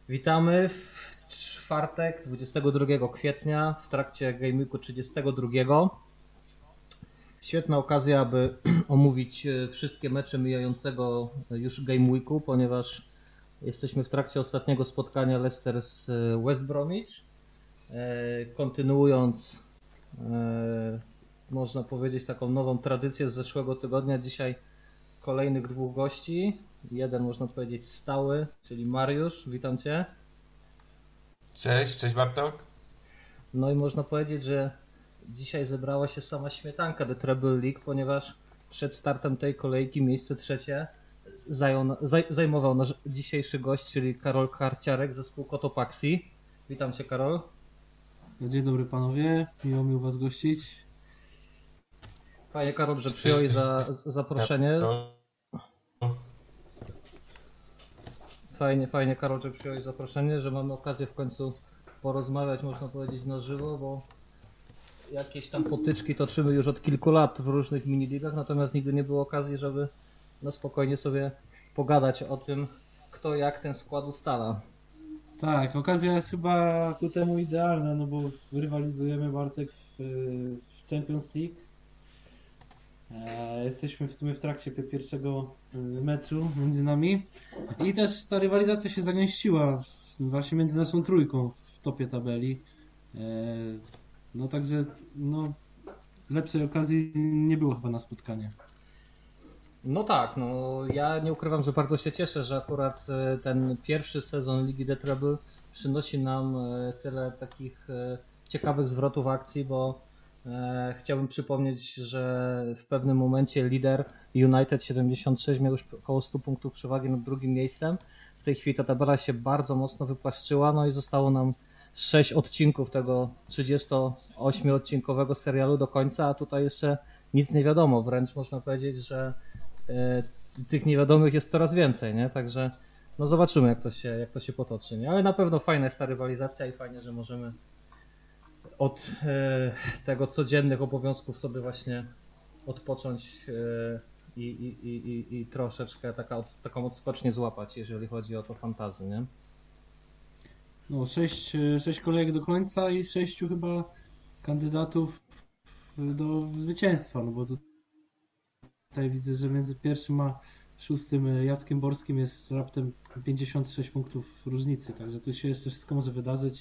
Witamy w czwartek 22 kwietnia w trakcie Game Weeku 32. Świetna okazja, aby omówić wszystkie mecze mijającego już Game Weeku, ponieważ jesteśmy w trakcie ostatniego spotkania Leicester z West Bromwich. Kontynuując, można powiedzieć, taką nową tradycję z zeszłego tygodnia, dzisiaj kolejnych dwóch gości. Jeden, można powiedzieć, stały, czyli Mariusz. Witam Cię. Cześć Bartok. No i można powiedzieć, że dzisiaj zebrała się sama śmietanka The Treble League, ponieważ przed startem tej kolejki miejsce trzecie zajmował nasz dzisiejszy gość, czyli Karol Karciarek, zespół Cotopaxi. Witam Cię, Karol. Dzień dobry panowie, miło mi u was gościć. Fajnie, Karol, że przyjąłeś zaproszenie. Fajnie, Karol, że przyjąłeś zaproszenie, że mamy okazję w końcu porozmawiać, można powiedzieć, na żywo, bo jakieś tam potyczki toczymy już od kilku lat w różnych miniligach, natomiast nigdy nie było okazji, żeby na spokojnie sobie pogadać o tym, kto jak ten skład ustala. Tak, okazja jest chyba ku temu idealna, no bo rywalizujemy, Bartek, w Champions League. Jesteśmy w sumie w trakcie pierwszego meczu między nami i też ta rywalizacja się zagęściła właśnie między naszą trójką w topie tabeli. No także no, lepszej okazji nie było chyba na spotkanie. No tak, no ja nie ukrywam, że bardzo się cieszę, że akurat ten pierwszy sezon Ligi The Treble przynosi nam tyle takich ciekawych zwrotów akcji, bo chciałbym przypomnieć, że w pewnym momencie lider United 76 miał już około 100 punktów przewagi nad drugim miejscem. W tej chwili ta tabela się bardzo mocno wypłaszczyła, no i zostało nam 6 odcinków tego 38-odcinkowego serialu do końca, a tutaj jeszcze nic nie wiadomo, wręcz można powiedzieć, że tych niewiadomych jest coraz więcej, nie? Także no zobaczymy jak to się potoczy, nie? Ale na pewno fajna jest ta rywalizacja i fajnie, że możemy od tego codziennych obowiązków sobie właśnie odpocząć i troszeczkę taką odskocznię złapać, jeżeli chodzi o to fantasy, nie? No, sześć kolejek do końca i sześciu chyba kandydatów do zwycięstwa, no bo tutaj widzę, że między pierwszym a szóstym Jackiem Borskim jest raptem 56 punktów różnicy, także tu się jeszcze wszystko może wydarzyć.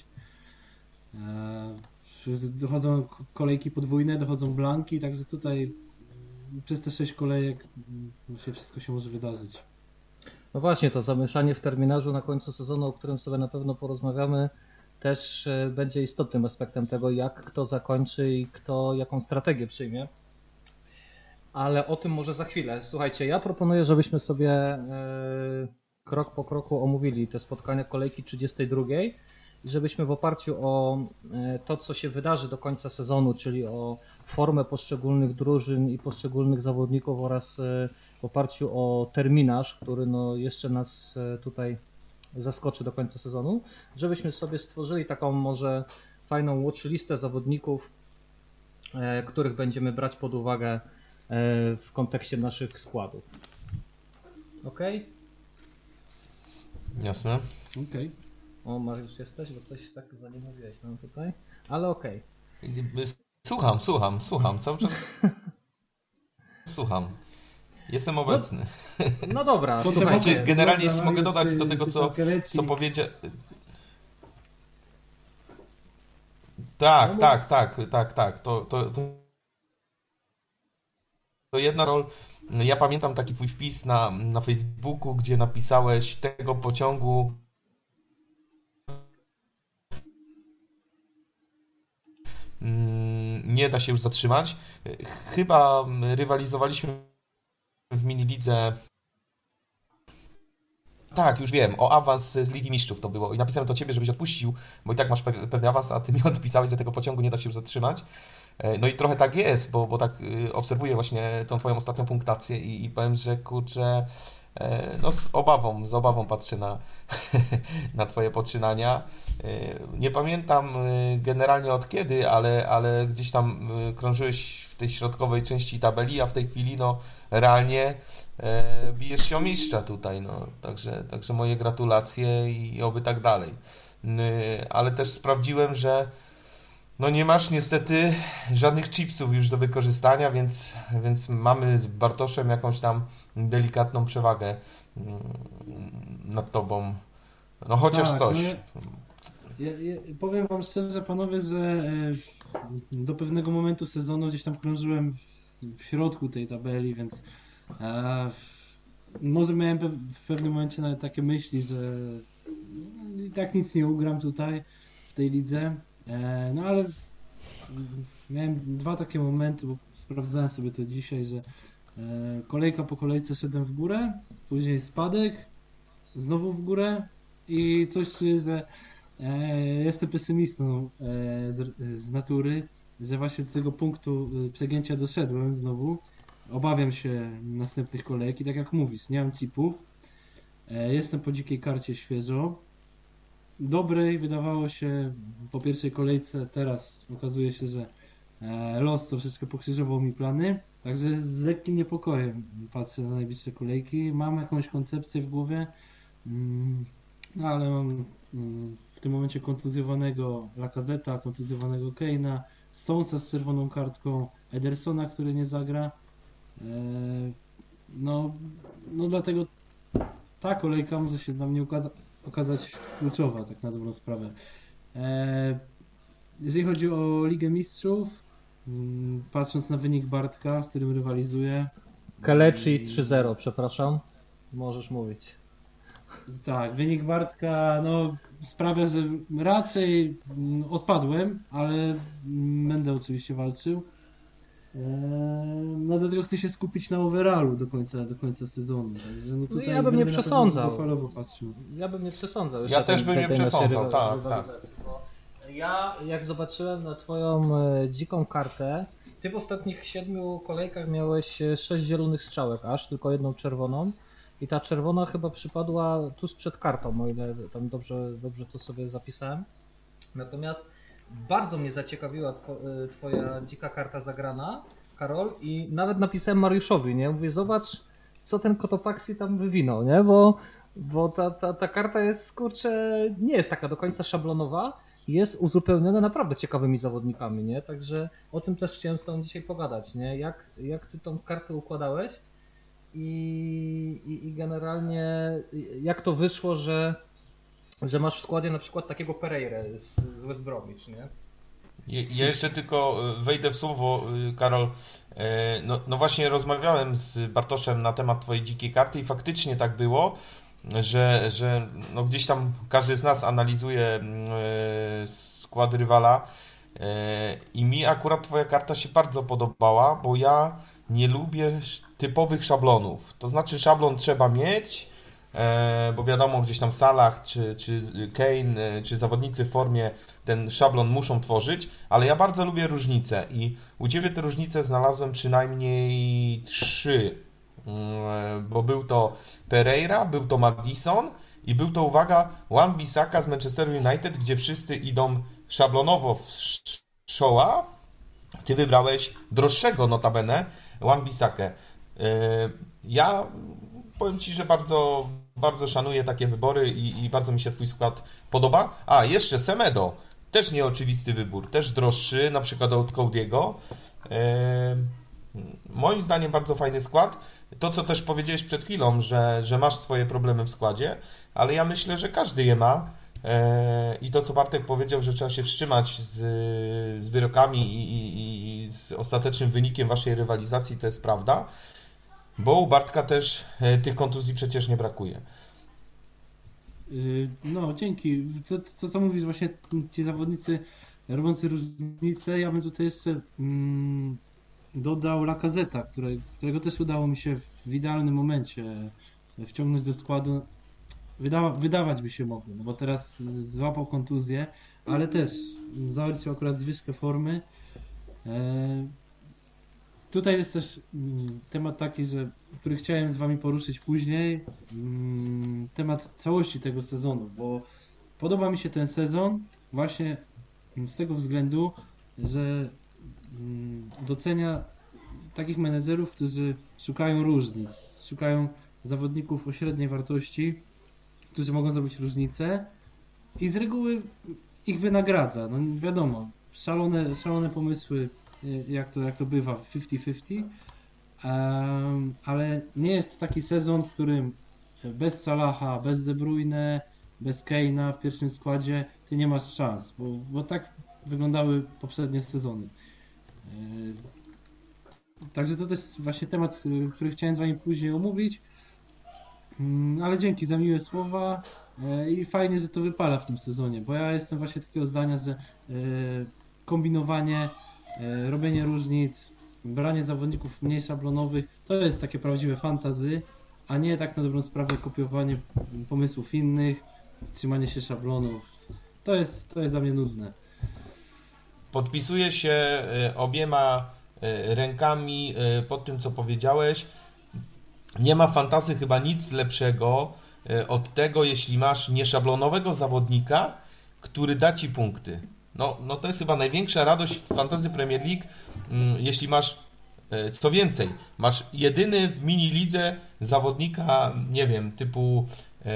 Dochodzą kolejki podwójne, dochodzą blanki, także tutaj przez te 6 kolejek wszystko się może wydarzyć. No właśnie, to zamieszanie w terminarzu na końcu sezonu, o którym sobie na pewno porozmawiamy, też będzie istotnym aspektem tego, jak kto zakończy i kto jaką strategię przyjmie. Ale o tym może za chwilę. Słuchajcie, ja proponuję, żebyśmy sobie krok po kroku omówili te spotkania kolejki 32 i żebyśmy w oparciu o to, co się wydarzy do końca sezonu, czyli o formę poszczególnych drużyn i poszczególnych zawodników oraz w oparciu o terminarz, który no jeszcze nas tutaj zaskoczy do końca sezonu, żebyśmy sobie stworzyli taką może fajną watchlistę zawodników, których będziemy brać pod uwagę w kontekście naszych składów. Ok? Jasne. Okej. O, Mariusz jesteś, bo coś tak za nie mówiłeś nam tutaj, ale okej. Słucham, cały czas słucham. Jestem obecny. No dobra, Potem słuchajcie. Znaczy, generalnie jeśli mogę Mariusz, dodać do tego, co Pakelecki. powiedział. No Tak, mów. tak, tak, tak, tak. To jedna rol. Ja pamiętam taki twój wpis na Facebooku, gdzie napisałeś tego pociągu nie da się już zatrzymać. Chyba rywalizowaliśmy w minilidze. Tak, już wiem, o awans z Ligi Mistrzów to było. I napisałem do ciebie, żebyś odpuścił, bo i tak masz pewny awans, a ty mi odpisałeś, że tego pociągu nie da się już zatrzymać. No i trochę tak jest, bo tak obserwuję właśnie tą twoją ostatnią punktację i powiem, że kurczę, No z obawą patrzę na, na Twoje poczynania. Nie pamiętam generalnie od kiedy, ale gdzieś tam krążyłeś w tej środkowej części tabeli, a w tej chwili no realnie bijesz się o mistrza tutaj, no. Także moje gratulacje i oby tak dalej. Ale też sprawdziłem, że no nie masz niestety żadnych chipsów już do wykorzystania, więc mamy z Bartoszem jakąś tam delikatną przewagę nad tobą. No chociaż Tak, coś. no ja powiem wam szczerze, panowie, że do pewnego momentu sezonu gdzieś tam krążyłem w środku tej tabeli, więc może miałem w pewnym momencie nawet takie myśli, że i tak nic nie ugram tutaj w tej lidze. No ale miałem dwa takie momenty, bo sprawdzałem sobie to dzisiaj, że kolejka po kolejce szedłem w górę, później spadek, znowu w górę i coś czuję, że jestem pesymistą z natury, że właśnie do tego punktu przegięcia doszedłem znowu. Obawiam się następnych kolejek i tak jak mówisz, nie mam chipów. Jestem po dzikiej karcie świeżo. Dobrej wydawało się po pierwszej kolejce, teraz okazuje się, że los troszeczkę pokrzyżował mi plany. Także z lekkim niepokojem patrzę na najbliższe kolejki. Mam jakąś koncepcję w głowie, no ale mam w tym momencie kontuzjowanego Lacazeta, kontuzjowanego Kane'a, Stonesa z czerwoną kartką, Edersona, który nie zagra. No dlatego ta kolejka może się dla mnie okazać kluczowa, tak na dobrą sprawę. Jeżeli chodzi o Ligę Mistrzów, patrząc na wynik Bartka, z którym rywalizuję. Kelechi 3-0, przepraszam. Możesz mówić. Tak, wynik Bartka no, sprawia, że raczej odpadłem, ale będę oczywiście walczył. No do tego chcę się skupić na overallu do końca sezonu. Także no tutaj ja bym nie przesądzał. Falowo patrzył. Ja bym nie przesądzał. Ja też bym nie przesądzał, tak. Bo ja jak zobaczyłem na twoją dziką kartę, ty w ostatnich 7 kolejkach miałeś 6 zielonych strzałek, aż tylko jedną czerwoną. I ta czerwona chyba przypadła tuż przed kartą, o ile tam dobrze to sobie zapisałem. Natomiast bardzo mnie zaciekawiła twoja dzika karta zagrana, Karol, i nawet napisałem Mariuszowi, nie? Mówię, zobacz, co ten Cotopaxi tam wywinął, nie? Bo ta karta jest, kurczę, nie jest taka do końca szablonowa, jest uzupełniona naprawdę ciekawymi zawodnikami, nie? Także o tym też chciałem z tobą dzisiaj pogadać, nie? Jak ty tą kartę układałeś i generalnie jak to wyszło, że masz w składzie na przykład takiego Pereirę z West Bromwich, nie? Ja jeszcze tylko wejdę w słowo, Karol. No właśnie rozmawiałem z Bartoszem na temat twojej dzikiej karty i faktycznie tak było, że no gdzieś tam każdy z nas analizuje skład rywala i mi akurat twoja karta się bardzo podobała, bo ja nie lubię typowych szablonów. To znaczy szablon trzeba mieć, bo wiadomo, gdzieś tam Salah, czy Kane, czy zawodnicy w formie ten szablon muszą tworzyć, ale ja bardzo lubię różnice i u Ciebie te różnice znalazłem przynajmniej 3, bo był to Pereira, był to Maddison i był to, uwaga, Wan-Bissaka z Manchester United, gdzie wszyscy idą szablonowo w Shaw'a. Ty wybrałeś droższego notabene Wan-Bissakę. Ja powiem Ci, że bardzo, bardzo szanuję takie wybory i bardzo mi się Twój skład podoba. A, jeszcze Semedo. Też nieoczywisty wybór. Też droższy, na przykład od Cody'ego. Moim zdaniem bardzo fajny skład. To, co też powiedziałeś przed chwilą, że masz swoje problemy w składzie, ale ja myślę, że każdy je ma. I to, co Bartek powiedział, że trzeba się wstrzymać z wyrokami i z ostatecznym wynikiem waszej rywalizacji, to jest prawda. Bo u Bartka też tych kontuzji przecież nie brakuje. No, dzięki. To co mówisz, właśnie ci zawodnicy robiący różnicę, ja bym tutaj jeszcze dodał Lacazeta, którego też udało mi się w idealnym momencie wciągnąć do składu. Wydawać by się mogło, no bo teraz złapał kontuzję, ale też zawarcił akurat zwyżkę formy. tutaj jest też temat taki, który chciałem z wami poruszyć później. Temat całości tego sezonu, bo podoba mi się ten sezon właśnie z tego względu, że docenia takich menedżerów, którzy szukają różnic, szukają zawodników o średniej wartości, którzy mogą zrobić różnicę i z reguły ich wynagradza. No wiadomo, szalone pomysły, jak to bywa, 50-50, ale nie jest to taki sezon, w którym bez Salaha, bez De Bruyne, bez Kane'a w pierwszym składzie ty nie masz szans, bo tak wyglądały poprzednie sezony. Także to też właśnie temat, który chciałem z wami później omówić, ale dzięki za miłe słowa i fajnie, że to wypala w tym sezonie, bo ja jestem właśnie takiego zdania, że kombinowanie, robienie różnic, branie zawodników mniej szablonowych, to jest takie prawdziwe fantasy, a nie tak na dobrą sprawę kopiowanie pomysłów innych, trzymanie się szablonów. To jest dla mnie nudne. Podpisuję się obiema rękami pod tym, co powiedziałeś. Nie ma fantasy chyba nic lepszego od tego, jeśli masz nieszablonowego zawodnika, który da ci punkty. No to jest chyba największa radość w fantasy Premier League, jeśli masz, co więcej, masz jedyny w mini lidze zawodnika, nie wiem, typu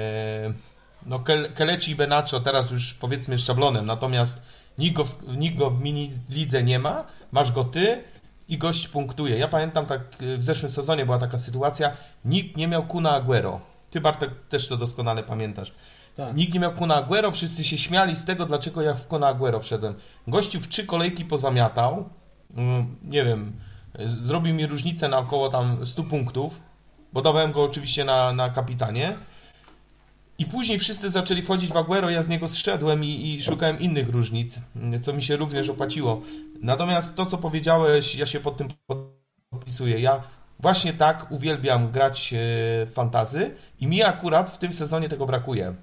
Kelechi i Benacho, teraz już powiedzmy z szablonem, natomiast nikt go w mini lidze nie ma, masz go ty i gość punktuje. Ja pamiętam tak w zeszłym sezonie była taka sytuacja, nikt nie miał Kuna Aguero. Ty, Bartek, też to doskonale pamiętasz. Tak. Nikt nie miał Kuna Aguero, wszyscy się śmiali z tego, dlaczego ja w Kuna Aguero wszedłem. Gościu w 3 kolejki pozamiatał, nie wiem, zrobił mi różnicę na około tam 100 punktów, bo dawałem go oczywiście na kapitanie. I później wszyscy zaczęli wchodzić w Aguero, ja z niego zszedłem i szukałem innych różnic, co mi się również opłaciło. Natomiast to, co powiedziałeś, ja się pod tym podpisuję. Ja właśnie tak uwielbiam grać w fantasy i mi akurat w tym sezonie tego brakuje.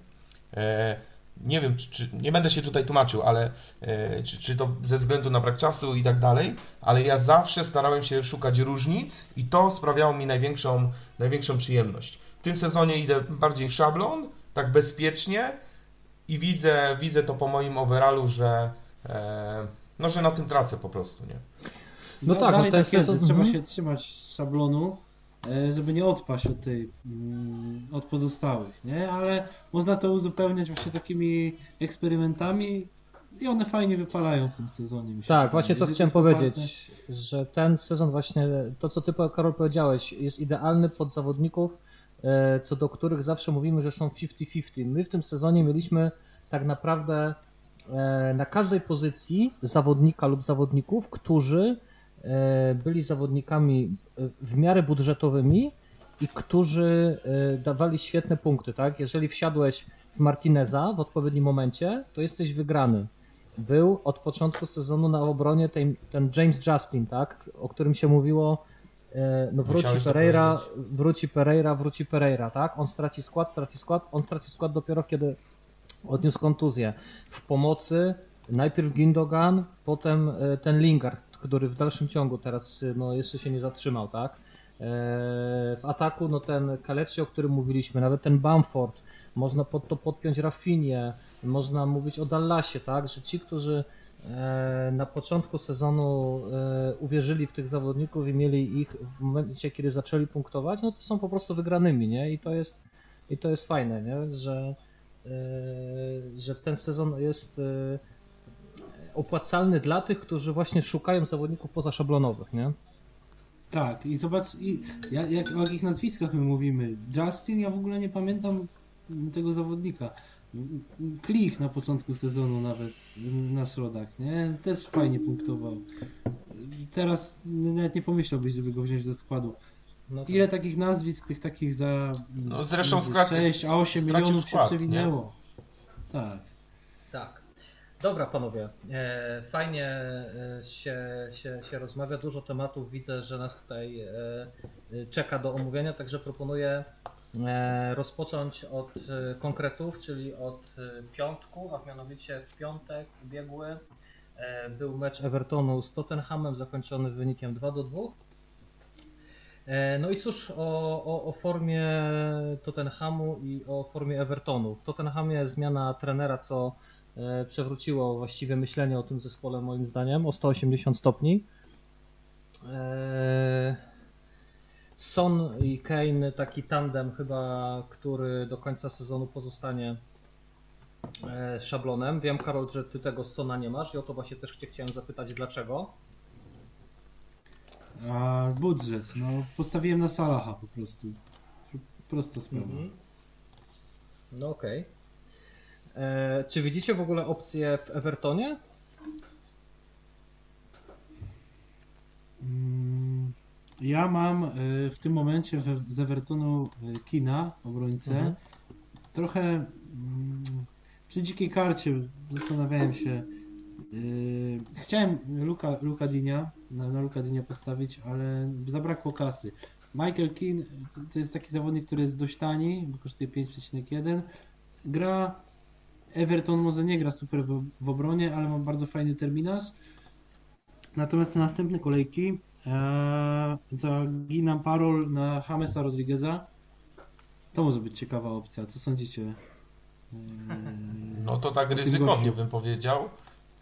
Nie wiem, nie będę się tutaj tłumaczył, ale czy to ze względu na brak czasu i tak dalej, ale ja zawsze starałem się szukać różnic i to sprawiało mi największą przyjemność. W tym sezonie idę bardziej w szablon, tak bezpiecznie i widzę to po moim overallu, że że na tym tracę po prostu, nie? No tak, dalej to jest tak jest, że sezon- trzeba mhm. się trzymać szablonu, żeby nie odpaść od pozostałych, nie? Ale można to uzupełniać właśnie takimi eksperymentami i one fajnie wypalają w tym sezonie. Mi się Tak, wydaje. właśnie to Jeżeli chciałem jest poparte- powiedzieć, że ten sezon właśnie, to co ty, Karol, powiedziałeś, jest idealny pod zawodników, co do których zawsze mówimy, że są 50-50. My w tym sezonie mieliśmy tak naprawdę na każdej pozycji zawodnika lub zawodników, którzy byli zawodnikami w miarę budżetowymi i którzy dawali świetne punkty, tak? Jeżeli wsiadłeś w Martineza w odpowiednim momencie, to jesteś wygrany. Był od początku sezonu na obronie ten James Justin, tak? O którym się mówiło, no Musiałeś to powiedzieć. wróci Pereira, tak? On straci skład dopiero kiedy odniósł kontuzję. W pomocy najpierw Gündogan, potem ten Lingard, który w dalszym ciągu teraz no, jeszcze się nie zatrzymał, tak? W ataku no ten Kelechi, o którym mówiliśmy, nawet ten Bamford, można pod to podpiąć Rafinhię, można mówić o Dallasie, tak? Że ci, którzy na początku sezonu uwierzyli w tych zawodników i mieli ich w momencie, kiedy zaczęli punktować, no to są po prostu wygranymi, nie? I to jest fajne, nie? Że ten sezon jest opłacalny dla tych, którzy właśnie szukają zawodników pozaszablonowych, nie? Tak, i zobacz, o jakich nazwiskach my mówimy. Justin, ja w ogóle nie pamiętam tego zawodnika. Klich na początku sezonu nawet, nasz rodak, nie? Też fajnie punktował. Teraz nawet nie pomyślałbyś, żeby go wziąć do składu. No tak. Ile takich nazwisk, tych takich za No zresztą między skład- 6 a 8 stracił milionów skład, się przewinęło. Tak. Tak. Dobra, panowie. Fajnie się rozmawia. Dużo tematów widzę, że nas tutaj czeka do omówienia, także proponuję rozpocząć od konkretów, czyli od piątku, a mianowicie w piątek ubiegły był mecz Evertonu z Tottenhamem zakończony wynikiem 2-2. No i cóż o formie Tottenhamu i o formie Evertonu. W Tottenhamie zmiana trenera, co przewróciło właściwie myślenie o tym zespole moim zdaniem o 180 stopni. Son i Kane, taki tandem chyba, który do końca sezonu pozostanie szablonem. Wiem, Karol, że ty tego Sona nie masz i o to właśnie też chciałem zapytać, dlaczego? A budżet, no postawiłem na Salaha po prostu. Prosta sprawa. No okej. Czy widzicie w ogóle opcję w Evertonie? Ja mam w tym momencie z Evertonu Kina, obrońcę. Trochę przy dzikiej karcie zastanawiałem się. Chciałem Luka Dinia na Luka Dinia postawić, ale zabrakło kasy. Michael Keane to jest taki zawodnik, który jest dość tani, bo kosztuje 5,1. Gra Everton może nie gra super w obronie, ale ma bardzo fajny terminarz. Natomiast na następne kolejki zaginam parol na Jamesa Rodrigueza. To może być ciekawa opcja. Co sądzicie? No to tak tym ryzykownie gościu. bym powiedział.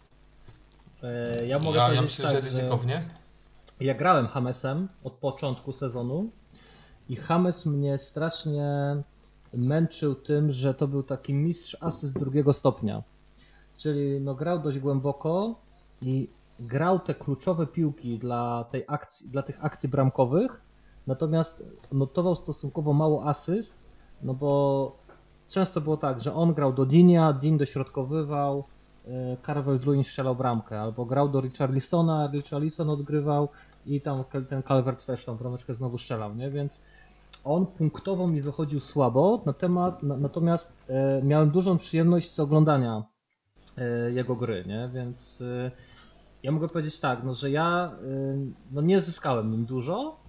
Ja mogę Ja powiedzieć myślę, tak, że ryzykownie. ja grałem Jamesem od początku sezonu i James mnie strasznie męczył tym, że to był taki mistrz asyst drugiego stopnia. Czyli no grał dość głęboko i grał te kluczowe piłki dla tych akcji bramkowych, natomiast notował stosunkowo mało asyst, no bo często było tak, że on grał do Dinia, Dean dośrodkowywał, Calvert-Lewin strzelał bramkę, albo grał do Richarlisona, Richarlison odgrywał i tam ten Calvert też tą brameczkę znowu strzelał, nie? Więc on punktowo mi wychodził słabo, natomiast miałem dużą przyjemność z oglądania jego gry, nie? Więc ja mogę powiedzieć tak, no, że ja no, nie zyskałem nim dużo.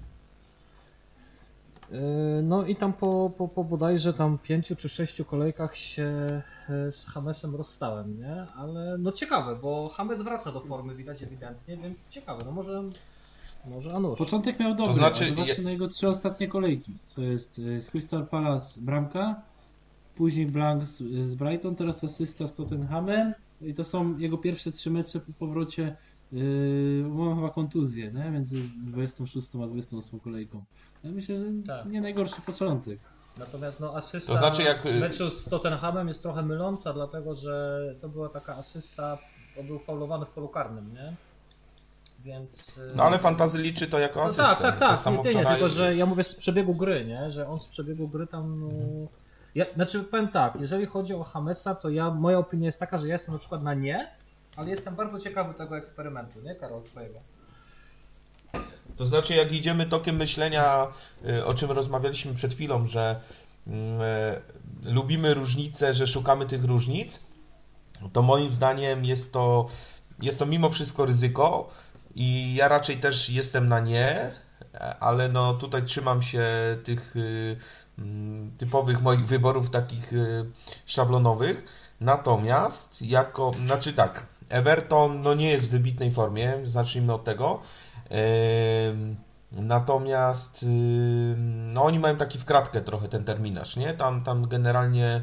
No i tam po bodajże tam 5 czy 6 kolejkach się z Jamesem rozstałem, nie? Ale no ciekawe, bo James wraca do formy, widać ewidentnie, więc ciekawe, no może a nuż. Początek miał dobry, To znaczy, a zobaczcie na jego 3 ostatnie kolejki. To jest z Crystal Palace bramka, później blank z Brighton, teraz asysta z Tottenhamem i to są jego pierwsze 3 mecze po powrocie. Mam chyba kontuzję, nie? Między 26 a 28 kolejką. Ja myślę, że Tak. nie najgorszy początek. Natomiast no asysta To znaczy, jak- z meczu z Tottenhamem jest trochę myląca, dlatego że to była taka asysta, on był faulowany w polu karnym, nie? Więc... No ale fantasy liczy to jako No asystę. tak, samo nie, wczoraj. tylko że ja mówię z przebiegu gry, nie? Że on z przebiegu gry tam... No... Znaczy powiem tak, jeżeli chodzi o Jamesa, to moja opinia jest taka, że ja jestem na przykład na nie, ale jestem bardzo ciekawy tego eksperymentu, nie Karol, twojego? To znaczy, jak idziemy tokiem myślenia, o czym rozmawialiśmy przed chwilą, że lubimy różnice, że szukamy tych różnic, to moim zdaniem jest to mimo wszystko ryzyko i ja raczej też jestem na nie, ale no tutaj trzymam się tych typowych moich wyborów takich szablonowych. Natomiast znaczy tak, Everton no nie jest w wybitnej formie, zacznijmy od tego. Natomiast no oni mają taki w kratkę trochę ten terminarz, nie? Tam generalnie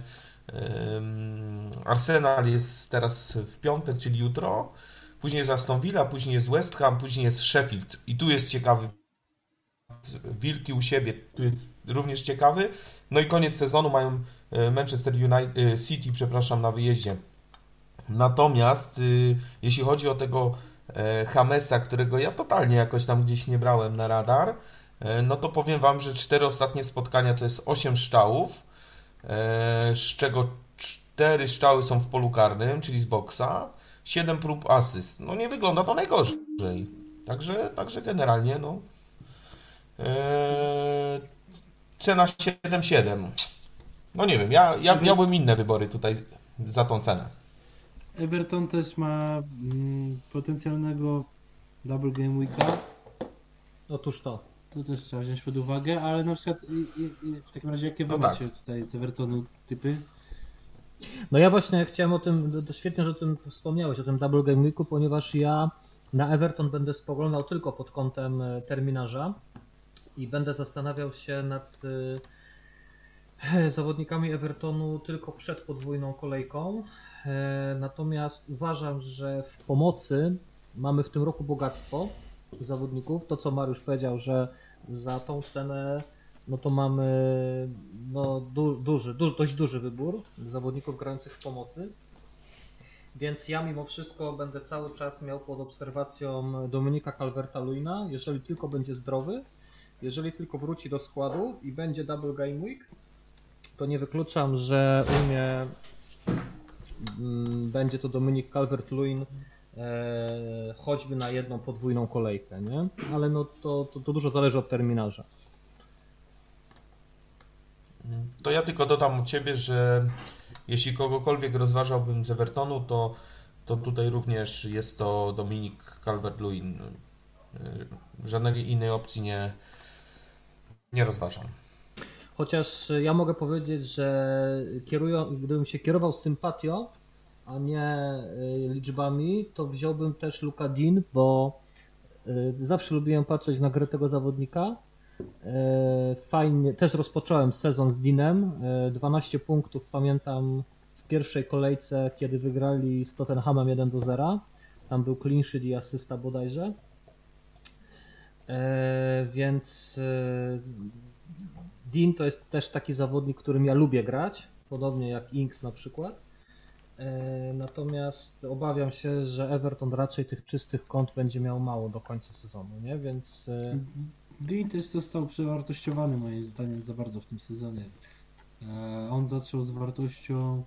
Arsenal jest teraz w piątek, czyli jutro, później jest Aston Villa, później jest West Ham, później jest Sheffield i tu jest ciekawy Wilki u siebie, tu jest również ciekawy. No i koniec sezonu mają Manchester City, przepraszam, na wyjeździe. Natomiast jeśli chodzi o tego Jamesa, którego ja totalnie jakoś tam gdzieś nie brałem na radar, no to powiem Wam, że 4 ostatnie spotkania to jest 8 strzałów, z czego 4 strzały są w polu karnym, czyli z boksa, 7 prób asyst. No nie wygląda to najgorzej. Także generalnie no cena 7,7. No nie wiem, ja miałbym inne wybory tutaj za tą cenę. Everton też ma potencjalnego double game weeka. Otóż to. To też trzeba wziąć pod uwagę, ale na przykład w takim razie jakie wy No macie tak. tutaj z Evertonu typy? No ja właśnie chciałem o tym, to świetnie, że o tym wspomniałeś, o tym Double Game Weeku, ponieważ ja na Everton będę spoglądał tylko pod kątem terminarza, i będę zastanawiał się nad zawodnikami Evertonu tylko przed podwójną kolejką. Natomiast uważam, że w pomocy mamy w tym roku bogactwo zawodników. To co Mariusz powiedział, że za tą cenę no to mamy dość duży wybór zawodników grających w pomocy. Więc ja mimo wszystko będę cały czas miał pod obserwacją Dominika Calverta-Lewina, jeżeli tylko będzie zdrowy, jeżeli tylko wróci do składu i będzie double game week, to nie wykluczam, że u mnie będzie to Dominik Calvert-Lewin choćby na jedną podwójną kolejkę, nie? Ale no to dużo zależy od terminarza. To ja tylko dodam od Ciebie, że jeśli kogokolwiek rozważałbym z Evertonu, to tutaj również jest to Dominik Calvert-Lewin. Żadnej innej opcji nie rozważam. Chociaż ja mogę powiedzieć, że gdybym się kierował sympatią, a nie liczbami, to wziąłbym też Luka Dean, bo zawsze lubiłem patrzeć na grę tego zawodnika. Fajnie, też rozpocząłem sezon z Deanem, 12 punktów pamiętam w pierwszej kolejce, kiedy wygrali z Tottenhamem 1-0, tam był clean sheet i asysta bodajże, więc Dean to jest też taki zawodnik, którym ja lubię grać, podobnie jak Inks na przykład, natomiast obawiam się, że Everton raczej tych czystych kąt będzie miał mało do końca sezonu, nie? Więc Dean też został przewartościowany moim zdaniem za bardzo w tym sezonie. On zaczął z wartością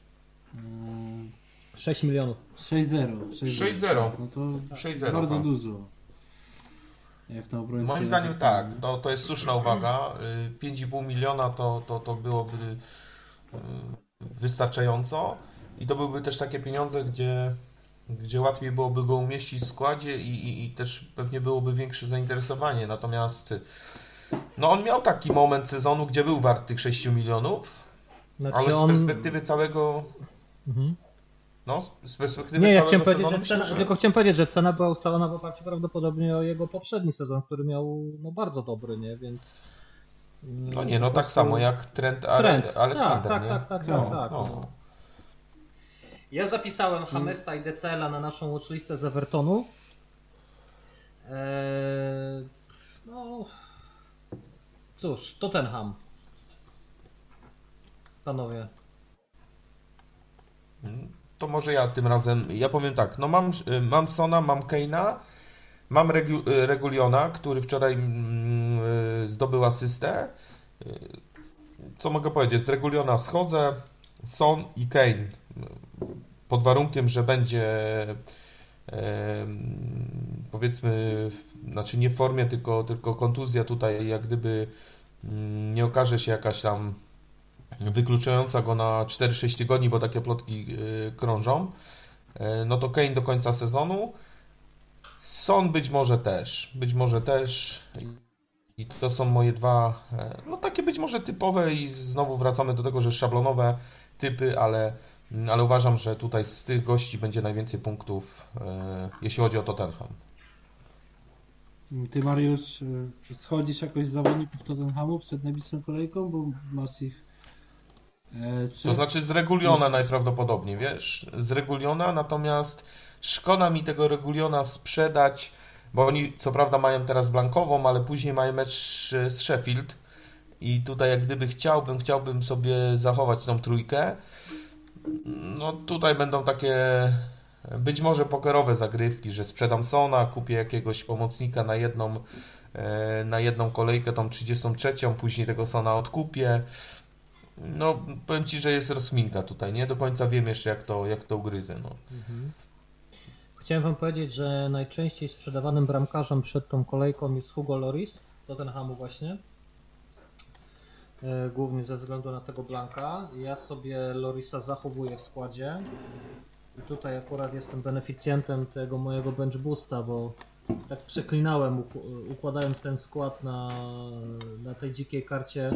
6 milionów. 6-0. 6-0. No to 6-0, bardzo tak. dużo. Jak na obrońcę. Moim zdaniem tak, to jest słuszna uwaga. 5,5 miliona to byłoby wystarczająco i to byłyby też takie pieniądze, gdzie łatwiej byłoby go umieścić w składzie i też pewnie byłoby większe zainteresowanie. Natomiast no on miał taki moment sezonu, gdzie był wart tych 6 milionów, Znaczy ale z on... perspektywy całego Mhm. no, z perspektywy Nie, ja całego chciałem powiedzieć, sezonu że myślę, cena, tylko chciałem powiedzieć, że cena była ustalona w oparciu prawdopodobnie o jego poprzedni sezon, który miał no, bardzo dobry, nie? Więc no nie, no po tak prostu samo jak Trent Alexander, nie? tak. No. Ja zapisałem Hamesa i DCL-a na naszą watchlistę z Evertonu. No cóż, Tottenham. Panowie. To może ja tym razem, ja powiem tak, no mam Sona, mam Kane'a, mam Reguliona, który wczoraj zdobył asystę. Co mogę powiedzieć, z Reguliona schodzę, Son i Kane, pod warunkiem, że będzie powiedzmy, znaczy nie w formie, tylko kontuzja tutaj, jak gdyby nie okaże się jakaś tam wykluczająca go na 4-6 tygodni, bo takie plotki krążą, no to Kane do końca sezonu, Son być może też i to są moje dwa, no takie być może typowe i znowu wracamy do tego, że szablonowe typy, ale uważam, że tutaj z tych gości będzie najwięcej punktów, jeśli chodzi o Tottenham. Ty, Mariusz, schodzisz jakoś z zawodników Tottenhamu przed najbliższą kolejką, bo masz ich To znaczy z Reguliona najprawdopodobniej, wiesz, z Reguliona, natomiast szkoda mi tego Reguliona sprzedać, bo oni co prawda mają teraz blankową, ale później mają mecz z Sheffield i tutaj jak gdyby chciałbym sobie zachować tą trójkę. No tutaj będą takie być może pokerowe zagrywki, że sprzedam Sona, kupię jakiegoś pomocnika na jedną kolejkę, tą 33, później tego Sona odkupię. No, powiem Ci, że jest rozminka tutaj, nie do końca wiem jeszcze jak to ugryzę. No. Chciałem wam powiedzieć, że najczęściej sprzedawanym bramkarzem przed tą kolejką jest Hugo Lloris z Tottenhamu właśnie. Głównie ze względu na tego blanka. Ja sobie Llorisa zachowuję w składzie. I tutaj akurat jestem beneficjentem tego mojego bench boosta, bo tak przeklinałem układając ten skład na tej dzikiej karcie,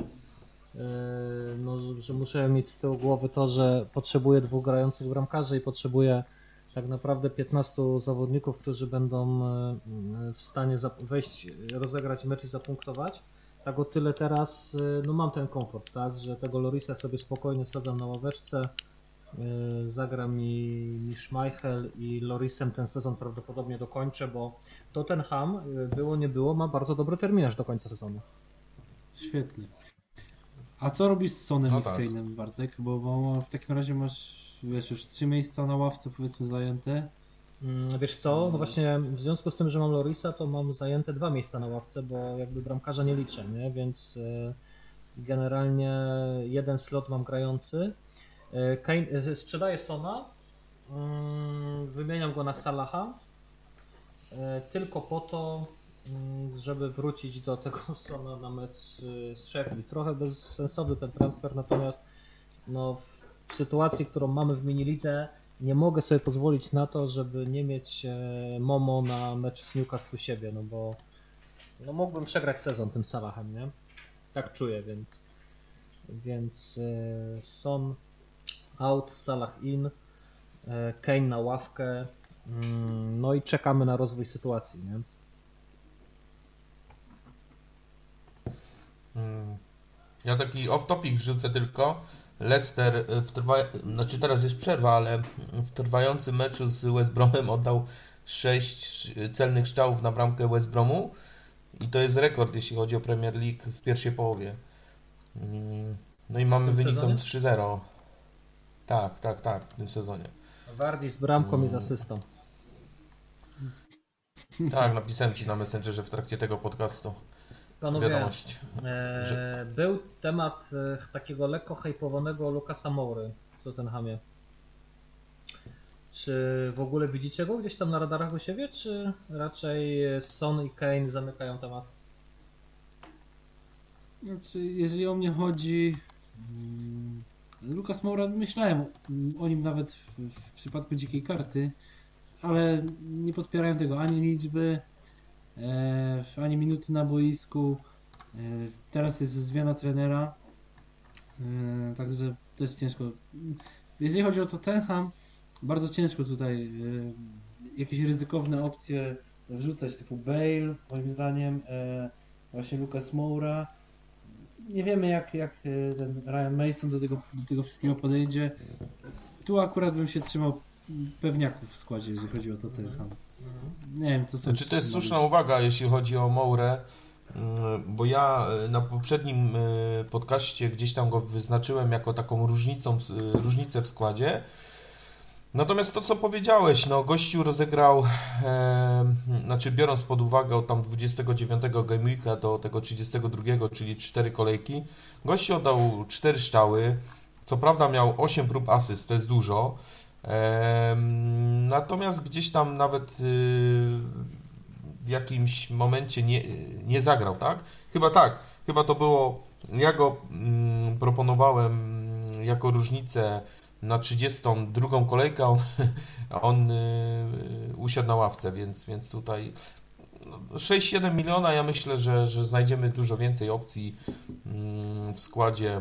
no, że muszę mieć z tyłu głowy to, że potrzebuję dwóch grających bramkarzy i potrzebuję tak naprawdę 15 zawodników, którzy będą w stanie wejść, rozegrać mecz i zapunktować. Tak o tyle teraz no mam ten komfort, tak, że tego Lorisa sobie spokojnie sadzam na ławeczce, zagra mi Schmeichel i Lorisem ten sezon prawdopodobnie dokończę, bo Tottenham, było nie było, ma bardzo dobry terminarz do końca sezonu. Świetnie. A co robisz z Sonem No i z tak. Kane'em, Bartek? Bo w takim razie masz, wiesz, już 3 miejsca na ławce powiedzmy zajęte. Wiesz co, no właśnie w związku z tym, że mam Lorisa, to mam zajęte 2 miejsca na ławce, bo jakby bramkarza nie liczę, nie? Więc generalnie jeden slot mam grający. Kane, sprzedaję Sona, wymieniam go na Salaha, tylko po to, żeby wrócić do tego Sona na mecz z Sheffield. Trochę bezsensowny ten transfer, natomiast no, w sytuacji, którą mamy w minilidze, nie mogę sobie pozwolić na to, żeby nie mieć Momo na mecz z Newcastle u siebie, no bo no mógłbym przegrać sezon tym Salahem, nie? Tak czuję, więc Son out, Salah in, Kane na ławkę, no i czekamy na rozwój sytuacji, nie? Ja taki off-topic wrzucę tylko. Leicester, znaczy teraz jest przerwa, ale w trwającym meczu z West Bromem oddał 6 celnych strzałów na bramkę West Bromu i to jest rekord, jeśli chodzi o Premier League w pierwszej połowie. No i mamy tym wynik sezonie? tam 3-0. Tak, w tym sezonie. Wardy z bramką i z asystą. Tak, napisałem Ci na Messengerze w trakcie tego podcastu Panowie, wiadomość. był temat takiego lekko hypowanego Lucasa Moury w Tottenhamie. Czy w ogóle widzicie go gdzieś tam na radarach u siebie, czy raczej Son i Kane zamykają temat? Znaczy, jeżeli o mnie chodzi, Lucas Moura, myślałem o nim nawet w przypadku dzikiej karty, ale nie podpierają tego ani liczby, ani minuty na boisku. Teraz jest zmiana trenera, także też ciężko. Jeżeli chodzi o Tottenham, bardzo ciężko tutaj jakieś ryzykowne opcje wrzucać, typu Bale, moim zdaniem, właśnie Lucas Moura. Nie wiemy jak ten Ryan Mason do tego wszystkiego podejdzie. Tu akurat bym się trzymał pewniaków w składzie, jeżeli chodzi o Tottenham. Nie wiem, co sobie... Znaczy, to jest słuszna uwaga, jeśli chodzi o Mourę, bo ja na poprzednim podcaście gdzieś tam go wyznaczyłem jako taką różnicę w składzie. Natomiast to, co powiedziałeś, no gościu rozegrał, znaczy biorąc pod uwagę od tam 29 Game Weeka do tego 32, czyli 4 kolejki, gościu oddał 4 strzały, co prawda miał 8 prób asyst, to jest dużo, natomiast gdzieś tam nawet w jakimś momencie nie zagrał, tak? Chyba to było, ja go proponowałem jako różnicę na 32 kolejkę, on usiadł na ławce, więc tutaj 6-7 miliona, ja myślę, że znajdziemy dużo więcej opcji w składzie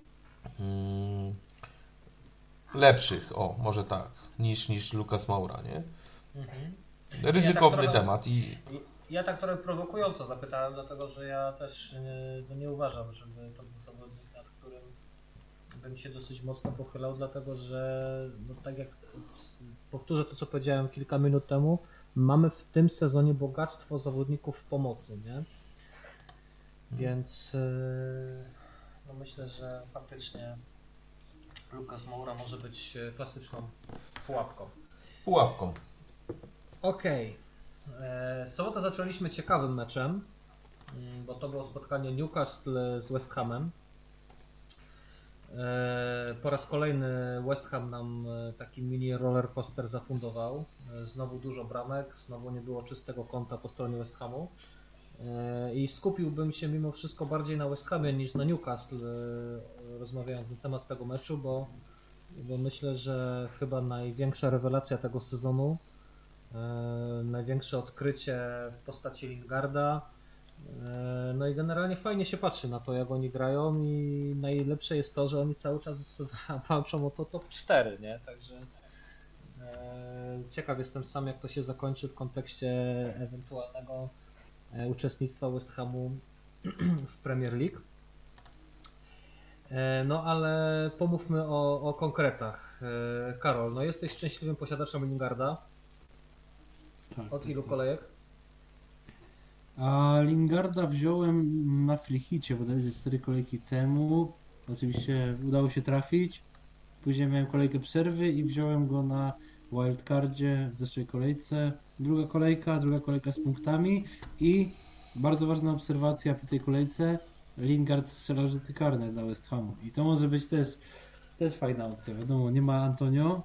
lepszych, może tak, niż Lucas Moura, nie? Ryzykowny temat Ja tak trochę prowokująco zapytałem, dlatego że ja też nie uważam, żeby to był zawodnik, nad którym bym się dosyć mocno pochylał, dlatego że no tak jak powtórzę to, co powiedziałem kilka minut temu, mamy w tym sezonie bogactwo zawodników w pomocy, nie? Więc no myślę, że faktycznie Lucas Moura może być klasyczną pułapką. Okej. Sobotę zaczęliśmy ciekawym meczem, bo to było spotkanie Newcastle z West Hamem. Po raz kolejny West Ham nam taki mini roller coaster zafundował. Znowu dużo bramek, znowu nie było czystego kąta po stronie West Hamu. I skupiłbym się mimo wszystko bardziej na West Hamie niż na Newcastle, rozmawiając na temat tego meczu, bo myślę, że chyba największa rewelacja tego sezonu, największe odkrycie w postaci Lingarda. No i generalnie fajnie się patrzy na to, jak oni grają, i najlepsze jest to, że oni cały czas walczą o to top 4, nie? Także Ciekaw jestem sam, jak to się zakończy w kontekście ewentualnego uczestnictwa West Hamu w Premier League. No ale pomówmy o konkretach. Karol, no jesteś szczęśliwym posiadaczem Lingarda. Tak, Od tak, ilu tak. kolejek? A Lingarda wziąłem na Freehicie bodajże 4 kolejki temu. Oczywiście udało się trafić. Później miałem kolejkę przerwy i wziąłem go na wildcardzie w zeszłej kolejce. Druga kolejka z punktami i bardzo ważna obserwacja po tej kolejce. Lingard strzelał rzuty karne dla West Hamu i to może być też fajna opcja. Wiadomo, nie ma Antonio.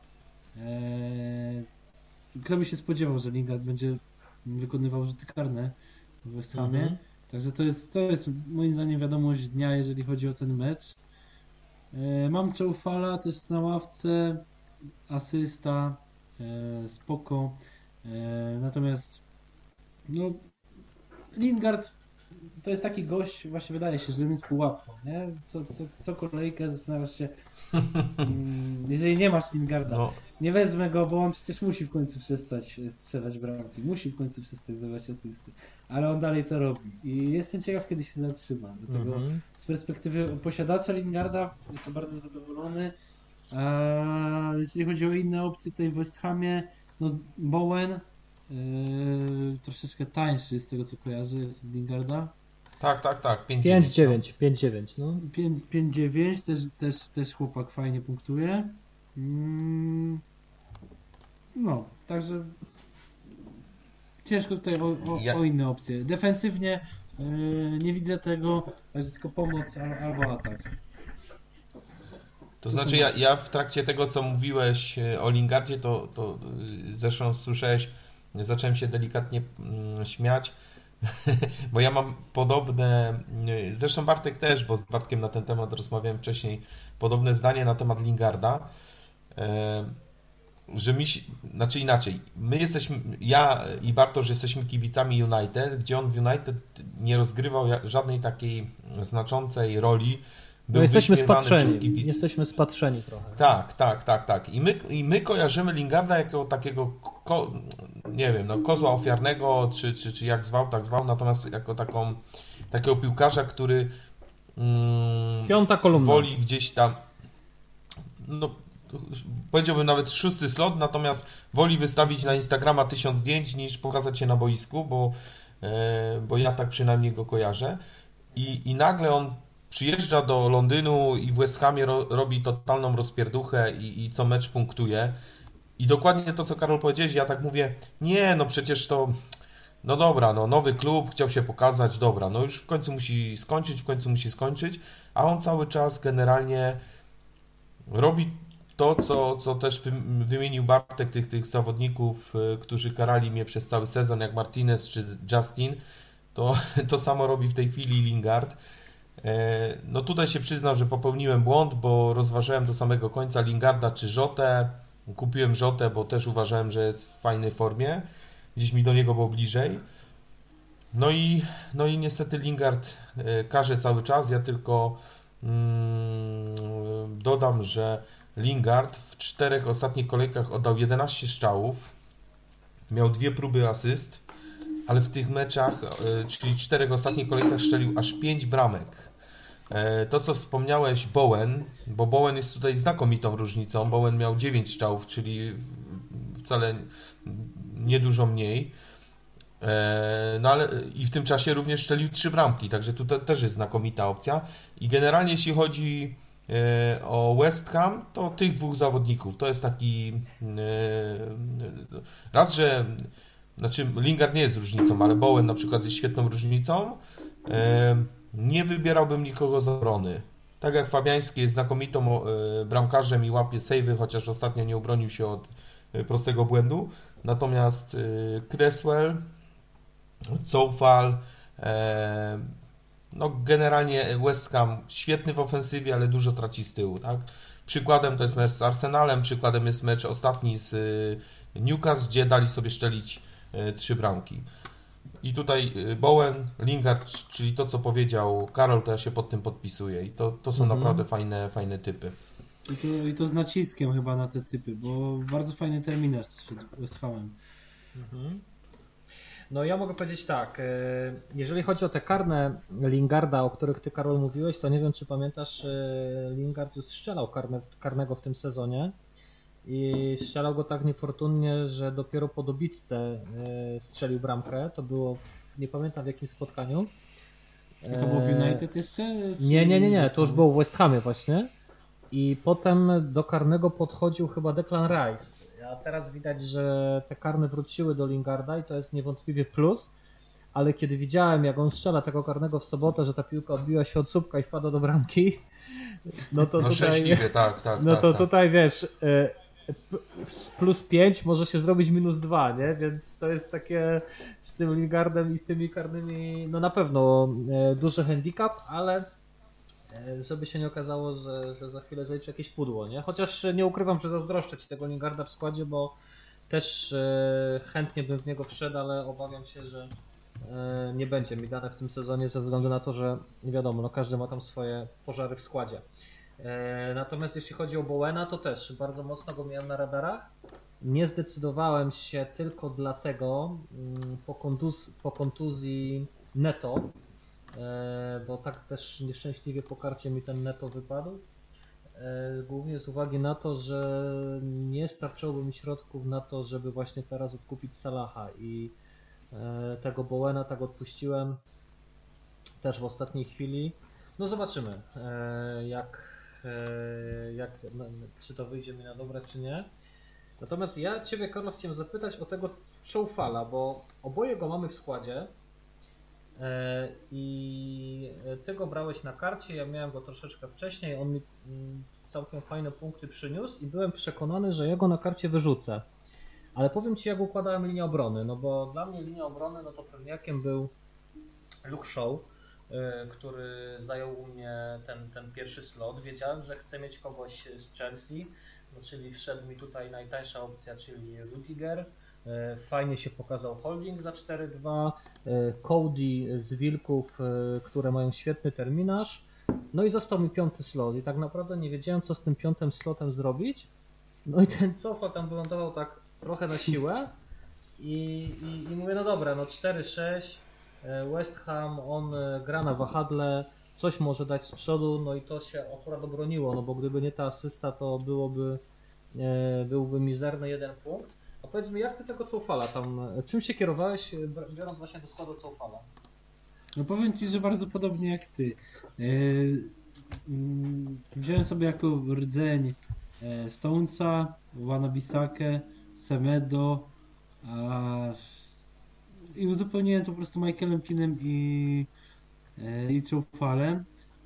Kto by się spodziewał, że Lingard będzie wykonywał rzuty karne w West Hamie. Mhm. Także to jest moim zdaniem wiadomość dnia, jeżeli chodzi o ten mecz. Mam Czoufala też na ławce, asysta, spoko. Natomiast no, Lingard to jest taki gość, właśnie wydaje się, że jest pułapką, nie? Co kolejkę zastanawiasz się, jeżeli nie masz Lingarda, No, nie wezmę go, bo on przecież musi w końcu przestać strzelać bramki, musi w końcu przestać zdobywać asysty, ale on dalej to robi i jestem ciekaw, kiedy się zatrzyma. Dlatego z perspektywy posiadacza Lingarda jestem bardzo zadowolony. A jeżeli chodzi o inne opcje tutaj w West Hamie, no Bowen troszeczkę tańszy z tego co kojarzę jest od Lingarda. tak, 5-9. 5-9, 5-9, no. 5-9 też chłopak fajnie punktuje. No, także ciężko tutaj o inne opcje. Defensywnie nie widzę tego, także tylko pomoc albo atak. To znaczy ja w trakcie tego, co mówiłeś o Lingardzie, to zresztą słyszałeś, zacząłem się delikatnie śmiać, bo ja mam podobne, zresztą Bartek też, bo z Bartkiem na ten temat rozmawiałem wcześniej, podobne zdanie na temat Lingarda, że znaczy inaczej, my jesteśmy, ja i Bartosz jesteśmy kibicami United, gdzie on w United nie rozgrywał żadnej takiej znaczącej roli. No jesteśmy wyśmiewany przez spatrzeni, kibiców. jesteśmy spatrzeni trochę. Tak. I my kojarzymy Lingarda jako takiego, nie wiem, no, kozła ofiarnego, czy jak zwał, tak zwał, natomiast jako takiego piłkarza, który Piąta kolumna. woli gdzieś tam, no powiedziałbym nawet 6. slot, natomiast woli wystawić na Instagrama 1000 zdjęć niż pokazać się na boisku, bo ja tak przynajmniej go kojarzę. I nagle on przyjeżdża do Londynu i w West Hamie robi totalną rozpierduchę i co mecz punktuje. I dokładnie to, co Karol powiedziałeś, ja tak mówię, nie, no przecież to, no dobra, no nowy klub, chciał się pokazać, dobra, no już w końcu musi skończyć, a on cały czas generalnie robi to, co też wymienił Bartek, tych zawodników, którzy karali mnie przez cały sezon, jak Martinez czy Justin, to samo robi w tej chwili Lingard. No tutaj się przyznam, że popełniłem błąd, bo rozważałem do samego końca Lingarda czy Jotę. Kupiłem Jotę, bo też uważałem, że jest w fajnej formie. Gdzieś mi do niego było bliżej. No i niestety Lingard karze cały czas. Ja tylko dodam, że Lingard w 4 ostatnich kolejkach oddał 11 strzałów. Miał 2 próby asyst, ale w tych meczach, czyli 4 ostatnich kolejkach strzelił aż 5 bramek. To, co wspomniałeś, Bowen, bo Bowen jest tutaj znakomitą różnicą. Bowen miał 9 strzałów, czyli wcale nie dużo mniej. No ale i w tym czasie również strzelił 3 bramki, także tutaj też jest znakomita opcja. I generalnie jeśli chodzi o West Ham, to tych 2 zawodników to jest taki raz, że znaczy Lingard nie jest różnicą, ale Bowen na przykład jest świetną różnicą. Nie wybierałbym nikogo z obrony. Tak jak Fabiański jest znakomitą bramkarzem i łapie sejwy, chociaż ostatnio nie obronił się od prostego błędu. Natomiast Cresswell, Coufal, no generalnie West Ham świetny w ofensywie, ale dużo traci z tyłu, tak? Przykładem to jest mecz z Arsenalem, przykładem jest mecz ostatni z Newcastle, gdzie dali sobie szczelić 3 bramki. I tutaj Bowen, Lingard, czyli to, co powiedział Karol, to ja się pod tym podpisuję. I to są naprawdę fajne typy. I to z naciskiem chyba na te typy, bo bardzo fajny terminarz przed West Hamem. Mhm. No ja mogę powiedzieć tak, jeżeli chodzi o te karne Lingarda, o których ty, Karol, mówiłeś, to nie wiem, czy pamiętasz, Lingard już strzelał karnego w tym sezonie i strzelał go tak niefortunnie, że dopiero po dobitce strzelił bramkę, to było, nie pamiętam w jakim spotkaniu. A to było w United jeszcze? Nie, to już było w West Hamie właśnie. I potem do karnego podchodził chyba Declan Rice. A teraz widać, że te karne wróciły do Lingarda i to jest niewątpliwie plus. Ale kiedy widziałem, jak on strzela tego karnego w sobotę, że ta piłka odbiła się od słupka i wpadła do bramki, no to No tutaj, szczęśliwie, tak. no to tak. tutaj wiesz, z plus 5 może się zrobić minus 2, nie? Więc to jest takie z tym Lingardem i z tymi karnymi, no na pewno duży handicap, ale żeby się nie okazało, że za chwilę zajdzie jakieś pudło, nie? Chociaż nie ukrywam, że zazdroszczę ci tego Lingarda w składzie, bo też chętnie bym w niego wszedł, ale obawiam się, że nie będzie mi dane w tym sezonie ze względu na to, że nie wiadomo, no każdy ma tam swoje pożary w składzie. Natomiast jeśli chodzi o Bowena, to też bardzo mocno go miałem na radarach. Nie zdecydowałem się tylko dlatego po kontuzji Neto, bo tak też nieszczęśliwie po karcie mi ten Neto wypadł. Głównie z uwagi na to, że nie starczyłoby mi środków na to, żeby właśnie teraz odkupić Salaha i tego Bowena tak odpuściłem też w ostatniej chwili. No zobaczymy, czy to wyjdzie mi na dobre, czy nie. Natomiast ja Ciebie, Karol, chciałem zapytać o tego Choufala, bo oboje go mamy w składzie i Ty go brałeś na karcie, ja miałem go troszeczkę wcześniej, on mi całkiem fajne punkty przyniósł i byłem przekonany, że ja go na karcie wyrzucę. Ale powiem Ci, jak układałem linię obrony, no bo dla mnie linia obrony, no to pewniakiem był Luke Shaw, który zajął u mnie ten pierwszy slot. Wiedziałem, że chcę mieć kogoś z Chelsea, no czyli wszedł mi tutaj najtańsza opcja, czyli Rudiger. Fajnie się pokazał Holding za 4-2, Cody z Wilków, które mają świetny terminarz. No i został mi piąty slot i tak naprawdę nie wiedziałem, co z tym piątym slotem zrobić. No i ten Cofa tam wylądował tak trochę na siłę i mówię, no dobra, no 4-6, West Ham, on gra na wahadle, coś może dać z przodu, no i to się akurat obroniło, no bo gdyby nie ta asysta, to byłby mizerny 1 punkt. A powiedz mi, jak Ty tego Coufala tam, czym się kierowałeś, biorąc właśnie do składu Coufala? No powiem Ci, że bardzo podobnie jak Ty. Wziąłem sobie jako rdzeń Stonesa, Wan-Bissakę, Semedo i uzupełniłem to po prostu Michaelem Keanem i Choufalem.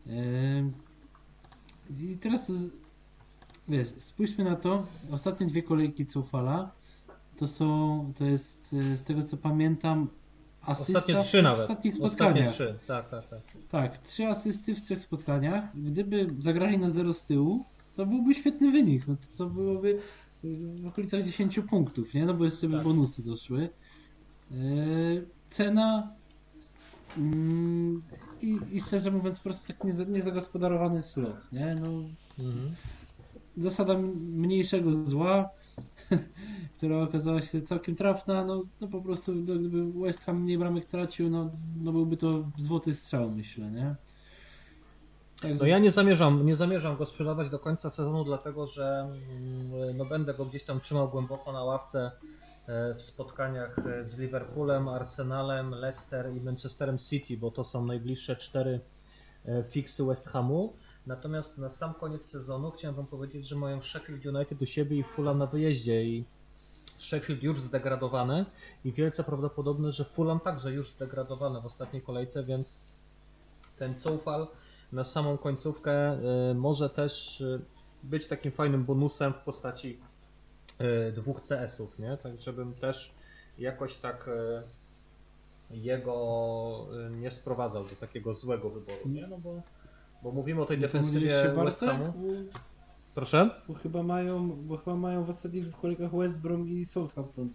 I teraz wiesz, spójrzmy na to. Ostatnie 2 kolejki Coufala to jest z tego co pamiętam asysta Ostatnie 3 w nawet. ostatnich Ostatnie spotkaniach. 3, tak. Tak, 3 asysty w 3 spotkaniach. Gdyby zagrali na 0 z tyłu, to byłby świetny wynik. No to byłoby w okolicach 10 punktów, nie? No bo jeszcze by Tak. bonusy doszły. Cena i szczerze mówiąc po prostu tak niezagospodarowany slot, nie? No, zasada mniejszego zła, która okazała się całkiem trafna, no po prostu gdyby West Ham mniej bramek tracił, no byłby to złoty strzał, myślę, nie? Także... No ja nie zamierzam go sprzedawać do końca sezonu, dlatego że no będę go gdzieś tam trzymał głęboko na ławce w spotkaniach z Liverpoolem, Arsenalem, Leicester i Manchesterem City, bo to są najbliższe 4 fiksy West Hamu. Natomiast na sam koniec sezonu chciałem Wam powiedzieć, że mają Sheffield United u siebie i Fulham na wyjeździe i Sheffield już zdegradowany i wielce prawdopodobne, że Fulham także już zdegradowany w ostatniej kolejce, więc ten Coufal na samą końcówkę może też być takim fajnym bonusem w postaci 2 CS-ów, nie? Tak żebym też jakoś tak jego nie sprowadzał do takiego złego wyboru, nie? No bo mówimy o tej defensywie West Hamu. Proszę? Bo chyba mają w ostatnich 2 kolejkach West Brom i Southampton.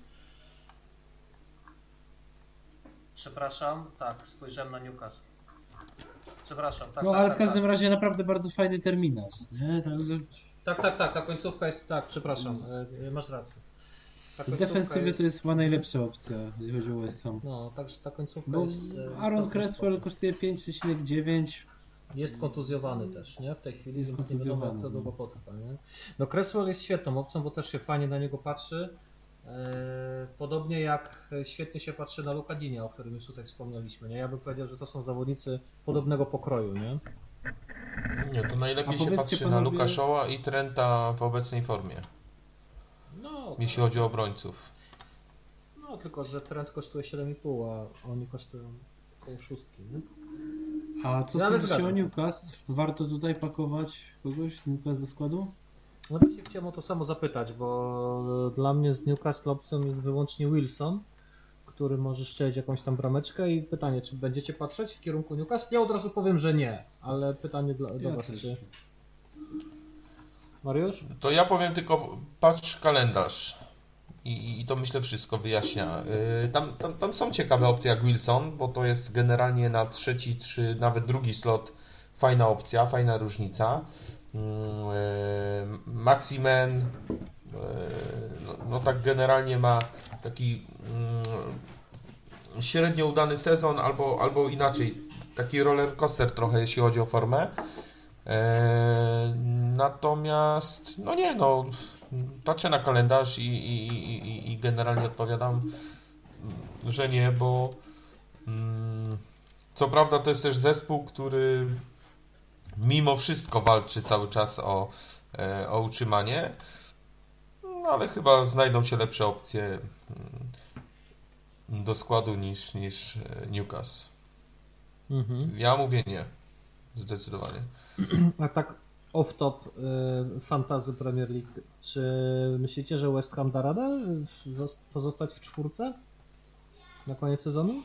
Przepraszam, tak, spojrzałem na Newcastle. Przepraszam, tak. No tak, ale tak, w każdym tak. razie naprawdę bardzo fajny terminarz, nie? Także Tak, ta końcówka jest, tak, przepraszam, masz rację. Ta Z końcówka defensywy jest- to jest chyba najlepsza opcja, jeżeli chodzi o West Ham. No, także ta końcówka Bo jest... Aaron istotna. Cresswell kosztuje 5,9. Jest kontuzjowany też, nie? W tej chwili, Jest więc nie wiadomo, jak to kontuzjowany, długo potrwa, nie? No Cresswell jest świetną opcją, bo też się fajnie na niego patrzy. Podobnie jak świetnie się patrzy na Luka Dinia, o którym już tutaj wspomnieliśmy, nie? Ja bym powiedział, że to są zawodnicy podobnego pokroju, nie? Nie, to najlepiej A się powiedzcie, patrzy na panowie- Luka Shaw'a i Trenta w obecnej formie, No, jeśli chodzi o obrońców. no tylko, że Trent kosztuje 7,5, a oni kosztują około 6, nie? A co Nawet sądzicie o zgadzam się. Newcastle? Warto tutaj pakować kogoś z Newcastle do składu? No właśnie chciałem o to samo zapytać, bo dla mnie z Newcastle opcją jest wyłącznie Wilson, który może strzelić jakąś tam brameczkę i pytanie, czy będziecie patrzeć w kierunku Newcastle? Ja od razu powiem, że nie, ale pytanie do was, też. czy... Mariusz? To ja powiem tylko, patrz kalendarz. I to myślę wszystko wyjaśnia. Tam są ciekawe opcje jak Wilson, bo to jest generalnie na trzeci czy nawet drugi slot fajna opcja, fajna różnica. Maximen no tak generalnie ma taki średnio udany sezon albo inaczej, taki roller coaster trochę jeśli chodzi o formę. Natomiast patrzę na kalendarz i generalnie odpowiadam, że nie, bo co prawda to jest też zespół, który mimo wszystko walczy cały czas o utrzymanie, no ale chyba znajdą się lepsze opcje do składu niż Newcastle. Ja mówię nie, zdecydowanie. A tak off-top fantasy Premier League, czy myślicie, że West Ham da radę pozostać w czwórce na koniec sezonu?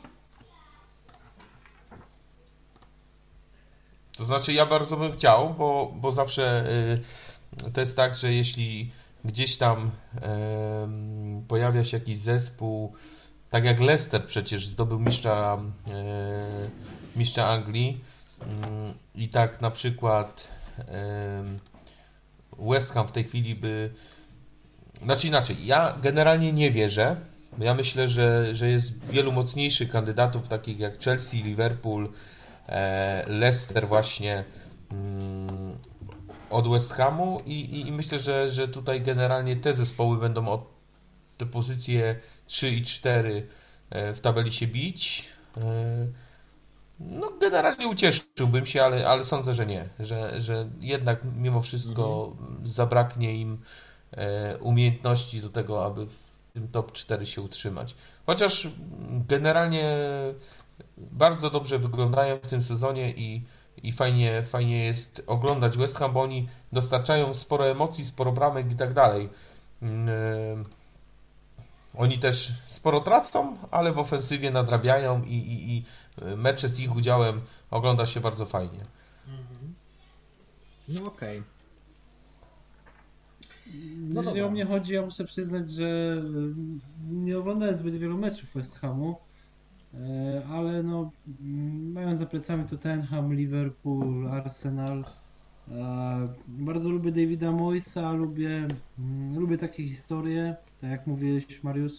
To znaczy ja bardzo bym chciał, bo zawsze to jest tak, że jeśli gdzieś tam pojawia się jakiś zespół, tak jak Leicester przecież zdobył mistrza Anglii i tak na przykład West Ham w tej chwili znaczy inaczej, ja generalnie nie wierzę. Ja myślę, że jest wielu mocniejszych kandydatów, takich jak Chelsea, Liverpool, Leicester właśnie od West Hamu i myślę, że tutaj generalnie te zespoły będą o te pozycje 3 i 4 w tabeli się bić. No generalnie ucieszyłbym się, ale sądzę, że nie, że jednak mimo wszystko zabraknie im umiejętności do tego, aby w tym top 4 się utrzymać. Chociaż generalnie bardzo dobrze wyglądają w tym sezonie i fajnie jest oglądać West Ham, bo oni dostarczają sporo emocji, sporo bramek i tak dalej. Oni też sporo tracą, ale w ofensywie nadrabiają i mecze z ich udziałem ogląda się bardzo fajnie. No okej. Jeżeli dobra. o mnie chodzi, ja muszę przyznać, że nie oglądałem zbyt wielu meczów West Hamu, ale no, mają za plecami Tottenham, Liverpool, Arsenal. Bardzo lubię Davida Moyesa, lubię takie historie, tak jak mówiłeś, Mariusz.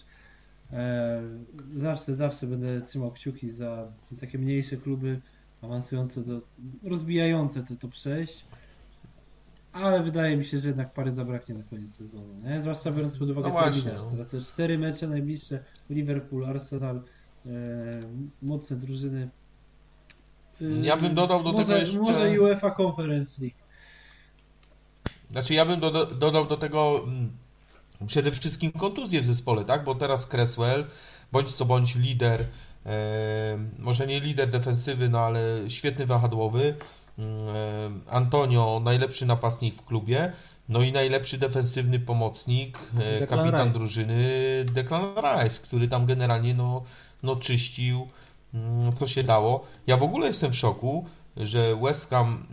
Zawsze będę trzymał kciuki za takie mniejsze kluby awansujące rozbijające to przejść. Ale wydaje mi się, że jednak pary zabraknie na koniec sezonu, nie? Zwłaszcza biorąc pod uwagę No właśnie, terminarz. no. Teraz te 4 mecze najbliższe, Liverpool, Arsenal, mocne drużyny. Ja bym dodał do tego jeszcze... Może UEFA Conference League. Znaczy ja bym dodał do tego przede wszystkim kontuzje w zespole, tak? Bo teraz Cresswell, bądź co bądź lider, może nie lider defensywy, no ale świetny wahadłowy. Antonio, najlepszy napastnik w klubie, no i najlepszy defensywny pomocnik, Declan kapitan Rice. drużyny Declan Rice, który tam generalnie no czyścił co się dało. Ja w ogóle jestem w szoku, że West Ham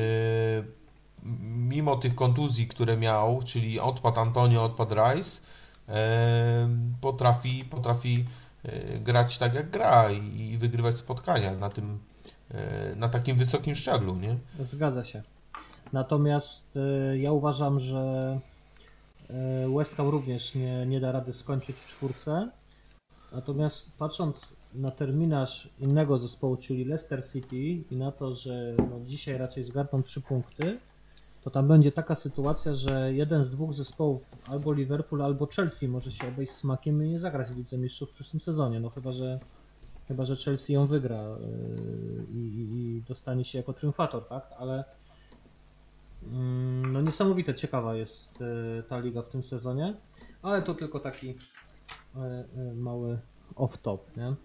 mimo tych kontuzji, które miał, czyli odpadł Antonio, odpadł Rice, potrafi grać tak jak gra i wygrywać spotkania na takim wysokim szczeblu, nie? Zgadza się. Natomiast ja uważam, że West Ham również nie da rady skończyć w czwórce. Natomiast patrząc na terminarz innego zespołu, czyli Leicester City i na to, że no dzisiaj raczej zgarną 3 punkty, to tam będzie taka sytuacja, że jeden z dwóch zespołów, albo Liverpool, albo Chelsea, może się obejść smakiem i nie zagrać w Lidze Mistrzów w przyszłym sezonie. No chyba, że Chelsea ją wygra i dostanie się jako triumfator, tak? Ale no niesamowite ciekawa jest ta liga w tym sezonie, ale to tylko taki mały off-top, nie?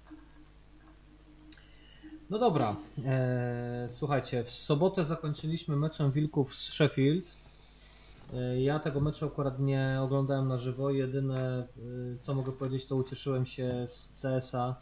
No dobra, słuchajcie, w sobotę zakończylimy meczem Wilków z Sheffield. Ja tego meczu akurat nie oglądałem na żywo, jedyne co mogę powiedzieć, to ucieszyłem się z CS-a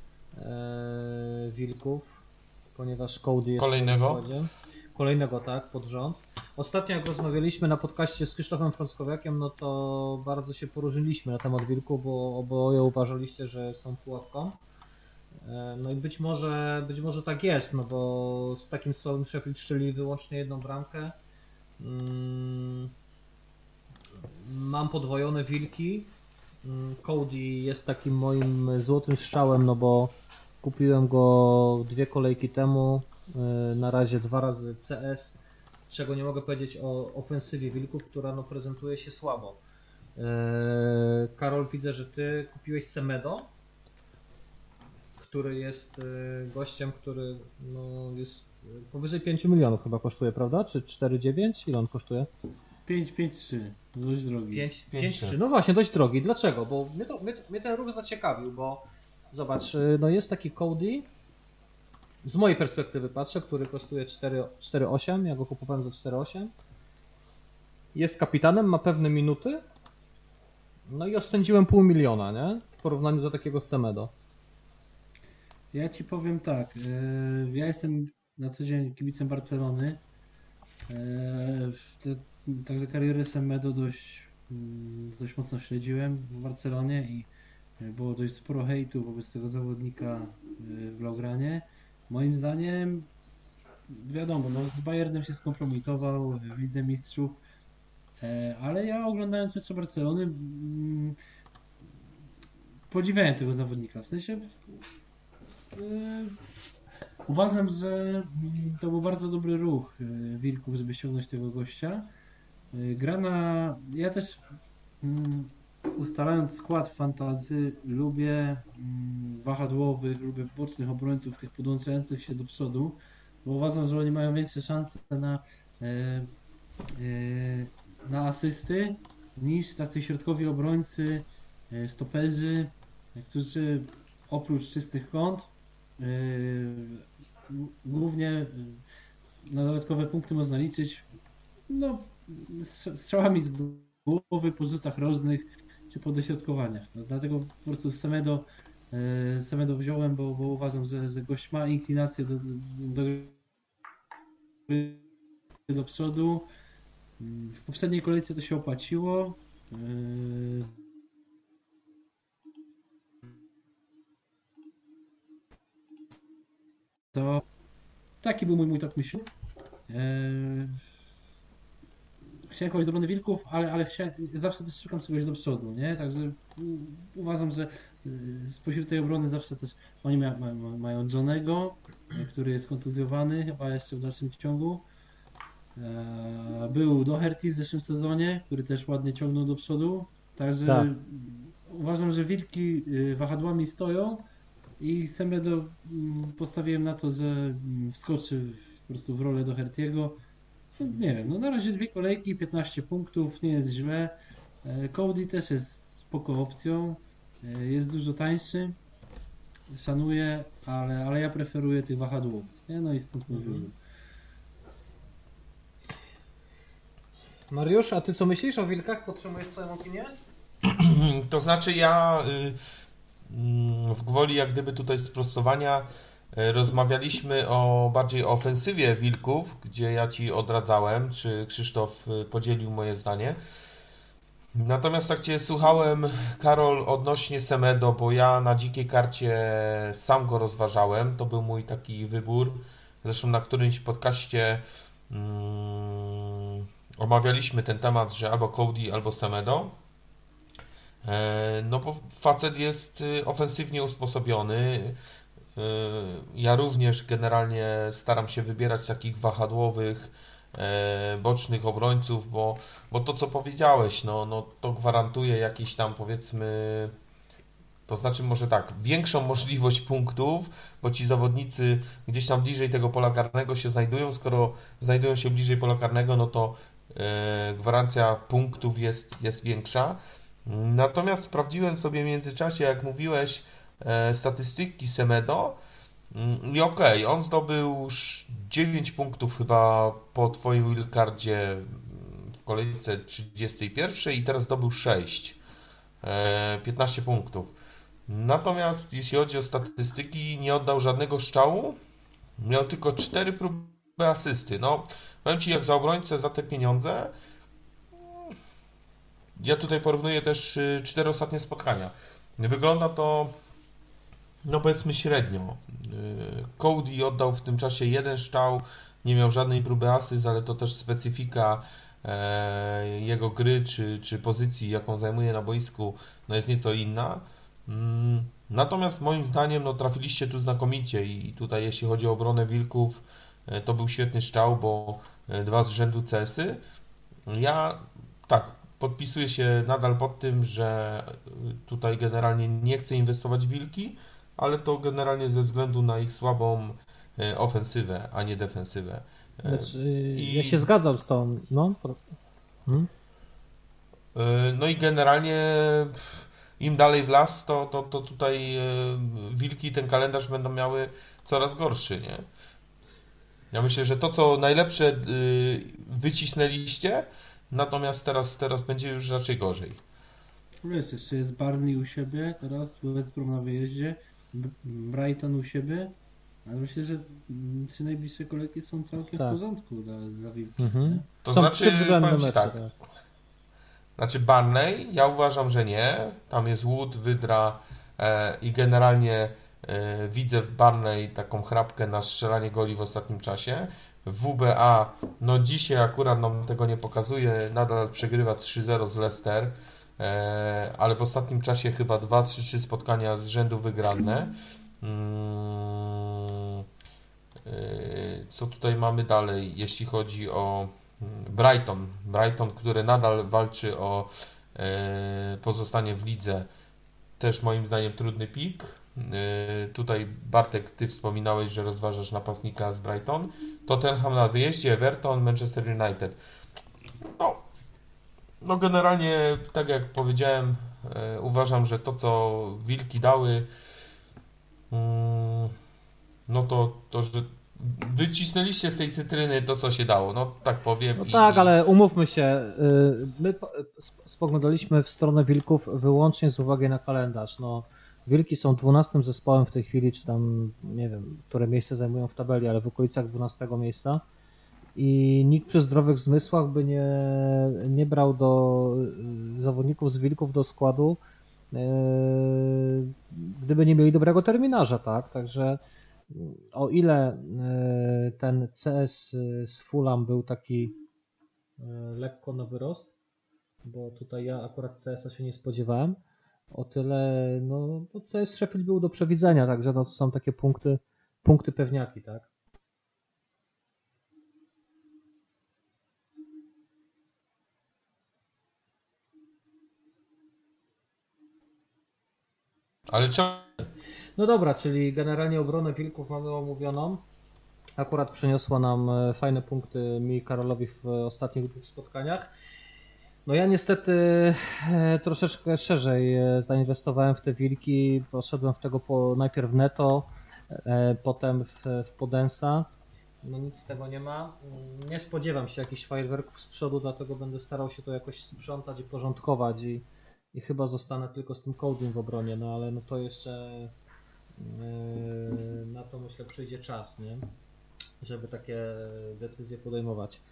Wilków, ponieważ Cody jest w składzie. Kolejnego, tak, pod rząd. Ostatnio jak rozmawialiśmy na podcaście z Krzysztofem Frąckowiakiem, no to bardzo się poróżniliśmy na temat Wilków, bo oboje uważaliście, że są pułapką. No i być może tak jest, no bo z takim słabym Sheffield strzelili wyłącznie jedną bramkę. Mam podwojone Wilki. Cody jest takim moim złotym strzałem, no bo kupiłem go 2 kolejki temu. Na razie 2 razy CS, czego nie mogę powiedzieć o ofensywie Wilków, która no prezentuje się słabo. Karol, widzę, że ty kupiłeś Semedo, który jest gościem, który no jest powyżej 5 milionów chyba kosztuje, prawda? Czy 4,9? Ile on kosztuje? 5,3, dość drogi. 5,3, no właśnie, dość drogi. Dlaczego? Bo mnie ten ruch zaciekawił, bo zobacz, no jest taki Cody, z mojej perspektywy patrzę, który kosztuje 4,8, ja go kupowałem za 4,8. Jest kapitanem, ma pewne minuty. No i oszczędziłem $500 000, nie? W porównaniu do takiego Semedo. Ja ci powiem tak, ja jestem na co dzień kibicem Barcelony. Także karierę Semedo dość mocno śledziłem w Barcelonie i było dość sporo hejtu wobec tego zawodnika w Blaugranie. Moim zdaniem, wiadomo, no z Bayernem się skompromitował w Lidze Mistrzów, ale ja oglądając mecze Barcelony podziwiałem tego zawodnika. W sensie uważam, że to był bardzo dobry ruch Wilków, żeby ściągnąć tego gościa. Ja też ustalając skład fantasy lubię wahadłowych, lubię bocznych obrońców, tych podłączających się do przodu, bo uważam, że oni mają większe szanse na asysty niż tacy środkowi obrońcy, stoperzy, którzy oprócz czystych kąt głównie na dodatkowe punkty można liczyć no, strzałami z głowy, po rzutach rożnych czy po dośrodkowaniach. No, dlatego po prostu Semedo wziąłem, bo uważam, że gość ma inklinację do przodu. W poprzedniej kolejce to się opłaciło. To taki był mój top myśli. Chciałem kogoś z obrony Wilków, ale zawsze też szukam czegoś do przodu, nie? Także uważam, że spośród tej obrony zawsze też oni mają Johnego, który jest kontuzjowany, chyba jeszcze w dalszym ciągu. Był Doherty w zeszłym sezonie, który też ładnie ciągnął do przodu. Także tak. Uważam, że Wilki wahadłami stoją i Semedo postawiłem na to, że wskoczy po prostu w rolę Doherty'ego. Nie wiem, no na razie 2 kolejki, 15 punktów, nie jest źle. Cody też jest spoko opcją, jest dużo tańszy, szanuję, ale ja preferuję tych wahadłów, nie? No i stąd mój wybór. Mariusz, a ty co myślisz o Wilkach? Podtrzymujesz swoją opinię? To znaczy ja w gwoli jak gdyby tutaj sprostowania rozmawialiśmy bardziej o ofensywie Wilków, gdzie ja Ci odradzałem, czy Krzysztof podzielił moje zdanie. Natomiast tak Cię słuchałem, Karol, odnośnie Semedo, bo ja na dzikiej karcie sam go rozważałem, to był mój taki wybór. Zresztą na którymś podcaście Omawialiśmy ten temat, że albo Cody, albo Semedo. No bo facet jest ofensywnie usposobiony. Ja również generalnie staram się wybierać takich wahadłowych, bocznych obrońców, bo to co powiedziałeś, no to gwarantuje jakiś tam powiedzmy, to znaczy może tak, większą możliwość punktów, bo ci zawodnicy gdzieś tam bliżej tego pola karnego się znajdują, skoro znajdują się bliżej pola karnego, no to gwarancja punktów jest większa. Natomiast sprawdziłem sobie w międzyczasie, jak mówiłeś, statystyki Semedo i okej, on zdobył 9 punktów chyba po twoim wildcardzie w kolejce 31 i teraz zdobył 6, 15 punktów. Natomiast jeśli chodzi o statystyki, nie oddał żadnego strzału, miał tylko 4 próby asysty. No, powiem Ci, jak za obrońcę za te pieniądze, ja tutaj porównuję też 4 ostatnie spotkania. Wygląda to, no powiedzmy średnio. Cody oddał w tym czasie 1 strzał, nie miał żadnej próby asyst, ale to też specyfika jego gry czy pozycji, jaką zajmuje na boisku, no jest nieco inna. Natomiast moim zdaniem no, trafiliście tu znakomicie i tutaj jeśli chodzi o obronę Wilków, to był świetny strzał, bo 2 z rzędu CS-y. Ja tak, podpisuję się nadal pod tym, że tutaj generalnie nie chcę inwestować w Wilki, ale to generalnie ze względu na ich słabą ofensywę, a nie defensywę. Znaczy, ja się zgadzam z tą, no. No i generalnie im dalej w las, to tutaj Wilki ten kalendarz będą miały coraz gorszy, nie? Ja myślę, że to co najlepsze wycisnęliście, natomiast teraz będzie już raczej gorzej. Wiesz, jeszcze jest Barney u siebie, teraz West Brom na wyjeździe, Brighton u siebie, ale myślę, że 3 najbliższe kolejki są całkiem Tak. w porządku dla Wilków. Mhm. To Są znaczy, 3 względne powiem ci mecze. tak, Tak. znaczy Barney, ja uważam, że nie. Tam jest Wood, Wydra i generalnie widzę w Barney taką chrapkę na strzelanie goli w ostatnim czasie. W WBA, no dzisiaj akurat nam tego nie pokazuje, nadal przegrywa 3-0 z Leicester, ale w ostatnim czasie chyba 2-3 spotkania z rzędu wygrane. Co tutaj mamy dalej, jeśli chodzi o Brighton. Brighton, który nadal walczy o pozostanie w lidze. Też moim zdaniem trudny pik. Tutaj Bartek, ty wspominałeś, że rozważasz napastnika z Brighton. Tottenham na wyjeździe, Everton, Manchester United. No generalnie, tak jak powiedziałem, uważam, że to co Wilki dały, no to że wycisnęliście z tej cytryny to, co się dało, no tak powiem. No tak, ale umówmy się, my spoglądaliśmy w stronę Wilków wyłącznie z uwagi na kalendarz. No, Wilki są 12 zespołem w tej chwili, czy tam nie wiem, które miejsce zajmują w tabeli, ale w okolicach 12 miejsca. I nikt przy zdrowych zmysłach by nie brał do zawodników z Wilków do składu, gdyby nie mieli dobrego terminarza, tak? Także o ile ten CS z Fulham był taki lekko na wyrost, bo tutaj ja akurat CS-a się nie spodziewałem, o tyle no, to CS Sheffield był do przewidzenia, także no, to są takie punkty pewniaki, tak? Ale czemu? No dobra, czyli generalnie obronę Wilków mamy omówioną. Akurat przyniosła nam fajne punkty mi i Karolowi w ostatnich 2 spotkaniach. No ja niestety troszeczkę szerzej zainwestowałem w te Wilki. Poszedłem w tego najpierw w Neto, potem w Podensa. No nic z tego nie ma. Nie spodziewam się jakichś fajerwerków z przodu, dlatego będę starał się to jakoś sprzątać i porządkować i chyba zostanę tylko z tym Codym w obronie, no ale no to jeszcze na to myślę przyjdzie czas, nie? Żeby takie decyzje podejmować.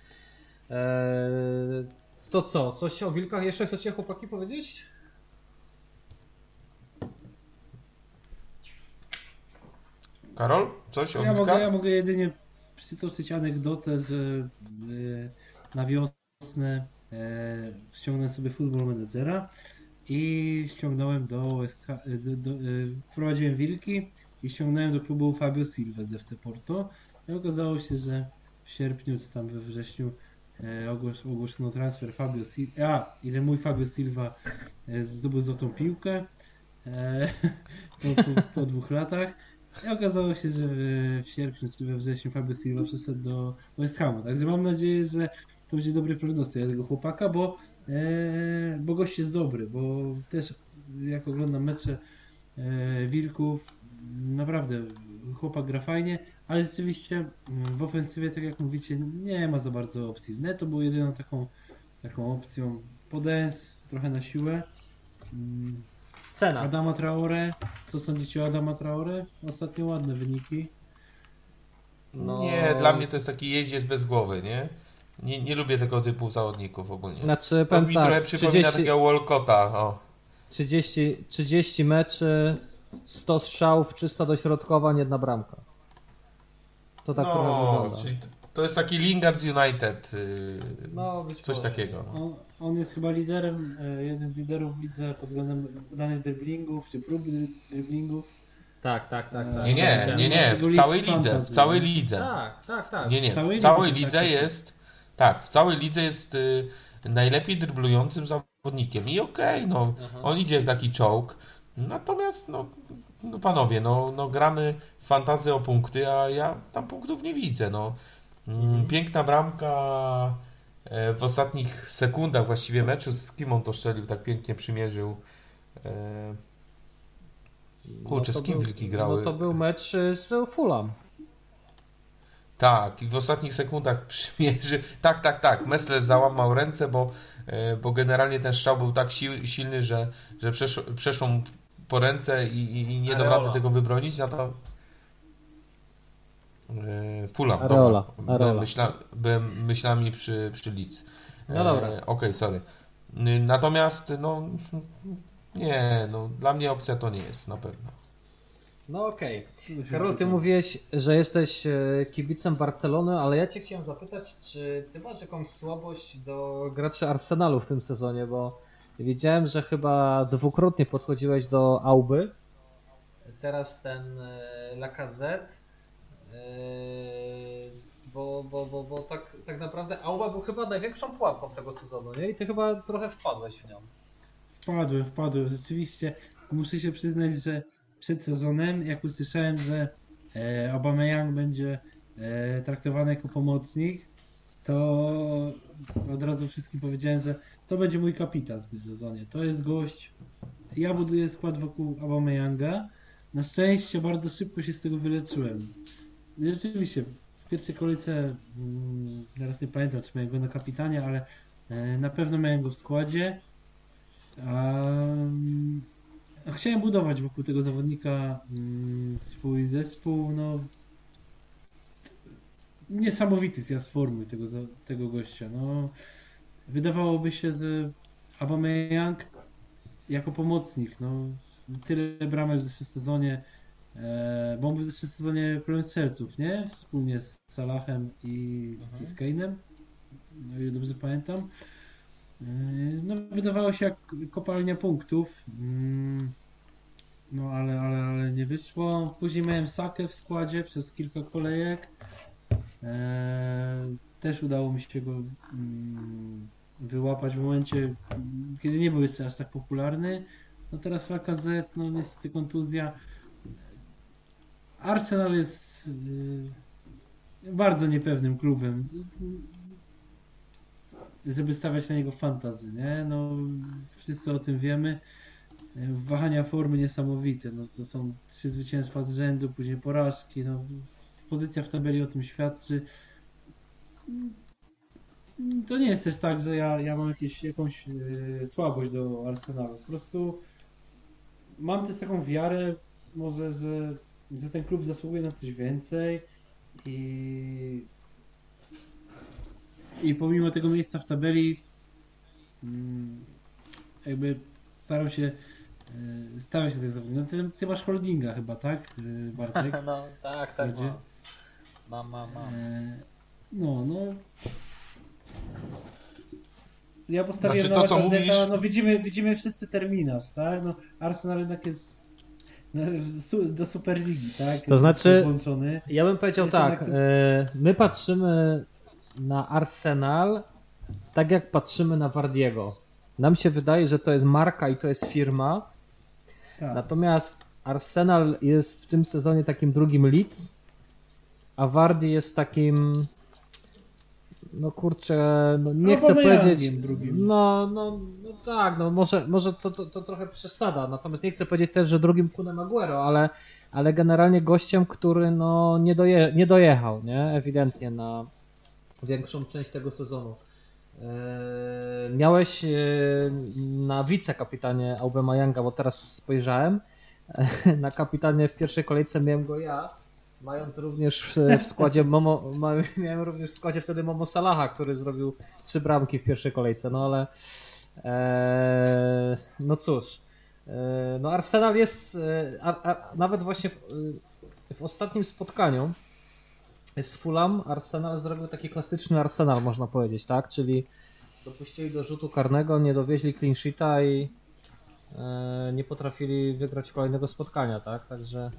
To co? Coś o Wilkach jeszcze chcecie chłopaki powiedzieć? Karol? Coś o Ja Wilkach? mogę jedynie przytoczyć anegdotę, że na wiosnę ściągnąłem sobie Football Managera i ściągnąłem wprowadziłem Wilki i ściągnąłem do klubu Fabio Silva z FC Porto. I okazało się, że w sierpniu czy tam we wrześniu ogłoszono transfer Fabio Silva, i że mój Fabio Silva zdobył złotą piłkę po 2 latach. I okazało się, że w sierpniu czy we wrześniu Fabio Silva przeszedł do West Hamu. Także mam nadzieję, że to będzie dobry prognostyk tego chłopaka, bo gość jest dobry, bo też jak oglądam mecze Wilków, naprawdę chłopak gra fajnie, ale rzeczywiście w ofensywie, tak jak mówicie, nie ma za bardzo opcji. Neto był jedyną taką opcją. Podens, trochę na siłę. Cena. Adama Traore. Co sądzicie o Adama Traore? Ostatnio ładne wyniki. No, Nie, dla mnie to jest taki jeździec bez głowy, nie? Nie lubię tego typu zawodników ogólnie. Znaczy, To mi powiem trochę tak, przypomina 30, takiego Walcotta. O. 30 meczy, 100 strzałów, 300 dośrodkowań, 1 bramka. To tak trochę wygląda. Czyli to jest taki Lingard United, No, być coś może. takiego. No. On jest chyba liderem, jednym z liderów w lidze pod względem danych driblingów, czy prób driblingów. Tak. Nie, w całej lidze, w całej lidze. Tak. Nie, W całej w całej lidze, lidze tak. jest, tak, w całej lidze jest najlepiej dryblującym zawodnikiem i okej, no, on idzie jak taki czołg, natomiast no panowie, no gramy w fantazję o punkty, a ja tam punktów nie widzę, no. Piękna bramka w ostatnich sekundach właściwie meczu, z kim on to strzelił, tak pięknie przymierzył. Kurczę, z kim Wilki grały? No to był mecz z Fulham. Tak, i w ostatnich sekundach przymierzy. Tak. Messler załamał ręce, bo generalnie ten strzał był tak silny, że przeszło mu po ręce i nie dał Areola. rady tego wybronić. Na to Fulham. Areola. Byłem myślami przy Leeds. No dobra. Okej, sorry. Natomiast nie, dla mnie opcja to nie jest na pewno. No okej. Karol, ty mówiłeś, że jesteś kibicem Barcelony, ale ja cię chciałem zapytać, czy ty masz jakąś słabość do graczy Arsenalu w tym sezonie, bo wiedziałem, że chyba dwukrotnie podchodziłeś do Auby. Teraz ten Lacazette. Bo tak naprawdę Auba był chyba największą pułapką tego sezonu, nie? I ty chyba trochę wpadłeś w nią. Wpadłem. Rzeczywiście muszę się przyznać, że przed sezonem, jak usłyszałem, że Aubameyang będzie traktowany jako pomocnik, to od razu wszystkim powiedziałem, że to będzie mój kapitan w tym sezonie. To jest gość. Ja buduję skład wokół Aubameyanga. Na szczęście bardzo szybko się z tego wyleczyłem. I rzeczywiście, w pierwszej kolejce, teraz nie pamiętam, czy miałem go na kapitanie, ale na pewno miałem go w składzie. Chciałem budować wokół tego zawodnika swój zespół. No, niesamowity zjazd formy tego gościa. No, wydawałoby się, że Aubameyang jako pomocnik, no, tyle bramek w zeszłym sezonie, bo on był w zeszłym sezonie królem strzelców, nie? Wspólnie z Salahem i z Kane'em, no ile dobrze pamiętam. No, wydawało się jak kopalnia punktów, no ale nie wyszło. Później miałem Sakę w składzie przez kilka kolejek. Też udało mi się go wyłapać w momencie, kiedy nie był jeszcze aż tak popularny. No teraz Lacazette, no niestety kontuzja. Arsenal jest bardzo niepewnym klubem, żeby stawiać na niego fantasy, nie? No wszyscy o tym wiemy. Wahania formy niesamowite. No, to są 3 zwycięstwa z rzędu, później porażki. No, pozycja w tabeli o tym świadczy. To nie jest też tak, że ja mam jakąś słabość do Arsenalu. Po prostu mam też taką wiarę, może, że ten klub zasługuje na coś więcej i pomimo tego miejsca w tabeli jakby starał się stawiać się tych zawodników. No ty masz holdinga chyba, tak, Bartek? No tak. Składzie. Mam. No. Ja postawiłem Znaczy, to, na co Lacazette, mówisz- no widzimy wszyscy terminarz, tak? No Arsenal jednak jest do Superligi, tak? To znaczy- włączony. Ja bym powiedział Jest tak, jednak my patrzymy na Arsenal tak jak patrzymy na Wardiego. Nam się wydaje, że to jest marka i to jest firma, Tak. natomiast Arsenal jest w tym sezonie takim drugim Leeds, a Wardy jest takim, no kurczę, no nie chcę Aubameyangiem powiedzieć, drugim. no tak, no może to trochę przesada, natomiast nie chcę powiedzieć też, że drugim Kunem Aguero, ale generalnie gościem, który no nie dojechał, nie, ewidentnie na większą część tego sezonu. Miałeś na wicekapitanie Aubameyanga, bo teraz spojrzałem, na kapitanie w pierwszej kolejce miałem go ja, mając również w składzie miałem również w składzie wtedy Momo Salaha, który zrobił 3 bramki w pierwszej kolejce, no ale no cóż, no Arsenal jest nawet właśnie w ostatnim spotkaniu z Fulham Arsenal zrobił taki klasyczny Arsenal, można powiedzieć, tak? Czyli dopuścili do rzutu karnego, nie dowieźli clean sheeta i nie potrafili wygrać kolejnego spotkania, tak? Także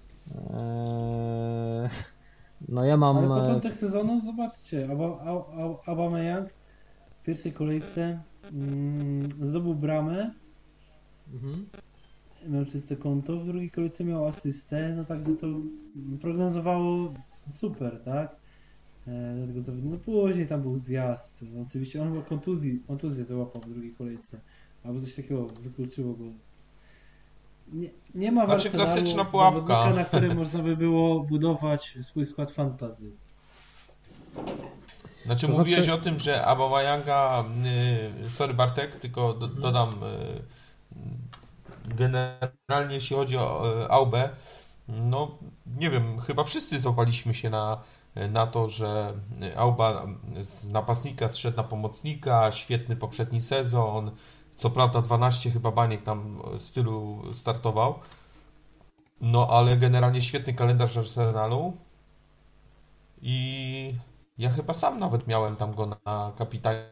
no ja mam... Ale początek sezonu, zobaczcie, Aubameyang w pierwszej kolejce zdobył bramę, Mhm. miał czyste konto, w drugiej kolejce miał asystę, no także to prognozowało super, tak? Dlatego no później tam był zjazd, no, oczywiście on chyba kontuzję załapał w drugiej kolejce, albo coś takiego wykluczyło go. Nie ma w Znaczy, Arsenalu klasyczna pułapka. zawodnika, na którym można by było budować swój skład fantasy. Znaczy, To mówiłeś znaczy- o tym, że Aubameyanga, sorry Bartek, tylko dodam, generalnie jeśli chodzi o Aubę, no nie wiem, chyba wszyscy złapaliśmy się na to, że Auba z napastnika zszedł na pomocnika, świetny poprzedni sezon, co prawda 12 chyba baniek tam z tylu startował, no ale generalnie świetny kalendarz Arsenalu i ja chyba sam nawet miałem tam go na kapitanie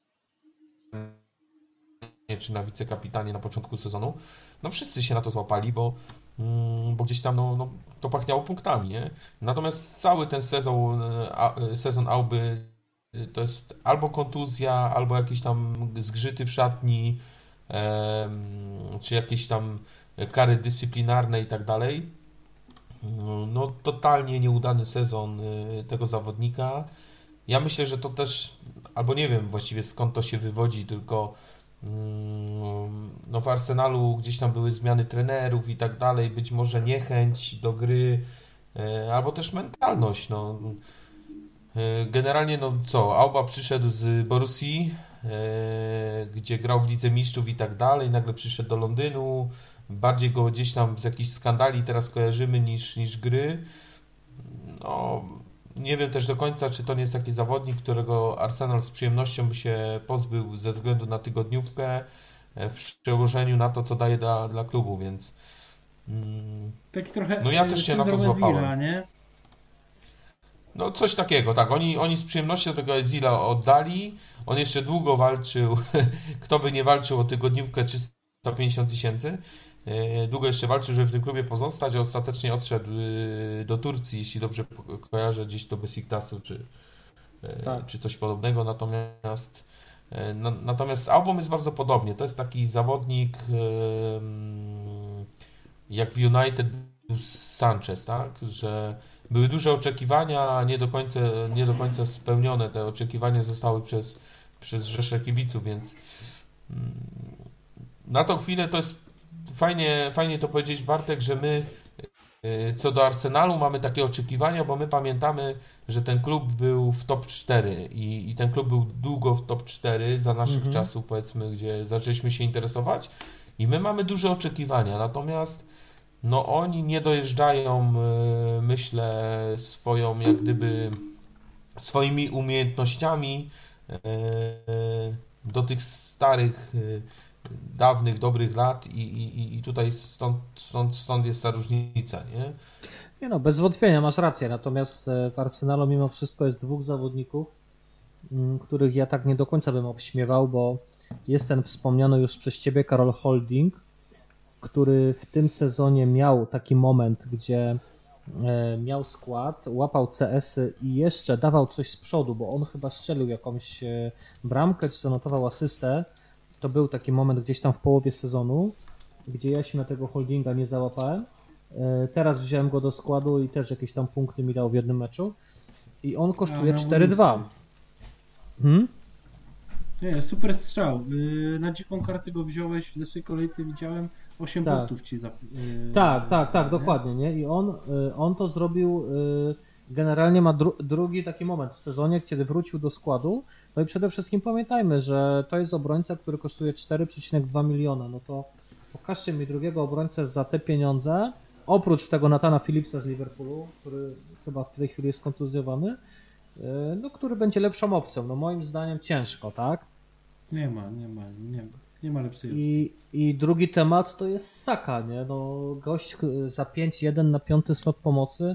czy na wicekapitanie na początku sezonu. No wszyscy się na to złapali, bo gdzieś tam no, to pachniało punktami, nie? Natomiast cały ten sezon Auby to jest albo kontuzja, albo jakieś tam zgrzyty w szatni, czy jakieś tam kary dyscyplinarne i tak dalej. No totalnie nieudany sezon tego zawodnika. Ja myślę, że to też, albo nie wiem właściwie skąd to się wywodzi, tylko no w Arsenalu gdzieś tam były zmiany trenerów i tak dalej, być może niechęć do gry, albo też mentalność, no. Generalnie, no co, Auba przyszedł z Borussii, gdzie grał w Lidze Mistrzów i tak dalej, nagle przyszedł do Londynu, bardziej go gdzieś tam z jakichś skandali teraz kojarzymy niż gry. No, nie wiem też do końca, czy to nie jest taki zawodnik, którego Arsenal z przyjemnością by się pozbył ze względu na tygodniówkę w przełożeniu na to, co daje dla klubu, więc Taki trochę no ja też się na to syndrom złapałem. Ezila, nie? No coś takiego, tak. Oni z przyjemnością tego Ezila oddali. On jeszcze długo walczył. Kto by nie walczył o tygodniówkę 350 000. Długo jeszcze walczył, żeby w tym klubie pozostać, a ostatecznie odszedł do Turcji, jeśli dobrze kojarzę, gdzieś do Besiktasu Tak. czy coś podobnego. Natomiast z Aubą jest bardzo podobnie. To jest taki zawodnik jak w United był Sanchez, tak? Że były duże oczekiwania, a nie do końca spełnione. Te oczekiwania zostały przez rzeszę kibiców, więc na tą chwilę to jest fajnie to powiedzieć, Bartek, że my co do Arsenalu mamy takie oczekiwania, bo my pamiętamy, że ten klub był w top 4 i ten klub był długo w top 4 za naszych czasów, powiedzmy, gdzie zaczęliśmy się interesować i my mamy duże oczekiwania, natomiast no oni nie dojeżdżają, myślę, swoimi umiejętnościami do tych starych dawnych, dobrych lat i tutaj stąd jest ta różnica, nie? Nie no, bez wątpienia masz rację, natomiast w Arsenalu mimo wszystko jest dwóch zawodników, których ja tak nie do końca bym obśmiewał, bo jest ten wspomniany już przez Ciebie Karol Holding, który w tym sezonie miał taki moment, gdzie miał skład, łapał CS-y i jeszcze dawał coś z przodu, bo on chyba strzelił jakąś bramkę, czy zanotował asystę. To był taki moment gdzieś tam w połowie sezonu, gdzie ja się na tego Holdinga nie załapałem. Teraz wziąłem go do składu i też jakieś tam punkty mi dał w jednym meczu. I on kosztuje 4-2. Nie, super strzał. Na dziką kartę go wziąłeś, w zeszłej kolejce widziałem 8 Tak. punktów ci za. Tak, dokładnie, nie? I on to zrobił, generalnie ma drugi taki moment w sezonie, kiedy wrócił do składu. No i przede wszystkim pamiętajmy, że to jest obrońca, który kosztuje 4,2 miliona. No to pokażcie mi drugiego obrońcę za te pieniądze, oprócz tego Nathana Phillipsa z Liverpoolu, który chyba w tej chwili jest kontuzjowany, no który będzie lepszą opcją. No moim zdaniem ciężko, tak? Nie ma lepszej opcji. I drugi temat to jest Saka, nie? No gość za 5-1 na 5. slot pomocy.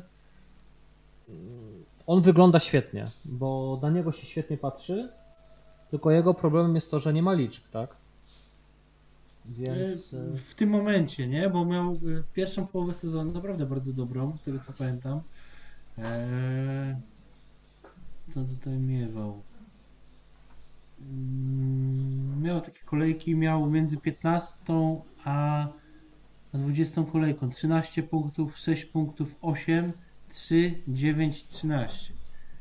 On wygląda świetnie, bo na niego się świetnie patrzy, tylko jego problemem jest to, że nie ma liczb, tak? Więc... W tym momencie, nie? Bo miał pierwszą połowę sezonu naprawdę bardzo dobrą, z tego co pamiętam. Co tutaj miewał? Miał takie kolejki, miał między 15 a 20 kolejką 13 punktów, 6 punktów, 8, 3, 9, 13.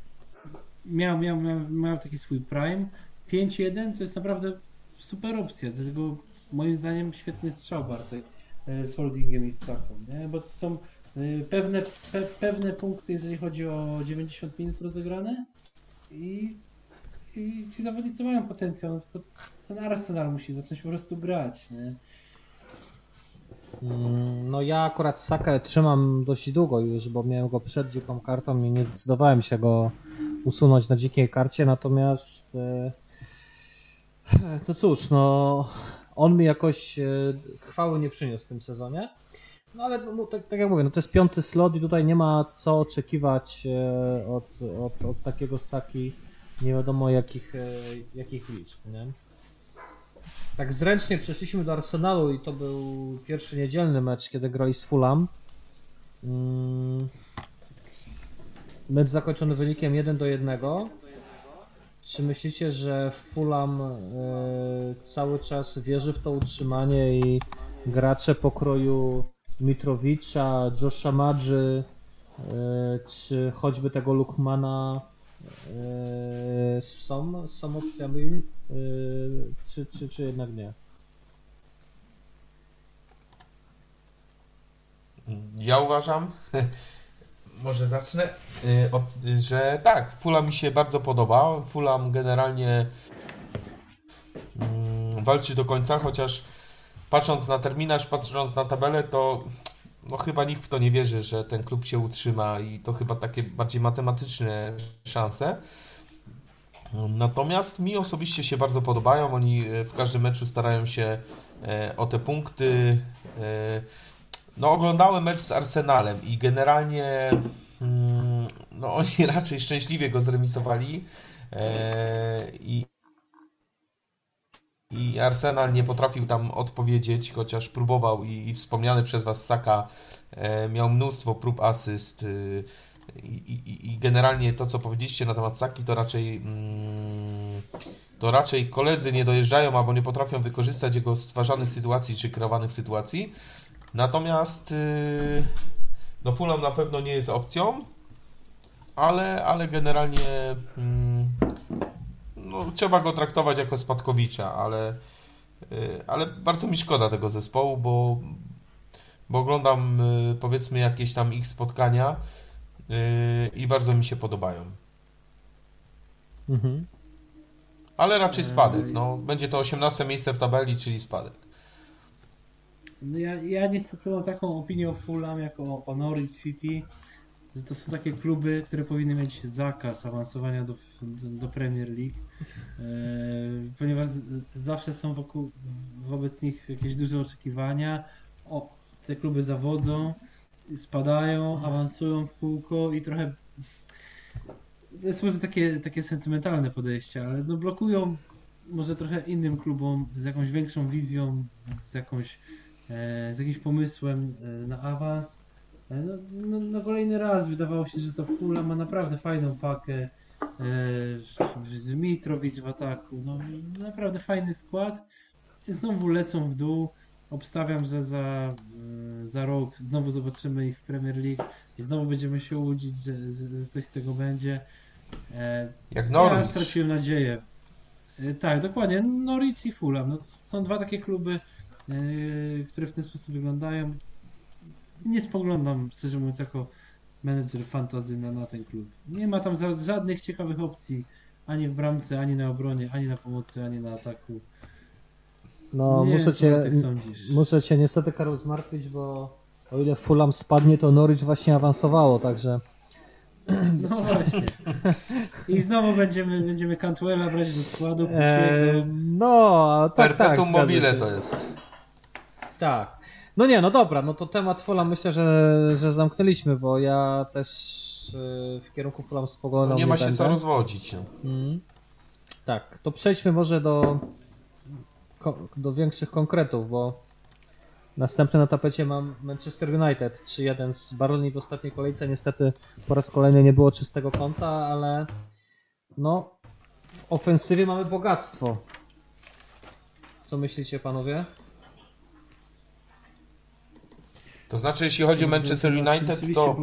Miał taki swój prime. 5-1 to jest naprawdę super opcja, dlatego moim zdaniem świetny strzał Bartek z Holdingiem i z Saką, nie? Bo to są pewne punkty, jeżeli chodzi o 90 minut rozegrane i ci zawodnicy mają potencjał, tylko ten Arsenal musi zacząć po prostu grać, nie? No ja akurat Sakę trzymam dość długo już, bo miałem go przed dziką kartą i nie zdecydowałem się go usunąć na dzikiej karcie, natomiast to cóż, no on mi jakoś chwały nie przyniósł w tym sezonie. No ale no, tak jak mówię, no to jest 5. slot i tutaj nie ma co oczekiwać od takiego Saki nie wiadomo jakich liczb, nie? Tak zręcznie przeszliśmy do Arsenalu i to był pierwszy niedzielny mecz, kiedy grali z Fulham. Mecz zakończony wynikiem 1-1. Czy myślicie, że Fulham cały czas wierzy w to utrzymanie i gracze pokroju Mitrowicza, Josha Madży, czy choćby tego Lukmana są opcjami, czy jednak nie? Ja uważam, może zacznę, że tak, Fulham mi się bardzo podoba. Fulham generalnie walczy do końca, chociaż patrząc na terminarz, patrząc na tabelę, to no chyba nikt w to nie wierzy, że ten klub się utrzyma i to chyba takie bardziej matematyczne szanse. Natomiast mi osobiście się bardzo podobają. Oni w każdym meczu starają się o te punkty. No oglądałem mecz z Arsenalem i generalnie no oni raczej szczęśliwie go zremisowali i Arsenal nie potrafił tam odpowiedzieć, chociaż próbował i wspomniany przez Was Saka miał mnóstwo prób asyst i generalnie to, co powiedzieliście na temat Saki, to raczej koledzy nie dojeżdżają albo nie potrafią wykorzystać jego stwarzanych sytuacji czy kreowanych sytuacji. Natomiast no Fulham na pewno nie jest opcją, ale generalnie no, trzeba go traktować jako spadkowicza, ale bardzo mi szkoda tego zespołu, bo oglądam powiedzmy jakieś tam ich spotkania i bardzo mi się podobają. Mhm. Ale raczej spadek. No, będzie to 18 miejsce w tabeli, czyli spadek. No ja niestety mam taką opinię o Fulham jako o Norwich City. że to są takie kluby, które powinny mieć zakaz awansowania do Premier League, ponieważ zawsze są wobec nich jakieś duże oczekiwania. Te kluby zawodzą, spadają, awansują w kółko i trochę to jest może takie sentymentalne podejście, ale no blokują może trochę innym klubom z jakąś większą wizją, z jakimś pomysłem na awans. No kolejny raz wydawało się, że to Fulham ma naprawdę fajną pakę. Mitrowicz w ataku, no naprawdę fajny skład. Znowu lecą w dół. Obstawiam, że za rok znowu zobaczymy ich w Premier League i znowu będziemy się łudzić, że coś z tego będzie. Jak Ja Norwich. straciłem nadzieję. Tak, dokładnie. Norwich i Fulham. No to są dwa takie kluby, które w ten sposób wyglądają. Nie spoglądam, szczerze mówiąc, jako menedżer fantasy na ten klub. Nie ma tam żadnych ciekawych opcji. Ani w bramce, ani na obronie, ani na pomocy, ani na ataku. No, Nie wiem, co Bartek sądzisz. muszę cię niestety, Karol, zmartwić, bo o ile Fulham spadnie, to Norwich właśnie awansowało, także... No właśnie. I znowu będziemy Cantwella brać do składu. No, tak, Perpetuum zgadza mobile się. to jest. Tak. No nie, no dobra, no to temat Fulham myślę, że zamknęliśmy, bo ja też w kierunku Fulham spoglądam No nie ma się będę. co rozwodzić. No. Tak, to przejdźmy może do większych konkretów, bo następny na tapecie mam Manchester United 3-1 z Burnley w ostatniej kolejce. Niestety po raz kolejny nie było czystego kąta, ale no w ofensywie mamy bogactwo. Co myślicie, panowie? To znaczy, jeśli chodzi o Manchester United, to...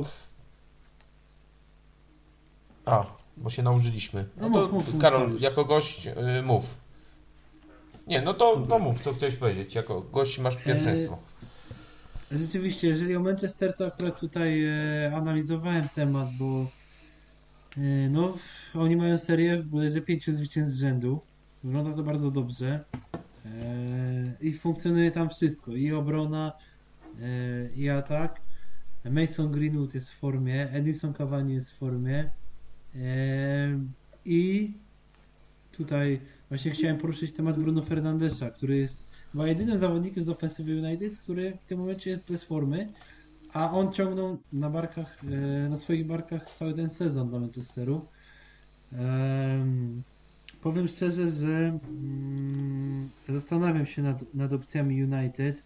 bo się nałożyliśmy. No to mów, Karol, mów. jako gość mów. Nie, no to mów, co chciałeś powiedzieć. Jako gość masz pierwszeństwo. Rzeczywiście, jeżeli o Manchester, to akurat tutaj analizowałem temat, bo no, oni mają serię bodajże 5 zwycięstw z rzędu. Wygląda to bardzo dobrze. I funkcjonuje tam wszystko. I obrona, i atak. Mason Greenwood jest w formie, Edinson Cavani jest w formie. I tutaj właśnie chciałem poruszyć temat Bruno Fernandesza, który jest chyba jedynym zawodnikiem z ofensywy United, który w tym momencie jest bez formy, a on ciągnął na swoich barkach cały ten sezon dla Manchesteru. Powiem szczerze, że zastanawiam się nad opcjami United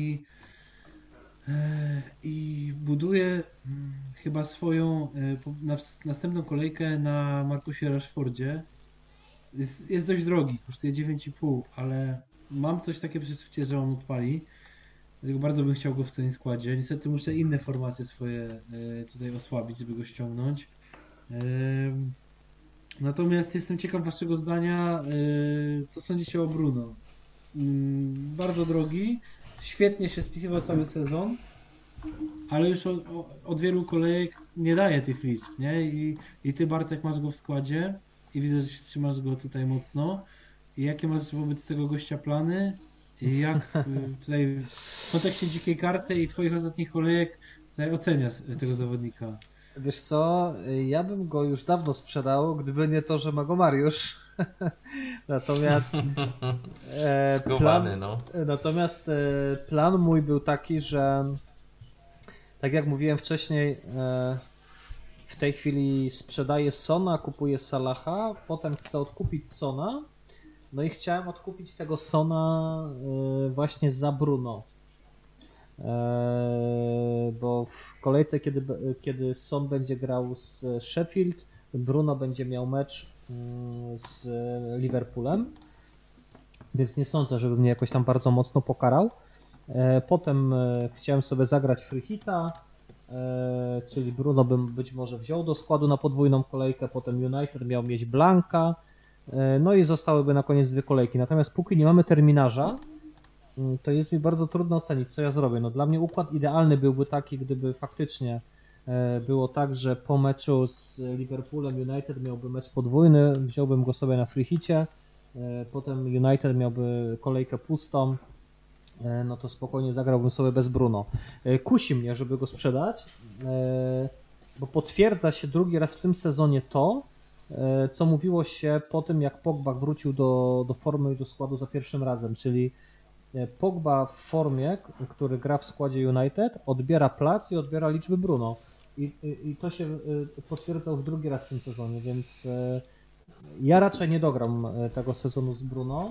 i buduję chyba swoją następną kolejkę na Marcusie Rashfordzie. Jest dość drogi, kosztuje 9,5, ale mam coś takie przeczucie, że on odpali. Dlatego bardzo bym chciał go w swoim składzie. Niestety muszę inne formacje swoje tutaj osłabić, żeby go ściągnąć. Natomiast jestem ciekaw waszego zdania, co sądzicie o Bruno. Bardzo drogi, świetnie się spisywał cały sezon, ale już od wielu kolejek nie daje tych liczb, nie? I ty, Bartek, masz go w składzie i widzę, że się trzymasz go tutaj mocno. I jakie masz wobec tego gościa plany? I jak tutaj w kontekście dzikiej karty i twoich ostatnich kolejek tutaj oceniasz tego zawodnika? Wiesz co, ja bym go już dawno sprzedał, gdyby nie to, że ma go Mariusz. Natomiast Skubany, no. Natomiast plan mój był taki, że tak jak mówiłem wcześniej, w tej chwili sprzedaję Sona, kupuję Salaha, potem chcę odkupić Sona, no i chciałem odkupić tego Sona właśnie za Bruno. Bo w kolejce, kiedy Son będzie grał z Sheffield, Bruno będzie miał mecz z Liverpoolem, więc nie sądzę, żeby mnie jakoś tam bardzo mocno pokarał. Potem chciałem sobie zagrać free hita, czyli Bruno bym być może wziął do składu na podwójną kolejkę, potem United miał mieć Blanka, no i zostałyby na koniec 2 kolejki. Natomiast póki nie mamy terminarza, to jest mi bardzo trudno ocenić, co ja zrobię. No, dla mnie układ idealny byłby taki, gdyby faktycznie było tak, że po meczu z Liverpoolem United miałby mecz podwójny, wziąłbym go sobie na free hicie, potem United miałby kolejkę pustą, no to spokojnie zagrałbym sobie bez Bruno. Kusi mnie, żeby go sprzedać, bo potwierdza się drugi raz w tym sezonie to, co mówiło się po tym, jak Pogba wrócił do formy i do składu za pierwszym razem, czyli Pogba w formie, który gra w składzie United, odbiera plac i odbiera liczby Bruno. I to się potwierdza już drugi raz w tym sezonie, więc ja raczej nie dogram tego sezonu z Bruno.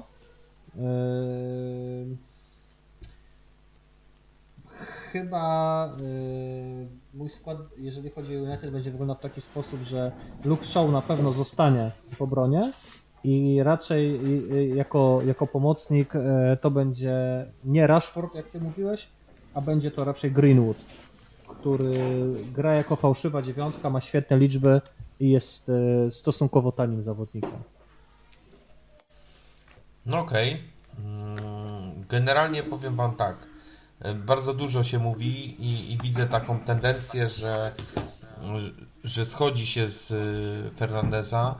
Chyba mój skład, jeżeli chodzi o United, będzie wyglądał w taki sposób, że Luke Shaw na pewno zostanie w obronie i raczej jako pomocnik to będzie nie Rashford, jak ty mówiłeś, a będzie to raczej Greenwood, który gra jako fałszywa dziewiątka, ma świetne liczby i jest stosunkowo tanim zawodnikiem. No okej. Generalnie powiem wam tak. Bardzo dużo się mówi i widzę taką tendencję, że schodzi się z Fernandesa.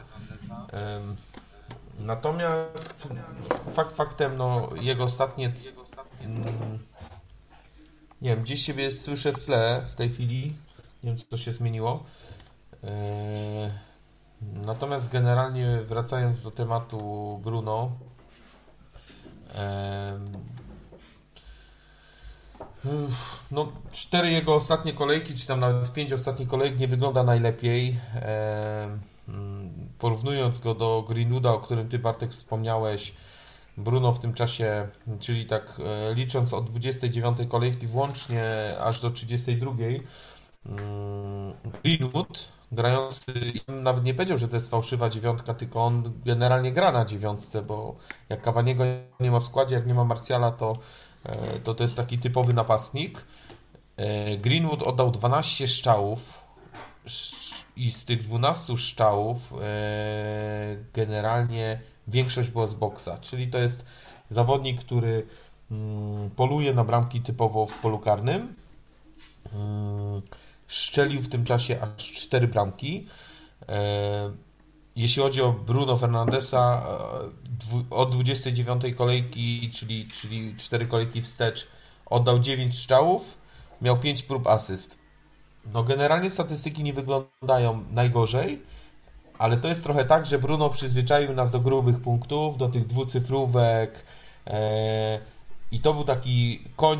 Natomiast fakt faktem, no jego ostatnie... Nie wiem, gdzieś Ciebie słyszę w tle w tej chwili. Nie wiem, co się zmieniło. Natomiast generalnie wracając do tematu Bruno, no 4 jego ostatnie kolejki, czy tam nawet 5 ostatnich kolejek nie wygląda najlepiej. Porównując go do Greenwooda, o którym Ty, Bartek, wspomniałeś, Bruno w tym czasie, czyli tak licząc od 29 kolejki włącznie aż do 32, Greenwood grający, nawet nie powiedział, że to jest fałszywa dziewiątka, tylko on generalnie gra na dziewiątce, bo jak Cavaniego nie ma w składzie, jak nie ma Martiala, to jest taki typowy napastnik. Greenwood oddał 12 strzałów i z tych 12 strzałów generalnie większość była z boksa, czyli to jest zawodnik, który poluje na bramki typowo w polu karnym. Strzelił w tym czasie aż 4 bramki. Jeśli chodzi o Bruno Fernandesa, od 29 kolejki, czyli 4 kolejki wstecz, oddał 9 strzałów, miał 5 prób asyst. No generalnie statystyki nie wyglądają najgorzej, ale to jest trochę tak, że Bruno przyzwyczaił nas do grubych punktów, do tych dwucyfrówek i to był taki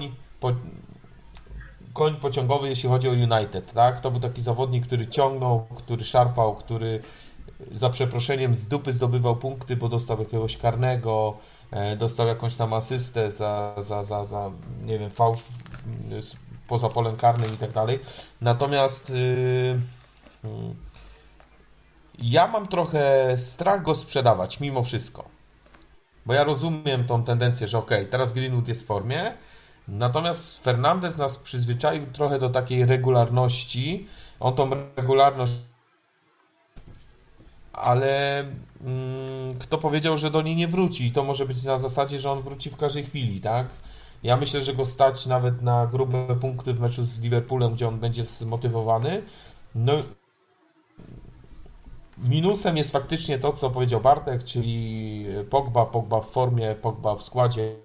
koń pociągowy, jeśli chodzi o United, tak? To był taki zawodnik, który ciągnął, który szarpał, który za przeproszeniem z dupy zdobywał punkty, bo dostał jakiegoś karnego, dostał jakąś tam asystę za nie wiem, faul poza polem karnym i tak dalej. Natomiast ja mam trochę strach go sprzedawać mimo wszystko. Bo ja rozumiem tą tendencję, że okej, teraz Greenwood jest w formie, natomiast Fernandes nas przyzwyczaił trochę do takiej regularności. On tą regularność, ale kto powiedział, że do niej nie wróci? I to może być na zasadzie, że on wróci w każdej chwili, tak? Ja myślę, że go stać nawet na grube punkty w meczu z Liverpoolem, gdzie on będzie zmotywowany. No, minusem jest faktycznie to, co powiedział Bartek, czyli Pogba w formie, Pogba w składzie.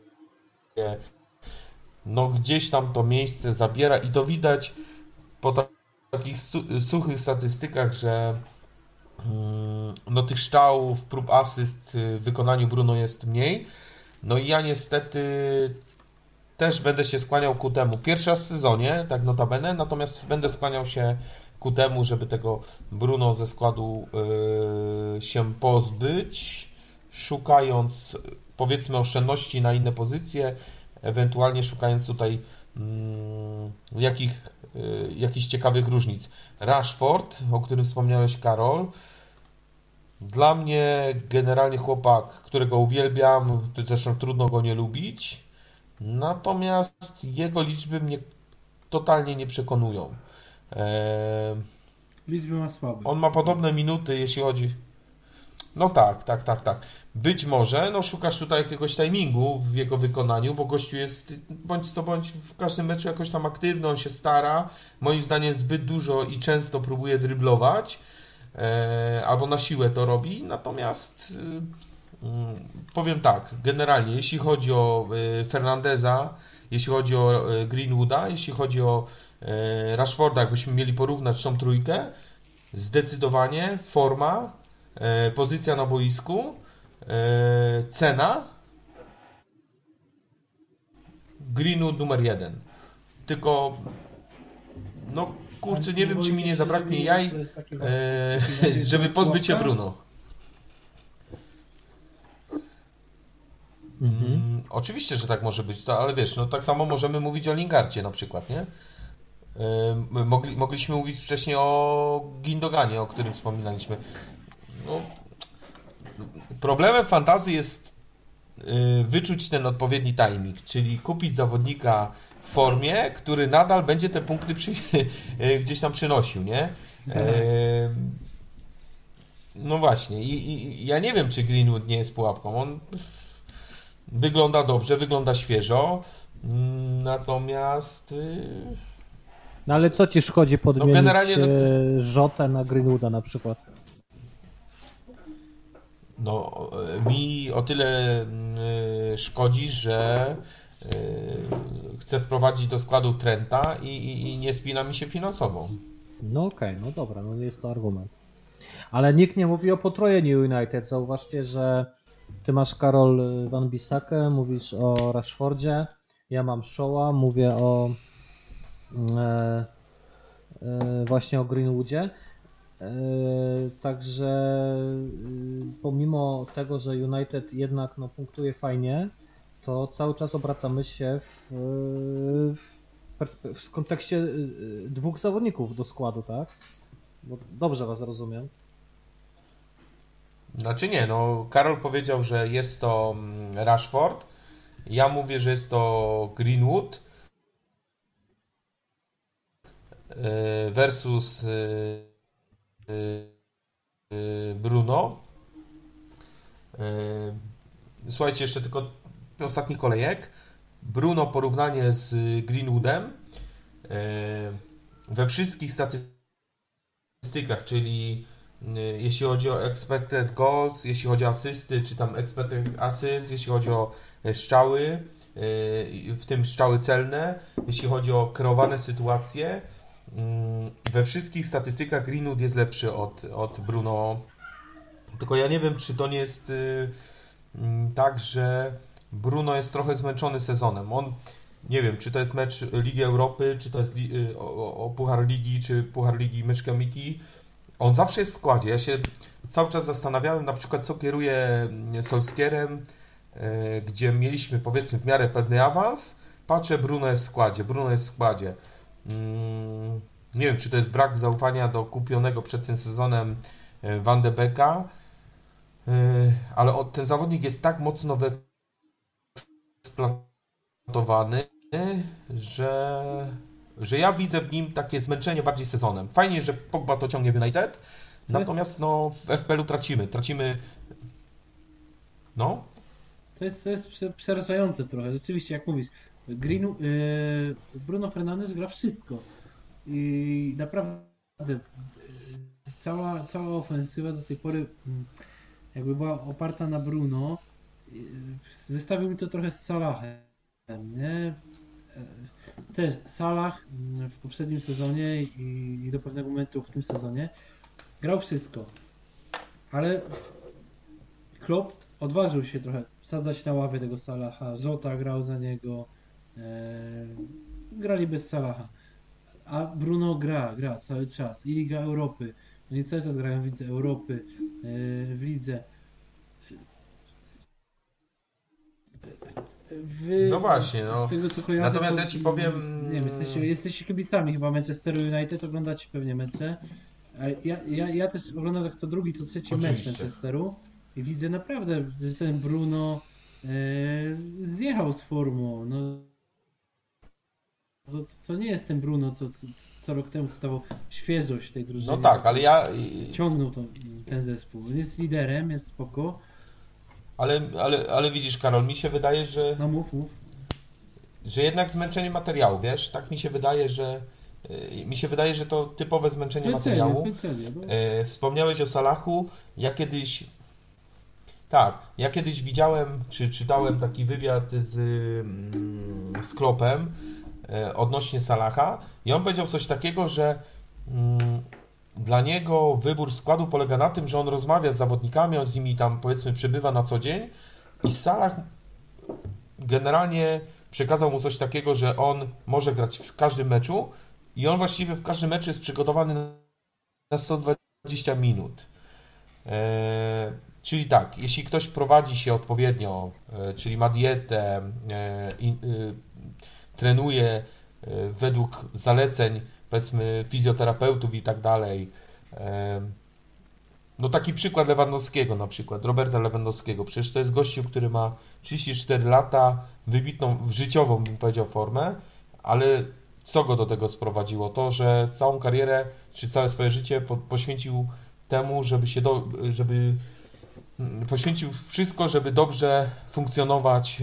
No gdzieś tam to miejsce zabiera i to widać po takich suchych statystykach, że no tych strzałów, prób asyst w wykonaniu Bruno jest mniej. No i ja niestety też będę się skłaniał ku temu. Pierwszy raz w sezonie, tak notabene, natomiast będę skłaniał się ku temu, żeby tego Bruno ze składu się pozbyć, szukając powiedzmy oszczędności na inne pozycje, ewentualnie szukając tutaj jakichś ciekawych różnic. Rashford, o którym wspomniałeś, Karol, dla mnie generalnie chłopak, którego uwielbiam, zresztą trudno go nie lubić, natomiast jego liczby mnie totalnie nie przekonują. Liczby ma słabe. On ma podobne minuty, jeśli chodzi... No tak. Być może, no szukasz tutaj jakiegoś timingu w jego wykonaniu, bo gościu jest bądź co bądź w każdym meczu jakoś tam aktywny, on się stara, moim zdaniem zbyt dużo i często próbuje dryblować, albo na siłę to robi, natomiast powiem tak, generalnie jeśli chodzi o Fernandeza jeśli chodzi o Greenwooda, jeśli chodzi o Rashforda, jakbyśmy mieli porównać tą trójkę, zdecydowanie forma, pozycja na boisku, cena, Greenwood numer 1. Tylko, no kurczę, nie wiem, czy mi nie zabraknie jaj, żeby pozbyć się Bruno. Oczywiście, że tak może być, ale wiesz, no tak samo możemy mówić o Lingardzie na przykład, nie? Mogliśmy mówić wcześniej o Gindoganie, o którym wspominaliśmy. No, problemem fantazji jest wyczuć ten odpowiedni timing, czyli kupić zawodnika w formie, który nadal będzie te punkty gdzieś tam przynosił, nie? No właśnie, i ja nie wiem, czy Greenwood nie jest pułapką. On wygląda dobrze, wygląda świeżo, natomiast... No ale co ci szkodzi podmienić generalnie Jotę na Greenwooda na przykład? No, mi o tyle szkodzi, że chcę wprowadzić do składu Trenta i nie spina mi się finansowo. No okej, no dobra, no jest to argument. Ale nikt nie mówi o potrojeniu United. Zauważcie, że ty masz Karol Van Bissakę, mówisz o Rashfordzie, ja mam Shaw'a, mówię o właśnie o Greenwoodzie. Także pomimo tego, że United jednak no, punktuje fajnie, to cały czas obracamy się w kontekście dwóch zawodników do składu, tak? Bo dobrze was rozumiem. Znaczy nie, no Karol powiedział, że jest to Rashford, ja mówię, że jest to Greenwood versus Bruno. Słuchajcie, jeszcze tylko ostatni kolejek. Bruno porównanie z Greenwoodem we wszystkich statystykach, czyli jeśli chodzi o expected goals, jeśli chodzi o asysty, czy tam expected assist, jeśli chodzi o strzały, w tym strzały celne, jeśli chodzi o kreowane sytuacje, we wszystkich statystykach Greenwood jest lepszy od Bruno. Tylko ja nie wiem, czy to nie jest tak, że Bruno jest trochę zmęczony sezonem. On, nie wiem, czy to jest mecz Ligi Europy, czy to jest o Puchar Ligi, czy Puchar Ligi Meczka-Miki. On zawsze jest w składzie. Ja się cały czas zastanawiałem, na przykład, co kieruje Solskjaerem, gdzie mieliśmy, powiedzmy, w miarę pewny awans. Patrzę, Bruno jest w składzie, Bruno jest w składzie. Nie wiem, czy to jest brak zaufania do kupionego przed tym sezonem Van de Beeka, ale ten zawodnik jest tak mocno wyeksploatowany, że ja widzę w nim takie zmęczenie bardziej sezonem. Fajnie, że Pogba to ciągnie w United, natomiast no, w FPL-u tracimy. No. To jest przerażające trochę. Rzeczywiście, jak mówisz, Bruno Fernandes gra wszystko. I naprawdę cała ofensywa do tej pory jakby była oparta na Bruno. Zestawił mi to trochę z Salahem, nie? Też Salah w poprzednim sezonie i do pewnego momentu w tym sezonie grał wszystko. Ale Klopp odważył się trochę wsadzać na ławę tego Salaha. Jota grał za niego. Grali bez Salaha. A Bruno gra cały czas. I Liga Europy. Oni cały czas grają w Lidze Europy, w Lidze. No właśnie, no. Z tego co kojarzę, natomiast ja ci powiem... Nie wiem, jesteście kibicami chyba Manchesteru United, oglądacie pewnie mecze. Ja też oglądam tak co drugi, co trzeci mecz Manchesteru i widzę naprawdę, że ten Bruno zjechał z formą. No, to nie jest ten Bruno, co rok temu dawał świeżość w tej drużynie. No tak, ale ja... Ciągnął ten zespół. On jest liderem, jest spoko. Ale widzisz, Karol, mi się wydaje, że... No mów. Że jednak zmęczenie materiału, wiesz? Tak mi się wydaje, że... że to typowe zmęczenie materiału. Specjalnie, bo... Wspomniałeś o Salachu. Ja kiedyś Tak, ja kiedyś widziałem, czy czytałem taki wywiad z Kloppem odnośnie Salaha i on powiedział coś takiego, że dla niego wybór składu polega na tym, że on rozmawia z zawodnikami, on z nimi tam powiedzmy przebywa na co dzień i Salah generalnie przekazał mu coś takiego, że on może grać w każdym meczu i on właściwie w każdym meczu jest przygotowany na 120 minut. Czyli tak, jeśli ktoś prowadzi się odpowiednio, czyli ma dietę, trenuje według zaleceń, powiedzmy, fizjoterapeutów i tak dalej. No taki przykład Lewandowskiego na przykład, Roberta Lewandowskiego. Przecież to jest gościu, który ma 34 lata, wybitną, życiową bym powiedział formę, ale co go do tego sprowadziło? To, że całą karierę, czy całe swoje życie poświęcił temu, żeby poświęcił wszystko, żeby dobrze funkcjonować,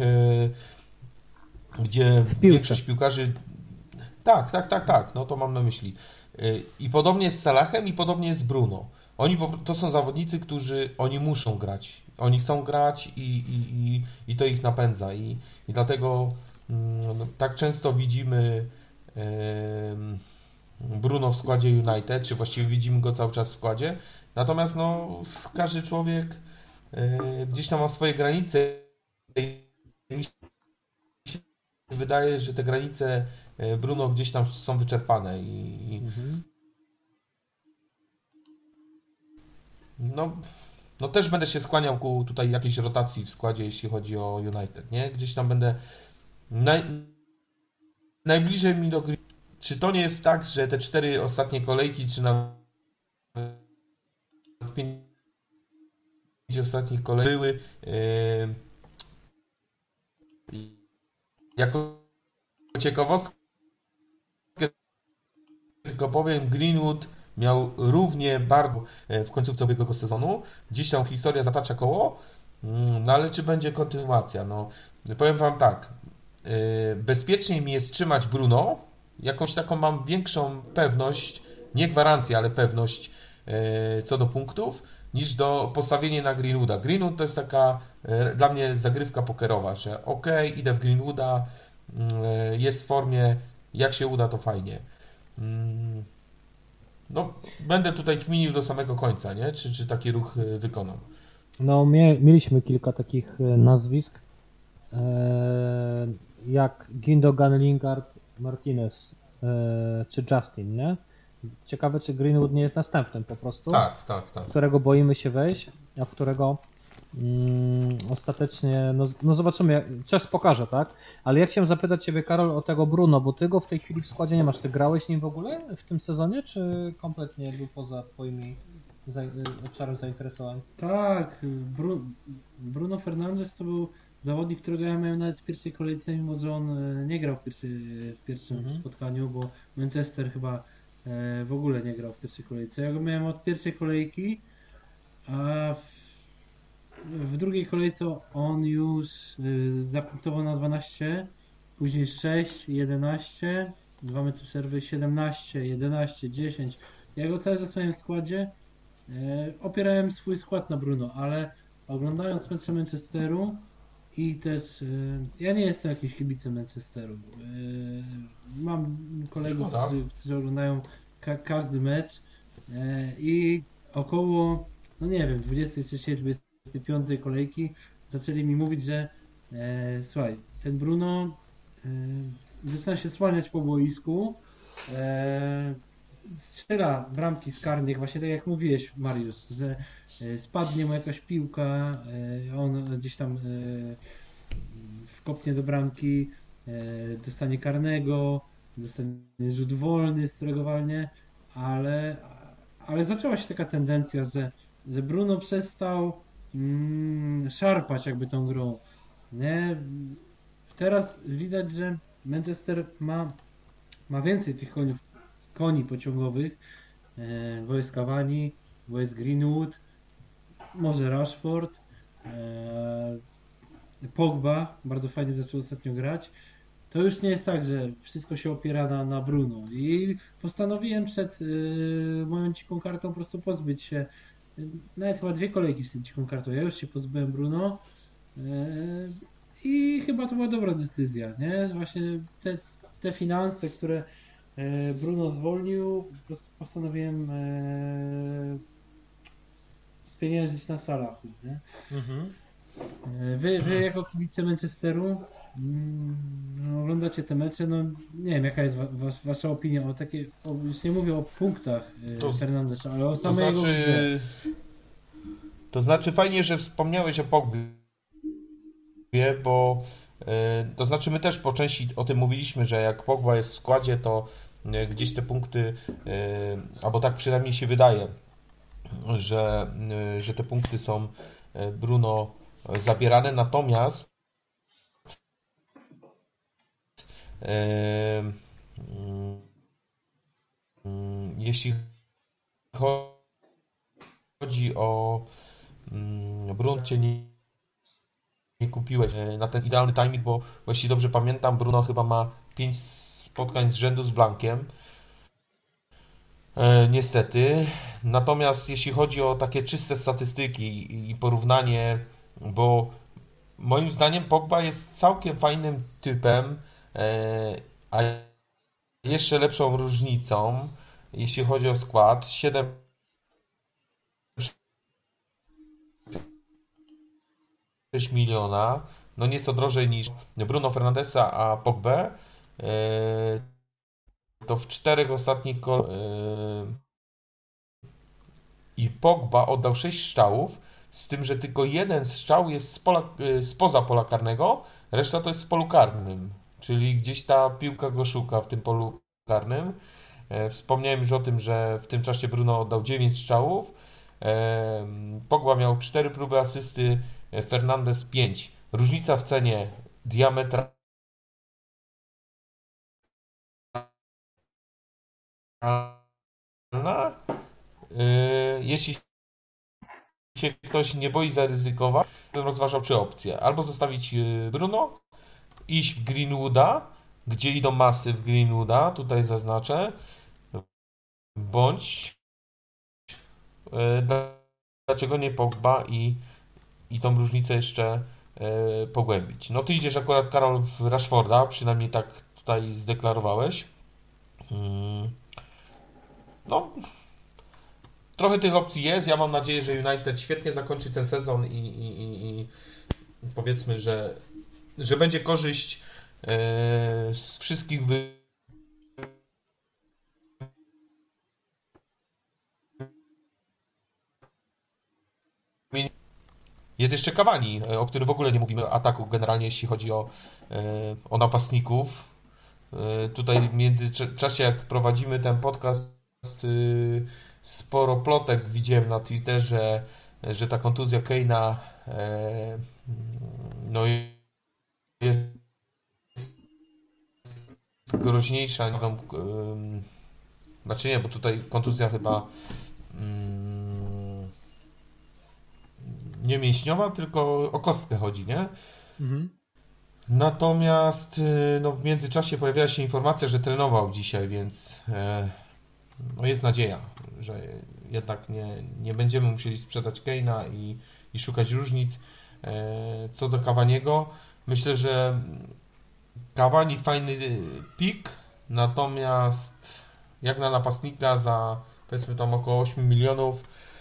gdzie większość piłkarzy... Tak, no to mam na myśli. I podobnie jest z Salahem i podobnie jest z Bruno. To są zawodnicy, oni muszą grać. Oni chcą grać i to ich napędza. I dlatego no, tak często widzimy Bruno w składzie United, czy właściwie widzimy go cały czas w składzie. Natomiast no, każdy człowiek gdzieś tam ma swoje granice i mi się wydaje, że te granice Bruno gdzieś tam są wyczerpane no też będę się skłaniał ku tutaj jakiejś rotacji w składzie, jeśli chodzi o United, nie? Gdzieś tam będę najbliżej mi do gry. Czy to nie jest tak, że te 4 ostatnie kolejki, czy nawet 5 ostatnich kolejek były jako ciekawostkę tylko powiem, Greenwood miał równie bardzo w końcówce ubiegłego sezonu. Dziś tam historia zatacza koło, no ale czy będzie kontynuacja? No, powiem Wam tak, bezpieczniej mi jest trzymać Bruno, jakąś taką mam większą pewność, nie gwarancję, ale pewność co do punktów, niż do postawienia na Greenwooda. Greenwood to jest taka dla mnie zagrywka pokerowa, że okej, idę w Greenwooda, jest w formie, jak się uda, to fajnie. No, będę tutaj kminił do samego końca, nie? Czy taki ruch wykonam. No, mieliśmy kilka takich nazwisk, jak Gundogan, Lingard, Martinez czy Justin, nie? Ciekawe, czy Greenwood nie jest następnym po prostu, Tak. w którego boimy się wejść, a w którego ostatecznie, no zobaczymy, czas pokaże, tak? Ale ja chciałem zapytać Ciebie, Karol, o tego Bruno, bo Ty go w tej chwili w składzie nie masz. Ty grałeś nim w ogóle w tym sezonie, czy kompletnie był poza Twoimi obszarem zainteresowań? Tak, Bruno Fernandes to był zawodnik, którego ja miałem nawet w pierwszej kolejce, mimo że on nie grał w pierwszym spotkaniu, bo Manchester chyba w ogóle nie grał w pierwszej kolejce. Ja go miałem od pierwszej kolejki, a w drugiej kolejce on już zapunktował na 12, później 6, 11, 2 mecze przerwy, 17, 11, 10. Ja go cały czas miałem w składzie. Opierałem swój skład na Bruno, ale oglądając mecze Manchesteru i też ja nie jestem jakimś kibicem Manchesteru. Mam kolegów, którzy oglądają każdy mecz i około, no nie wiem, 23-25 kolejki zaczęli mi mówić, że słuchaj, ten Bruno zaczyna się słaniać po boisku, strzela bramki z karnych, właśnie tak jak mówiłeś, Mariusz, że spadnie mu jakaś piłka, on gdzieś tam wkopnie do bramki, dostanie karnego, dostanie rzut wolny, z którego walnie, ale zaczęła się taka tendencja, że Bruno przestał szarpać jakby tą grą. Nie? Teraz widać, że Manchester ma więcej tych koni pociągowych, bo jest Cavani, bo jest Greenwood, może Rashford, Pogba bardzo fajnie zaczął ostatnio grać. To już nie jest tak, że wszystko się opiera na Bruno i postanowiłem przed moją dziką kartą po prostu pozbyć się nawet chyba 2 kolejki w dziką kartą. Ja już się pozbyłem Bruno i chyba to była dobra decyzja, nie? Właśnie te finanse, które Bruno zwolnił, po prostu postanowiłem spieniężyć na Salachu, nie? Wy jako kibice Manchesteru oglądacie te mecze, no nie wiem jaka jest wasza opinia o takie, już nie mówię o punktach Fernandesza, ale o samej jego grze. To znaczy fajnie, że wspomniałeś o Pogbie, bo to znaczy my też po części o tym mówiliśmy, że jak Pogba jest w składzie, to gdzieś te punkty, albo tak przynajmniej się wydaje, że te punkty są Bruno zabierane, natomiast jeśli chodzi o Bruno, cię nie kupiłeś na ten idealny timing, bo jeśli dobrze pamiętam, Bruno chyba ma 5 spotkań z rzędu z blankiem. Niestety. Natomiast jeśli chodzi o takie czyste statystyki i porównanie, bo moim zdaniem Pogba jest całkiem fajnym typem, a jeszcze lepszą różnicą, jeśli chodzi o skład. 7,6 miliona, no nieco drożej niż Bruno Fernandesa a Pogbę. To w 4 ostatnich i Pogba oddał 6 strzałów, z tym, że tylko jeden strzał jest spoza pola karnego, reszta to jest w polu karnym, czyli gdzieś ta piłka go szuka w tym polu karnym. Wspomniałem już o tym, że w tym czasie Bruno oddał 9 strzałów, Pogba miał 4 próby asysty, Fernandes 5. Różnica w cenie diametralna. Jeśli się ktoś nie boi zaryzykować, to rozważał 3 opcje. Albo zostawić Bruno, iść w Greenwooda, gdzie idą masy w Greenwooda, tutaj zaznaczę, bądź dlaczego nie Pogba i tą różnicę jeszcze pogłębić. No ty idziesz akurat, Karol, w Rashforda, przynajmniej tak tutaj zdeklarowałeś. No, trochę tych opcji jest. Ja mam nadzieję, że United świetnie zakończy ten sezon i powiedzmy, że będzie korzyść z wszystkich Jest jeszcze Cavani, o którym w ogóle nie mówimy, ataku generalnie, jeśli chodzi o napastników. Tutaj w międzyczasie, jak prowadzimy ten podcast, sporo plotek widziałem na Twitterze, że ta kontuzja Kane'a no jest groźniejsza. Znaczy nie, bo tutaj kontuzja chyba nie mięśniowa, tylko o kostkę chodzi, nie? Natomiast no, w międzyczasie pojawiła się informacja, że trenował dzisiaj, więc no, jest nadzieja, że jednak nie będziemy musieli sprzedać Kane'a i szukać różnic. Co do Cavaniego, myślę, że Cavani fajny pik, natomiast jak na napastnika za powiedzmy tam około 8 milionów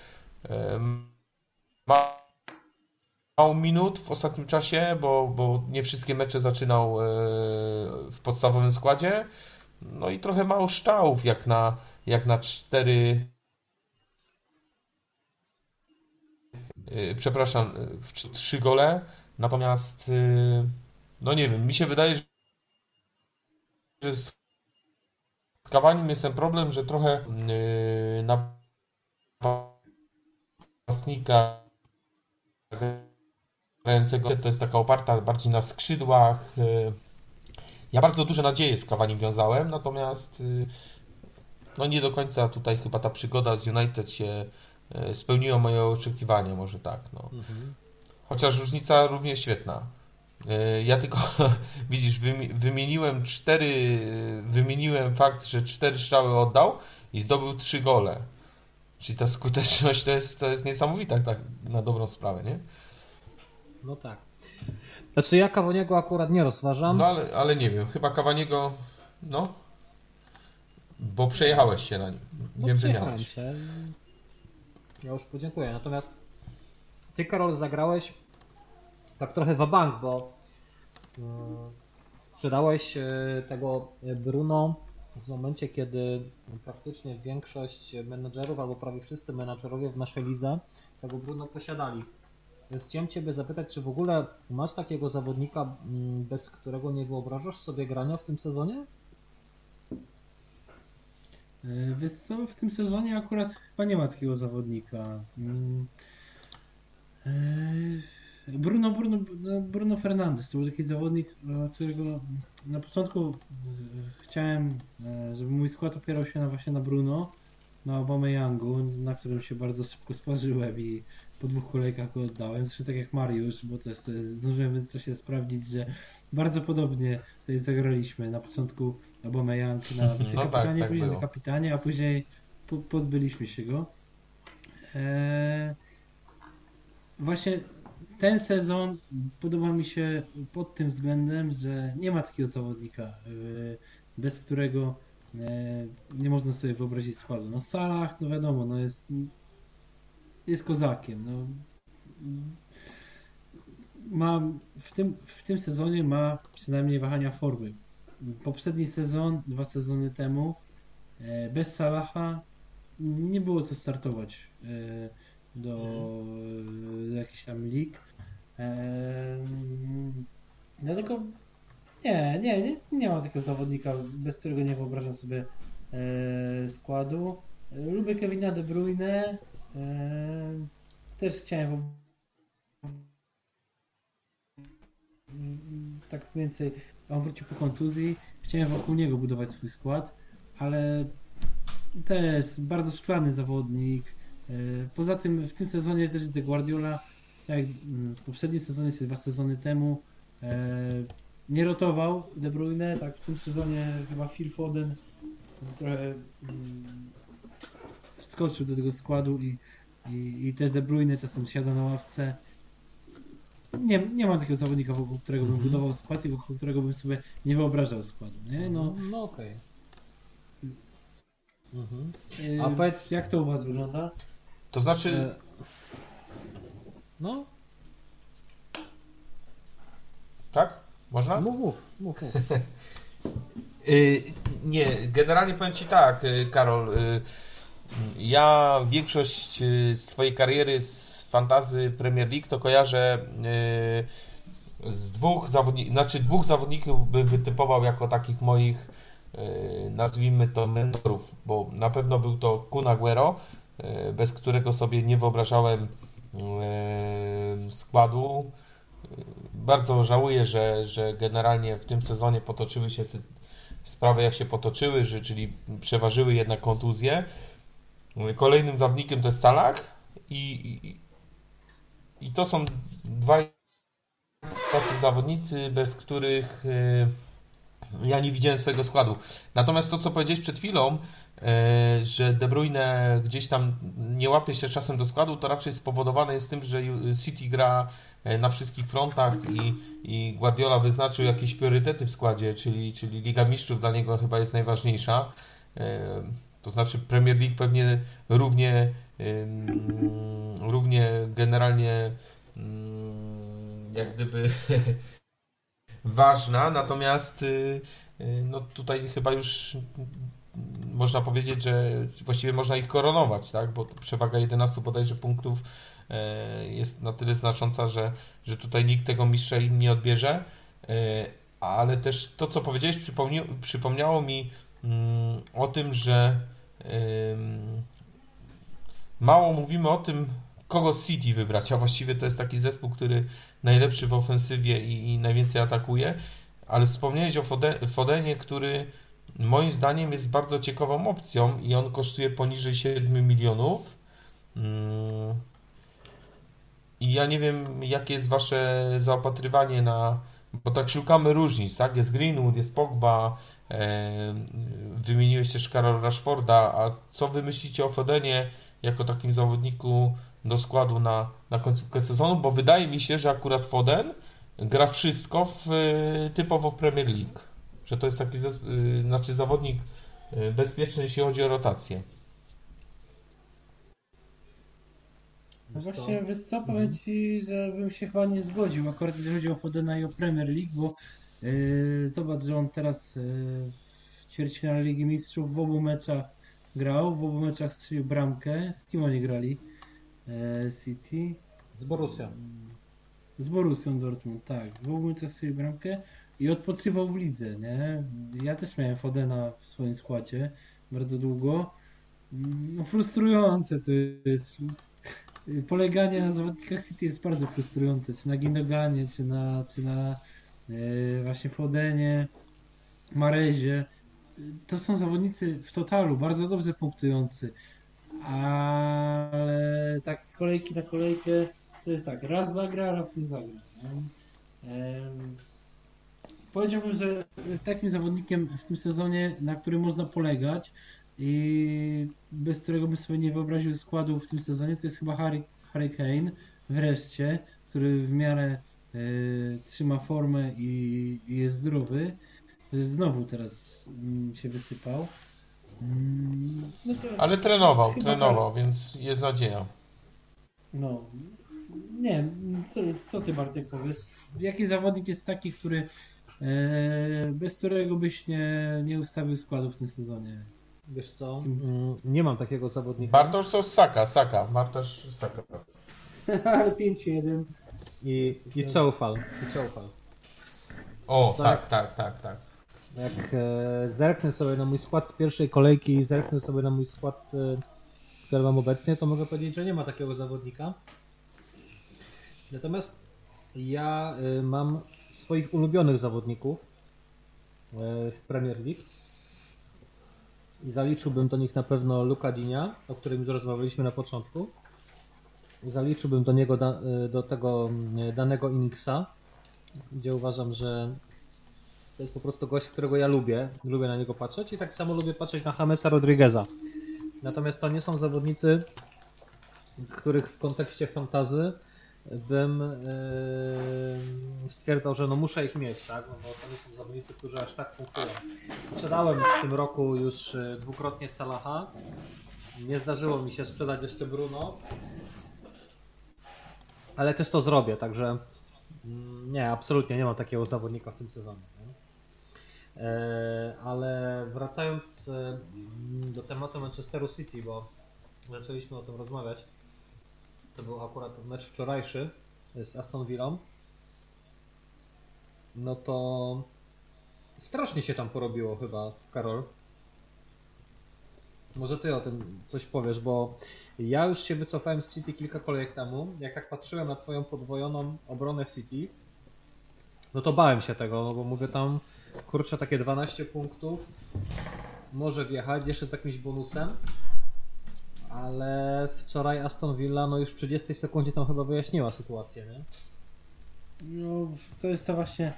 mało minut w ostatnim czasie, bo nie wszystkie mecze zaczynał w podstawowym składzie. No i trochę mało strzałów jak na 4 przepraszam, 3 gole. Natomiast no nie wiem, mi się wydaje, że z Cavaniem jest ten problem, że trochę napastnika grającego to jest taka oparta bardziej na skrzydłach. Ja bardzo duże nadzieje z Cavaniem wiązałem, natomiast no nie do końca tutaj chyba ta przygoda z United się spełniła moje oczekiwania, może tak. No. Chociaż różnica również świetna. Ja tylko, widzisz, wymieniłem fakt, że 4 strzały oddał i zdobył 3 gole. Czyli ta skuteczność to jest niesamowita, tak na dobrą sprawę, nie? No tak. Znaczy ja Cavaniego akurat nie rozważam. No ale nie wiem, chyba Cavaniego, no, bo przejechałeś się na nim. No Wiem, że przyjechałem miałeś. się. Ja już podziękuję. Natomiast ty, Karol, zagrałeś tak trochę wabank, bo sprzedałeś tego Bruno w momencie, kiedy praktycznie większość menedżerów, albo prawie wszyscy menedżerowie w naszej lidze tego Bruno posiadali. Więc chciałem Ciebie zapytać, czy w ogóle masz takiego zawodnika, bez którego nie wyobrażasz sobie grania w tym sezonie? Wiesz co, w tym sezonie akurat chyba nie ma takiego zawodnika. Bruno Fernandes to był taki zawodnik, którego na początku chciałem, żeby mój skład opierał się właśnie na Bruno, na Aubameyangu, na którym się bardzo szybko sparzyłem i po 2 kolejkach go oddałem. Zresztą tak jak Mariusz, bo też zdążyłem w międzyczasie sprawdzić, że bardzo podobnie tutaj zagraliśmy. Na początku Aubameyang na wicekapitanie, tak później było. na kapitanie, a później pozbyliśmy się go. Właśnie ten sezon podoba mi się pod tym względem, że nie ma takiego zawodnika, bez którego nie można sobie wyobrazić składu. No Salah, no wiadomo, no jest kozakiem. No. W tym sezonie ma przynajmniej wahania formy. Poprzedni sezon, 2 sezony temu, bez Salaha nie było co startować do jakichś tam lig. Dlatego nie mam takiego zawodnika, bez którego nie wyobrażam sobie składu. Lubię Kevina De Bruyne. Też chciałem tak mniej więcej, on wrócił po kontuzji. Chciałem wokół niego budować swój skład, ale to jest bardzo szklany zawodnik. Poza tym w tym sezonie też widzę Guardiola, tak jak w poprzednim sezonie, czy 2 sezony temu, nie rotował De Bruyne, tak w tym sezonie chyba Phil Foden trochę wskoczył do tego składu i też De Bruyne czasem siada na ławce. Nie mam takiego zawodnika, wokół którego bym budował skład i wokół którego bym sobie nie wyobrażał składu, nie? No okej. A A powiedz, jak to u was wygląda? To znaczy, no, tak? Można? mów. Nie, generalnie powiem Ci tak, Karol. Ja większość swojej kariery z fantasy Premier League to kojarzę z dwóch zawodników bym wytypował jako takich moich, nazwijmy to, mentorów, bo na pewno był to Kun Aguero, bez którego sobie nie wyobrażałem składu. Bardzo żałuję, że generalnie w tym sezonie potoczyły się sprawy jak się potoczyły, czyli przeważyły jednak kontuzje. Kolejnym zawodnikiem to jest Salah i to są dwaj tacy zawodnicy, bez których ja nie widziałem swojego składu. Natomiast to, co powiedziałeś przed chwilą, że De Bruyne gdzieś tam nie łapie się czasem do składu, to raczej spowodowane jest tym, że City gra na wszystkich frontach i Guardiola wyznaczył jakieś priorytety w składzie, czyli Liga Mistrzów dla niego chyba jest najważniejsza. To znaczy Premier League pewnie równie generalnie jak gdyby ważna, natomiast no tutaj chyba już można powiedzieć, że właściwie można ich koronować, tak? Bo przewaga 11 bodajże punktów jest na tyle znacząca, że tutaj nikt tego mistrza im nie odbierze, ale też to, co powiedziałeś, przypomniało mi o tym, że mało mówimy o tym, kogo City wybrać, a właściwie to jest taki zespół, który najlepszy w ofensywie i najwięcej atakuje, ale wspomniałeś o Fodenie, który moim zdaniem jest bardzo ciekawą opcją i on kosztuje poniżej 7 milionów. I ja nie wiem, jakie jest wasze zaopatrywanie bo tak szukamy różnic, tak? Jest Greenwood, jest Pogba, wymieniłeś też Karol Rashforda, a co wy myślicie o Fodenie jako takim zawodniku do składu na końcówkę sezonu, bo wydaje mi się, że akurat Foden gra wszystko typowo w Premier League. Że to jest taki znaczy zawodnik bezpieczny, jeśli chodzi o rotację. No właśnie, wiesz co, powiem Ci, że bym się chyba nie zgodził, akurat jeżeli chodzi o Fodena i o Premier League, bo zobacz, że on teraz w ćwierćfinale Ligi Mistrzów w obu meczach grał, w obu meczach strzelił bramkę. Z kim oni grali? City? Z Borussią. Z Borussią Dortmund, tak. W obu meczach strzelił bramkę i odpoczywał w lidze, nie? Ja też miałem Fodena w swoim składzie bardzo długo. No, frustrujące to jest. Poleganie na zawodnikach City jest bardzo frustrujące, czy na Gündoganie, czy na właśnie Fodenie, Marezie. To są zawodnicy w totalu bardzo dobrze punktujący, ale tak z kolejki na kolejkę to jest tak, raz zagra, raz nie zagra. Nie? Powiedziałbym, że takim zawodnikiem w tym sezonie, na którym można polegać i bez którego bym sobie nie wyobraził składu w tym sezonie, to jest chyba Harry Kane wreszcie, który w miarę trzyma formę i jest zdrowy. Znowu teraz się wysypał. No to Ale chyba trenował, więc jest nadzieja. no, nie wiem, co ty Bartek powiesz? Jaki zawodnik jest taki, który bez którego byś nie ustawił składu w tym sezonie? Wiesz co, nie mam takiego zawodnika. Bartosz to Saka. Bartosz Saka. Ale 5-1. I Coufal. O, Tak. tak. Jak zerknę sobie na mój skład z pierwszej kolejki i zerknę sobie na mój skład, który mam obecnie, to mogę powiedzieć, że nie ma takiego zawodnika. Natomiast ja mam swoich ulubionych zawodników w Premier League i zaliczyłbym do nich na pewno Luka Dinia, o którym już rozmawialiśmy na początku. Zaliczyłbym do niego do tego danego Inixa, gdzie uważam, że to jest po prostu gość, którego ja lubię na niego patrzeć i tak samo lubię patrzeć na Jamesa Rodrigueza. Natomiast to nie są zawodnicy, których w kontekście fantasy bym stwierdzał, że no muszę ich mieć, tak? No bo to nie są zawodnicy, którzy aż tak punktują. Sprzedałem w tym roku już dwukrotnie Salaha. Nie zdarzyło mi się sprzedać jeszcze Bruno. Ale też to zrobię, także nie, absolutnie nie mam takiego zawodnika w tym sezonie. Nie? Ale wracając do tematu Manchesteru City, bo zaczęliśmy o tym rozmawiać. To był akurat mecz wczorajszy z Aston Villą. No to strasznie się tam porobiło chyba, Karol. Może ty o tym coś powiesz, bo ja już się wycofałem z City kilka kolejek temu. Jak tak patrzyłem na twoją podwojoną obronę City, no to bałem się tego, no bo mówię tam, kurczę, takie 12 punktów może wjechać, jeszcze z jakimś bonusem. Ale wczoraj Aston Villa, no już w 30 sekundzie tam chyba wyjaśniła sytuację, nie? No, to jest to właśnie.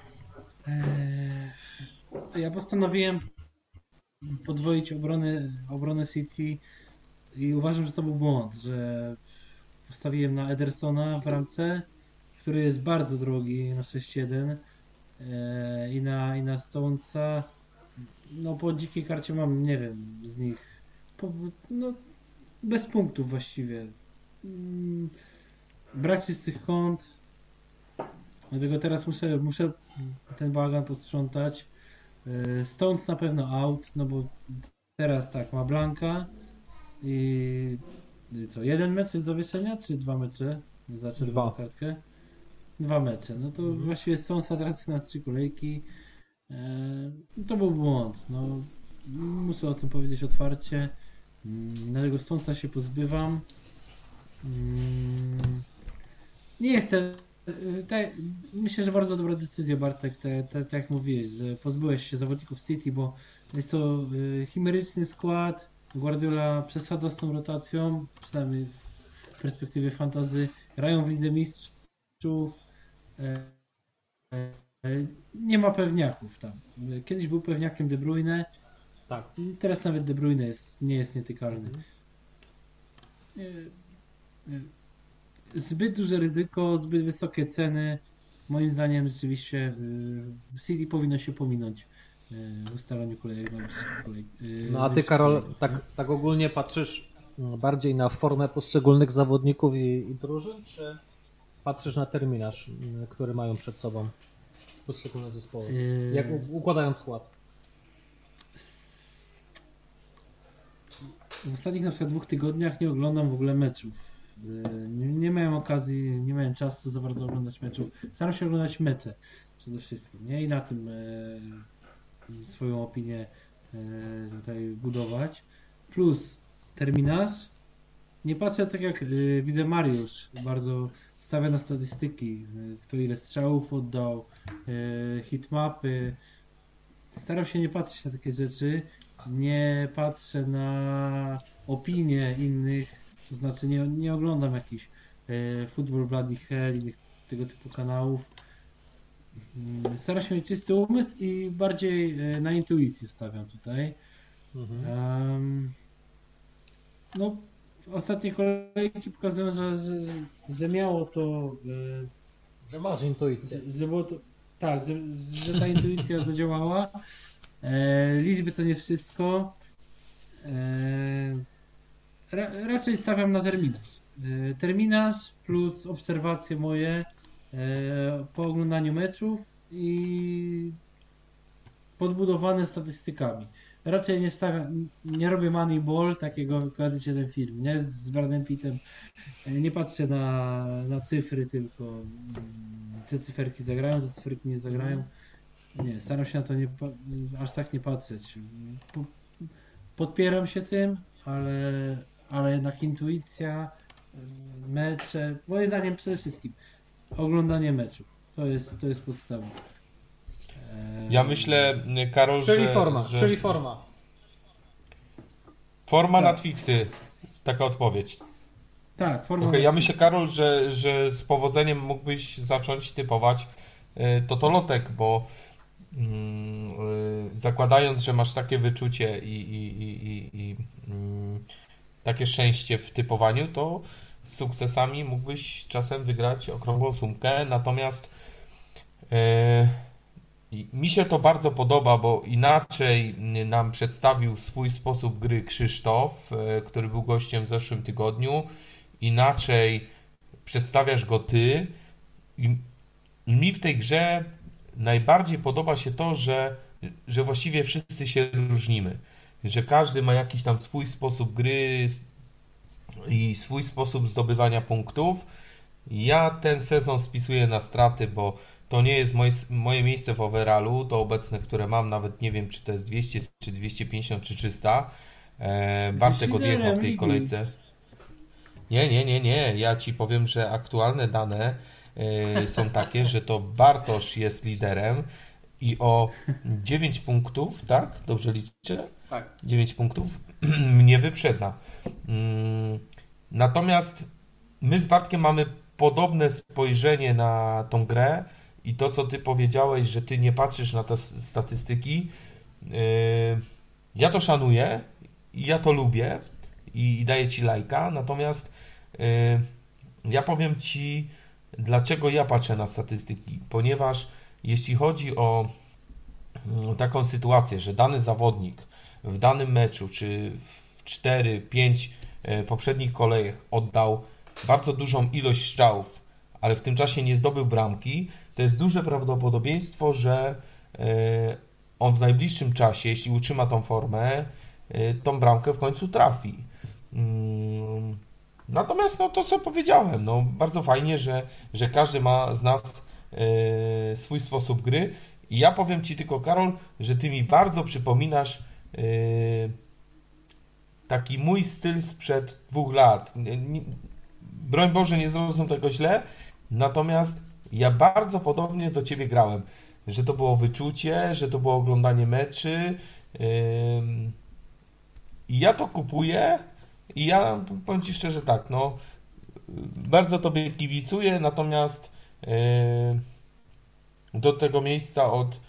Ja postanowiłem podwoić obronę City i uważam, że to był błąd, że postawiłem na Edersona w bramce, który jest bardzo drogi na 6-1 i na Stonesa. No po dzikiej karcie mam, nie wiem, z nich no, bez punktów właściwie. Brak czystych kąt. Dlatego teraz muszę ten bałagan posprzątać. Stones na pewno out, no bo teraz tak, ma Blanka i co, jeden mecz z zawieszenia, czy dwa mecze za czerwoną kartkę? Dwa mecze, no to właściwie Stonesa teraz na 3 kolejki. To był błąd, no muszę o tym powiedzieć otwarcie. Dlatego Stonesa się pozbywam. Nie chcę. Myślę, że bardzo dobra decyzja, Bartek, tak jak mówiłeś, że pozbyłeś się zawodników City, bo jest to chimeryczny skład. Guardiola przesadza z tą rotacją, przynajmniej w perspektywie fantasy. Grają w Lidze Mistrzów. Nie ma pewniaków tam. Kiedyś był pewniakiem De Bruyne. Tak. Teraz nawet De Bruyne nie jest nietykalny. Zbyt duże ryzyko, zbyt wysokie ceny. Moim zdaniem rzeczywiście City powinno się pominąć w ustalaniu kolejek najbliższych No a ty, Karol, tak ogólnie patrzysz bardziej na formę poszczególnych zawodników i drużyn, czy patrzysz na terminarz, który mają przed sobą poszczególne zespoły? Jak układając skład? W ostatnich na przykład 2 tygodniach nie oglądam w ogóle meczów. Nie miałem okazji, nie miałem czasu za bardzo oglądać meczów. Staram się oglądać mecze przede wszystkim, nie? I na tym swoją opinię tutaj budować. Plus terminarz. Nie patrzę tak jak widzę Mariusz. Bardzo stawia na statystyki. Kto ile strzałów oddał, hitmapy. Staram się nie patrzeć na takie rzeczy. Nie patrzę na opinie innych. To znaczy nie oglądam jakichś Football Bloody Hell, innych tego typu kanałów. Staram się mieć czysty umysł i bardziej na intuicję stawiam tutaj. No, ostatnie kolejki pokazują, że miało to. Że masz intuicję. Że było to. Tak, że ta intuicja zadziałała. Liczby to nie wszystko. Raczej stawiam na terminarz. Terminarz plus obserwacje moje po oglądaniu meczów i podbudowane statystykami. Raczej nie robię Moneyball, takiego kojarzycie ten film, nie? Z Bradem Pittem. Nie patrzę na cyfry, tylko te cyferki zagrają, te cyferki nie zagrają. Nie, staram się na to aż tak nie patrzeć. Podpieram się tym, ale jednak intuicja, mecze, moim zdaniem przede wszystkim oglądanie meczów. To jest podstawa. Ja myślę, Karol, Czyli forma. Forma Tak. nad fiksy. Taka odpowiedź. Tak, forma. Okay, ja myślę, Karol, że z powodzeniem mógłbyś zacząć typować totolotek, bo zakładając, że masz takie wyczucie i takie szczęście w typowaniu, to z sukcesami mógłbyś czasem wygrać okrągłą sumkę, natomiast mi się to bardzo podoba, bo inaczej nam przedstawił swój sposób gry Krzysztof, który był gościem w zeszłym tygodniu, inaczej przedstawiasz go ty i mi w tej grze najbardziej podoba się to, że właściwie wszyscy się różnimy, że każdy ma jakiś tam swój sposób gry i swój sposób zdobywania punktów. Ja ten sezon spisuję na straty, bo to nie jest moje miejsce w overallu, to obecne, które mam, nawet nie wiem, czy to jest 200, czy 250, czy 300. Bartek odjechał w tej kolejce. Nie. Ja ci powiem, że aktualne dane są takie, że to Bartosz jest liderem i o 9 punktów, tak? Dobrze liczę? Tak. 9 punktów mnie wyprzedza. Natomiast my z Bartkiem mamy podobne spojrzenie na tą grę i to, co ty powiedziałeś, że ty nie patrzysz na te statystyki, ja to szanuję i ja to lubię i daję ci lajka, natomiast ja powiem ci, dlaczego ja patrzę na statystyki, ponieważ jeśli chodzi o taką sytuację, że dany zawodnik w danym meczu, czy w 4-5 poprzednich kolejach oddał bardzo dużą ilość strzałów, ale w tym czasie nie zdobył bramki, to jest duże prawdopodobieństwo, że on w najbliższym czasie, jeśli utrzyma tą formę, tą bramkę w końcu trafi. Natomiast no, to, co powiedziałem, no, bardzo fajnie, że każdy ma z nas swój sposób gry i ja powiem ci tylko, Karol, że ty mi bardzo przypominasz taki mój styl sprzed 2 lat. Broń Boże, nie zrozum tego źle, natomiast ja bardzo podobnie do ciebie grałem, że to było wyczucie, że to było oglądanie meczy i ja to kupuję i ja powiem ci szczerze tak, no bardzo tobie kibicuję, natomiast do tego miejsca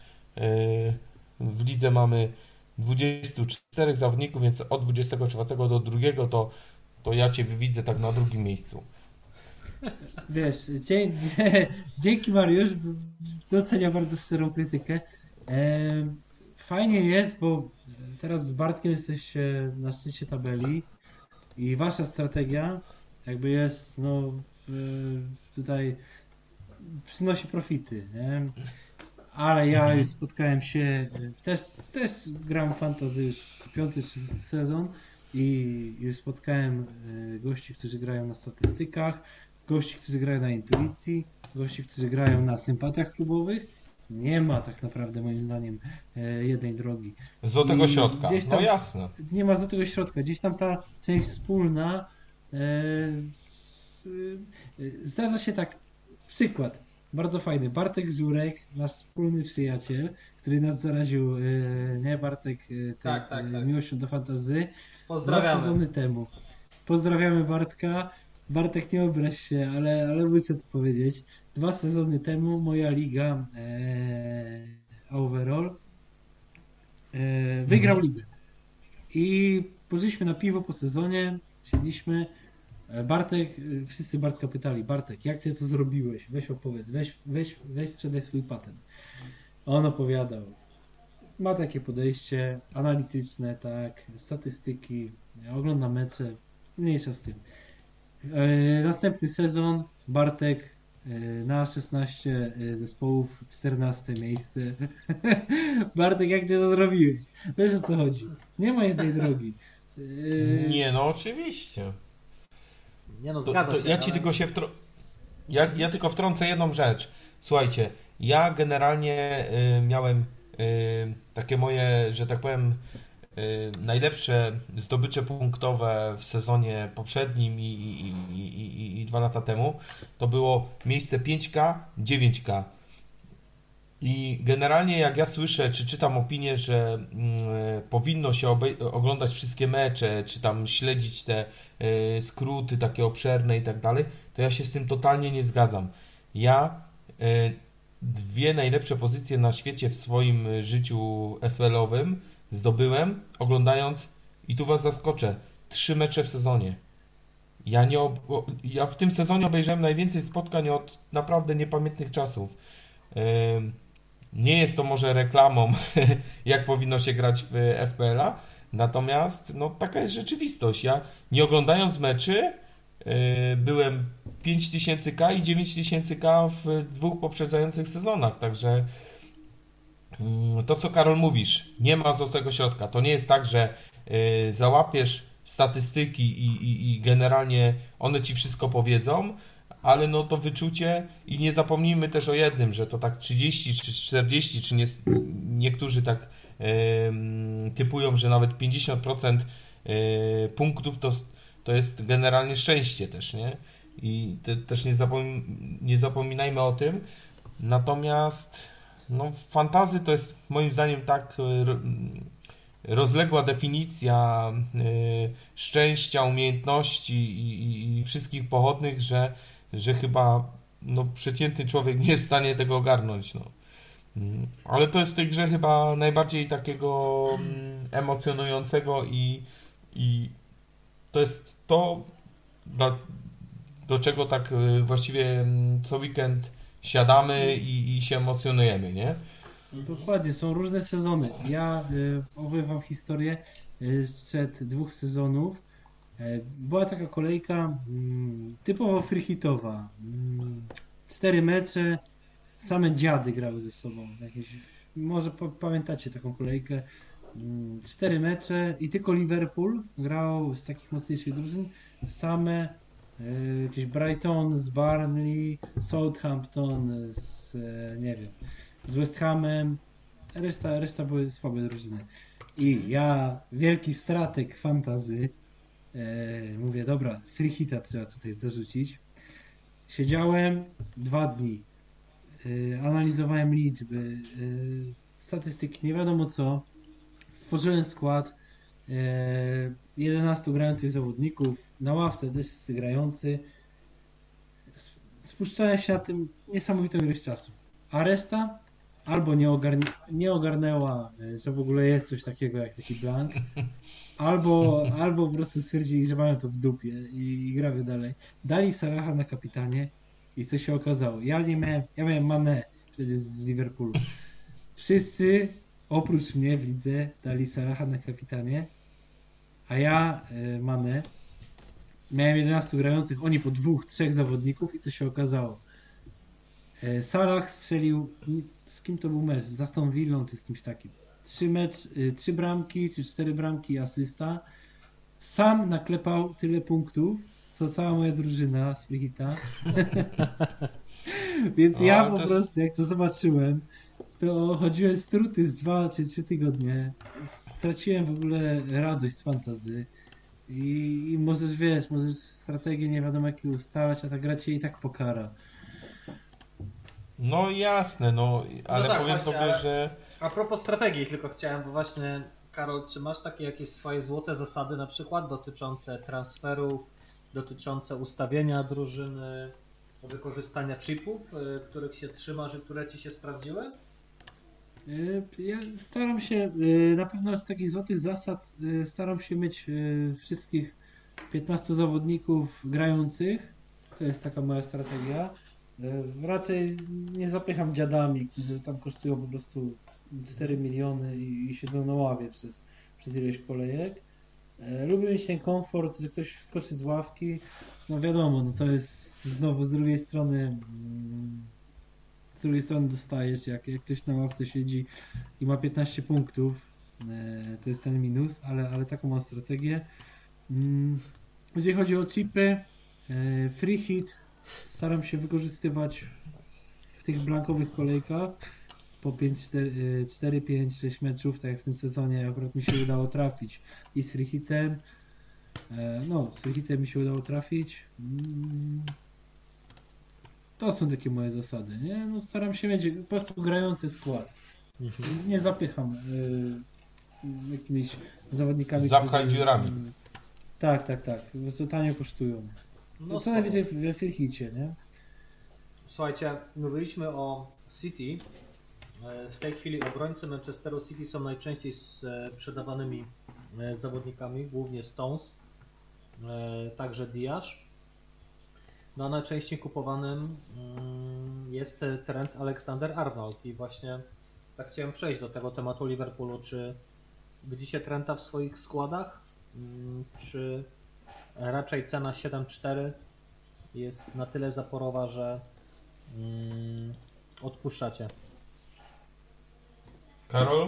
w lidze mamy 24 zawodników, więc od 24 do drugiego to ja Ciebie widzę tak na drugim miejscu. Wiesz, dzięki Mariusz, doceniam bardzo szczerą krytykę. Fajnie jest, bo teraz z Bartkiem jesteście na szczycie tabeli i wasza strategia jakby jest, no, tutaj przynosi profity, nie? Ale ja już spotkałem się, też gram fantasy już 5. czy 6. sezon i już spotkałem gości, którzy grają na statystykach, gości, którzy grają na intuicji, gości, którzy grają na sympatiach klubowych. Nie ma tak naprawdę moim zdaniem jednej drogi. Złotego I środka, gdzieś no tam jasne. nie ma złotego środka. Gdzieś tam ta część wspólna zdarza się tak. Przykład. Bardzo fajny. Bartek Żurek, nasz wspólny przyjaciel, który nas zaraził, nie Bartek, Tak. miłością do fantazy. 2 Pozdrawiamy. sezony temu. Pozdrawiamy Bartka. Bartek, nie obraź się, ale muszę to powiedzieć. 2 sezony temu moja liga overall wygrał ligę. I poszliśmy na piwo po sezonie, siedliśmy. Bartek, wszyscy Bartka pytali, Bartek, jak ty to zrobiłeś? Weź opowiedz, weź sprzedaj swój patent. On opowiadał. Ma takie podejście analityczne, tak, statystyki, ogląda mecze, mniejsza z tym. Następny sezon, Bartek na 16 zespołów, 14 miejsce. Bartek, jak ty to zrobiłeś? Wiesz, o co chodzi? Nie ma jednej drogi. Nie, no oczywiście. Nie no, To, zgadza to się. ja ci ale- tylko się ja tylko wtrącę jedną rzecz. Słuchajcie, ja generalnie miałem takie moje, że tak powiem, najlepsze zdobycze punktowe w sezonie poprzednim i 2 lata temu. To było miejsce 5K, 9K. I generalnie jak ja słyszę, czy czytam opinię, że powinno się oglądać wszystkie mecze, czy tam śledzić te skróty takie obszerne i tak dalej, to ja się z tym totalnie nie zgadzam. Ja 2 najlepsze pozycje na świecie w swoim życiu FPL-owym zdobyłem, oglądając, i tu was zaskoczę, 3 mecze w sezonie. Ja w tym sezonie obejrzałem najwięcej spotkań od naprawdę niepamiętnych czasów. Nie jest to może reklamą, jak powinno się grać w FPL-a, natomiast no, taka jest rzeczywistość. Ja nie oglądając meczy byłem 5000K i 9000K w 2 poprzedzających sezonach, także to co Karol mówisz, nie ma złotego środka. To nie jest tak, że załapiesz statystyki i generalnie one ci wszystko powiedzą, ale no to wyczucie i nie zapomnijmy też o jednym, że to tak 30 czy 40, czy niektórzy tak typują, że nawet 50% punktów to jest generalnie szczęście też, nie? I też nie zapominajmy o tym. Natomiast no, fantasy to jest moim zdaniem tak rozległa definicja szczęścia, umiejętności i wszystkich pochodnych, że chyba no, przeciętny człowiek nie jest w stanie tego ogarnąć. No. Ale to jest w tej grze chyba najbardziej takiego emocjonującego i to jest to, do czego tak właściwie co weekend siadamy i się emocjonujemy, nie? No dokładnie, są różne sezony. Ja opowiem wam historię sprzed 2 sezonów. Była taka kolejka typowo freehitowa. 4 mecze, same dziady grały ze sobą. Może pamiętacie taką kolejkę. 4 mecze i tylko Liverpool grał z takich mocniejszych drużyn. Same jakieś Brighton z Burnley, Southampton z nie wiem, z West Hamem. Reszta były słabe drużyny. I ja, wielki strateg fantasy, mówię, dobra, free hita trzeba tutaj zarzucić. Siedziałem 2 dni, analizowałem liczby, statystyki, nie wiadomo co. Stworzyłem skład 11 grających zawodników, na ławce też wszyscy grający. Spuszczałem się na tym niesamowitą ilość czasu. A reszta albo nie ogarnęła, że w ogóle jest coś takiego jak taki blank, albo po prostu stwierdzili, że mają to w dupie i grały dalej. Dali Salaha na kapitanie i co się okazało? Ja miałem Mané wtedy z Liverpoolu. Wszyscy oprócz mnie w lidze dali Salaha na kapitanie, a ja Mané. Miałem 11 grających, oni po 2-3 zawodników i co się okazało? Salah strzelił, z kim to był mecz? Z Aston Villą czy z kimś takim. 3 bramki czy 4 bramki asysta. Sam naklepał tyle punktów, co cała moja drużyna z Frichita. Więc ja po prostu, jak to zobaczyłem, to chodziłem struty z 2 czy 3 tygodnie. Straciłem w ogóle radość z fantasy. I możesz strategię nie wiadomo jakie ustalać, a ta gra cię i tak pokara. No jasne, no, ale tak, powiem właśnie, tobie, że... A propos strategii, tylko chciałem, bo właśnie, Karol, czy masz takie jakieś swoje złote zasady, na przykład dotyczące transferów, dotyczące ustawienia drużyny, wykorzystania chipów, których się trzymasz i które ci się sprawdziły? Ja staram się, na pewno z takich złotych zasad, staram się mieć wszystkich 15 zawodników grających. To jest taka moja strategia. Raczej nie zapycham dziadami, którzy tam kosztują po prostu 4 miliony i siedzą na ławie przez ileś kolejek. Lubię mieć ten komfort, że ktoś wskoczy z ławki. No wiadomo, no to jest znowu z drugiej strony dostajesz, jak ktoś na ławce siedzi i ma 15 punktów, to jest ten minus, ale taką mam strategię. Jeżeli chodzi o chipy, free hit staram się wykorzystywać w tych blankowych kolejkach po 4, 5, 6 meczów, tak jak w tym sezonie akurat mi się udało trafić i z free hitem. Z free hitem mi się udało trafić. To są takie moje zasady, nie? No staram się mieć po prostu grający skład. Nie zapycham jakimiś zawodnikami, Zapchaj dziurami. Tak. Po prostu tanio kosztują. No co najwyżej we Firchicie, nie? Słuchajcie, mówiliśmy o City. W tej chwili obrońcy Manchesteru City są najczęściej sprzedawanymi zawodnikami, głównie Stones, także Diaz. No a najczęściej kupowanym jest Trent Alexander-Arnold i właśnie tak chciałem przejść do tego tematu Liverpoolu. Czy widzicie Trenta w swoich składach? Czy raczej cena 7,4 jest na tyle zaporowa, że odpuszczacie? Karol?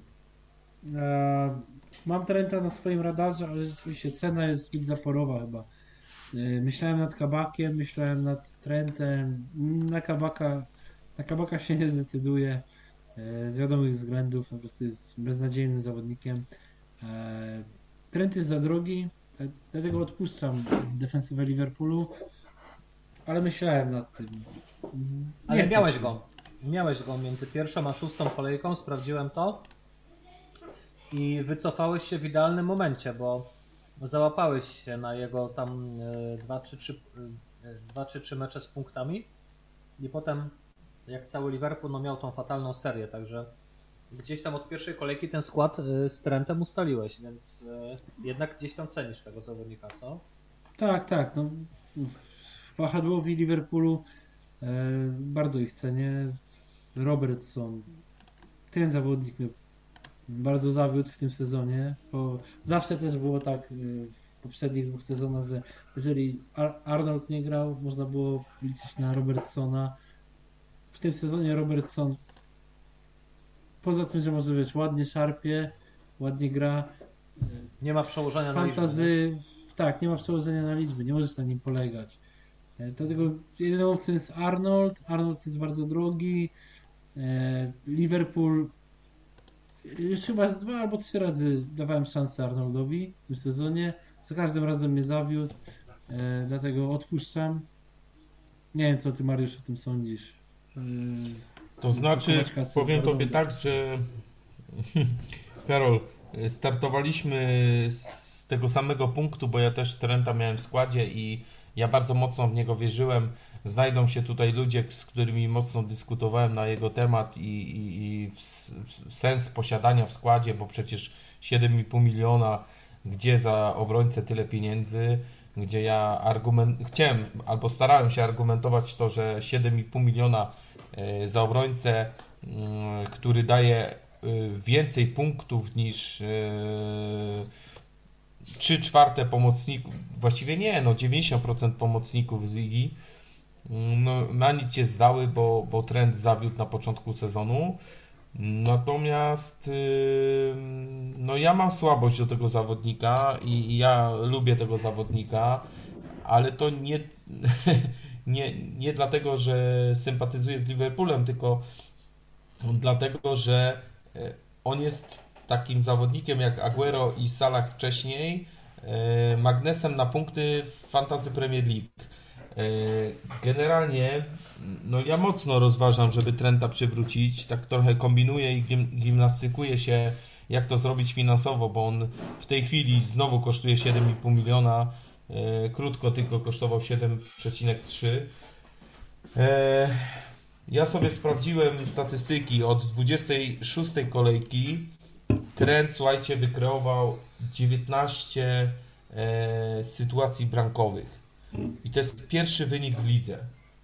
Mam Trenta na swoim radarze, ale rzeczywiście cena jest zbyt zaporowa chyba. Myślałem nad Kabakiem, myślałem nad Trentem. Na Kabaka się nie zdecyduję. Z wiadomych względów, po prostu jest beznadziejnym zawodnikiem. Trent jest za drogi, dlatego odpuszczam defensywę Liverpoolu, ale myślałem nad tym. Ale miałeś go między pierwszą a szóstą kolejką, sprawdziłem to i wycofałeś się w idealnym momencie, bo załapałeś się na jego tam 2 czy 3 mecze z punktami i potem jak cały Liverpool miał tą fatalną serię, także gdzieś tam od pierwszej kolejki ten skład z Trentem ustaliłeś, więc jednak gdzieś tam cenisz tego zawodnika, co? Tak, no wahadłowi Liverpoolu bardzo ich cenię. Robertson, ten zawodnik mnie bardzo zawiódł w tym sezonie, bo zawsze też było tak w poprzednich 2 sezonach, że jeżeli Arnold nie grał, można było liczyć na Robertsona. W tym sezonie Robertson, poza tym, że może ładnie szarpie, ładnie gra, nie ma przełożenia na liczbę. Tak, nie ma przełożenia na liczby, nie możesz na nim polegać. Dlatego jedyną opcją jest Arnold. Arnold jest bardzo drogi. Liverpool już chyba 2 albo 3 razy dawałem szansę Arnoldowi w tym sezonie. Za każdym razem mnie zawiódł. Dlatego odpuszczam. Nie wiem, co ty, Mariusz, o tym sądzisz. To znaczy, powiem tobie tak, że Karol, startowaliśmy z tego samego punktu, bo ja też Trenta miałem w składzie i Ja bardzo mocno w niego wierzyłem. Znajdą się tutaj ludzie, z którymi mocno dyskutowałem na jego temat i sens posiadania w składzie, bo przecież 7,5 miliona, gdzie za obrońcę tyle pieniędzy, gdzie ja chciałem albo starałem się argumentować to, że 7,5 miliona za obrońcę, który daje więcej punktów niż 3/4 pomocników, właściwie nie, no 90% pomocników z ligi, no na nic się zdały, bo trend zawiódł na początku sezonu. Natomiast no ja mam słabość do tego zawodnika i ja lubię tego zawodnika, ale to nie, nie dlatego, że sympatyzuję z Liverpoolem, tylko dlatego, że on jest takim zawodnikiem jak Aguero i Salah wcześniej, magnesem na punkty w Fantasy Premier League. Generalnie no ja mocno rozważam, żeby Trenta przywrócić, tak trochę kombinuję i gimnastykuję się, jak to zrobić finansowo, bo on w tej chwili znowu kosztuje 7,5 miliona, krótko tylko kosztował 7,3. Ja sobie sprawdziłem statystyki od 26 kolejki. Trent, słuchajcie, wykreował 19 sytuacji bramkowych. I to jest pierwszy wynik w lidze.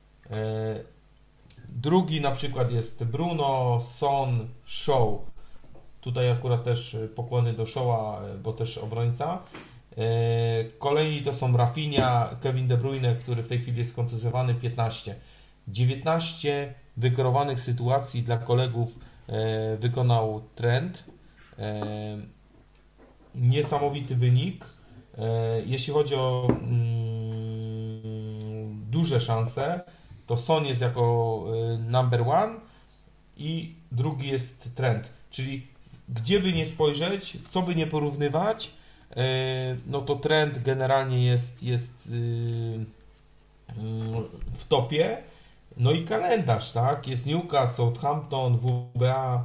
Drugi na przykład jest Bruno, Son, Shaw. Tutaj akurat też pokłony do Shawa, bo też obrońca. Kolejni to są Rafinha, Kevin De Bruyne, który w tej chwili jest kontuzjowany, 15. 19 wykreowanych sytuacji dla kolegów wykonał Trent. Niesamowity wynik. Jeśli chodzi o duże szanse, to Son jest jako number one i drugi jest Trent. Czyli gdzie by nie spojrzeć, co by nie porównywać, no to Trent generalnie jest w topie. No i kalendarz, tak? Jest Newcastle, Southampton, WBA,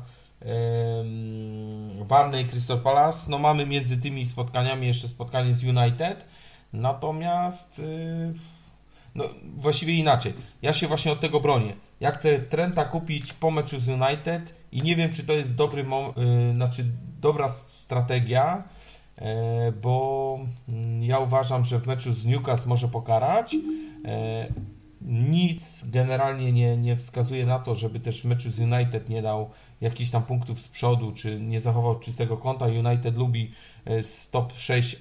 Burnley, Crystal Palace. No mamy między tymi spotkaniami jeszcze spotkanie z United. Natomiast no właściwie inaczej. Ja się właśnie od tego bronię. Ja chcę Trenta kupić po meczu z United i nie wiem, czy to jest dobra strategia, bo ja uważam, że w meczu z Newcastle może pokarać. Nic generalnie nie wskazuje na to, żeby też w meczu z United nie dał jakichś tam punktów z przodu, czy nie zachował czystego konta. United lubi z top 6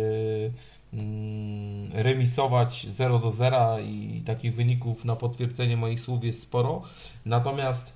remisować 0-0 i takich wyników na potwierdzenie moich słów jest sporo. Natomiast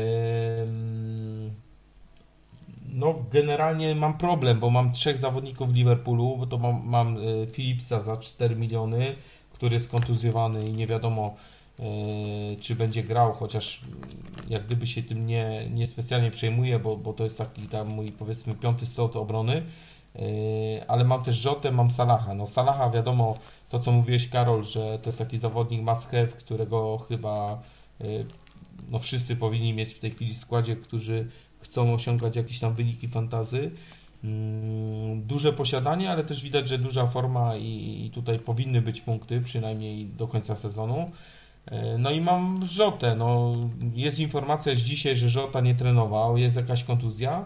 no generalnie mam problem, bo mam 3 zawodników w Liverpoolu, bo to mam Phillipsa za 4 miliony, który jest kontuzjowany i nie wiadomo czy będzie grał, chociaż jak gdyby się tym nie specjalnie przejmuję, bo to jest taki tam mój powiedzmy 5. slot obrony, ale mam też Jotę, mam Salaha. No Salaha wiadomo, to co mówiłeś Karol, że to jest taki zawodnik must have, którego chyba no wszyscy powinni mieć w tej chwili w składzie, którzy chcą osiągać jakieś tam wyniki fantasy. Duże posiadanie, ale też widać, że duża forma i tutaj powinny być punkty, przynajmniej do końca sezonu. No i mam Jotę. No, jest informacja z dzisiaj, że Jota nie trenował, jest jakaś kontuzja.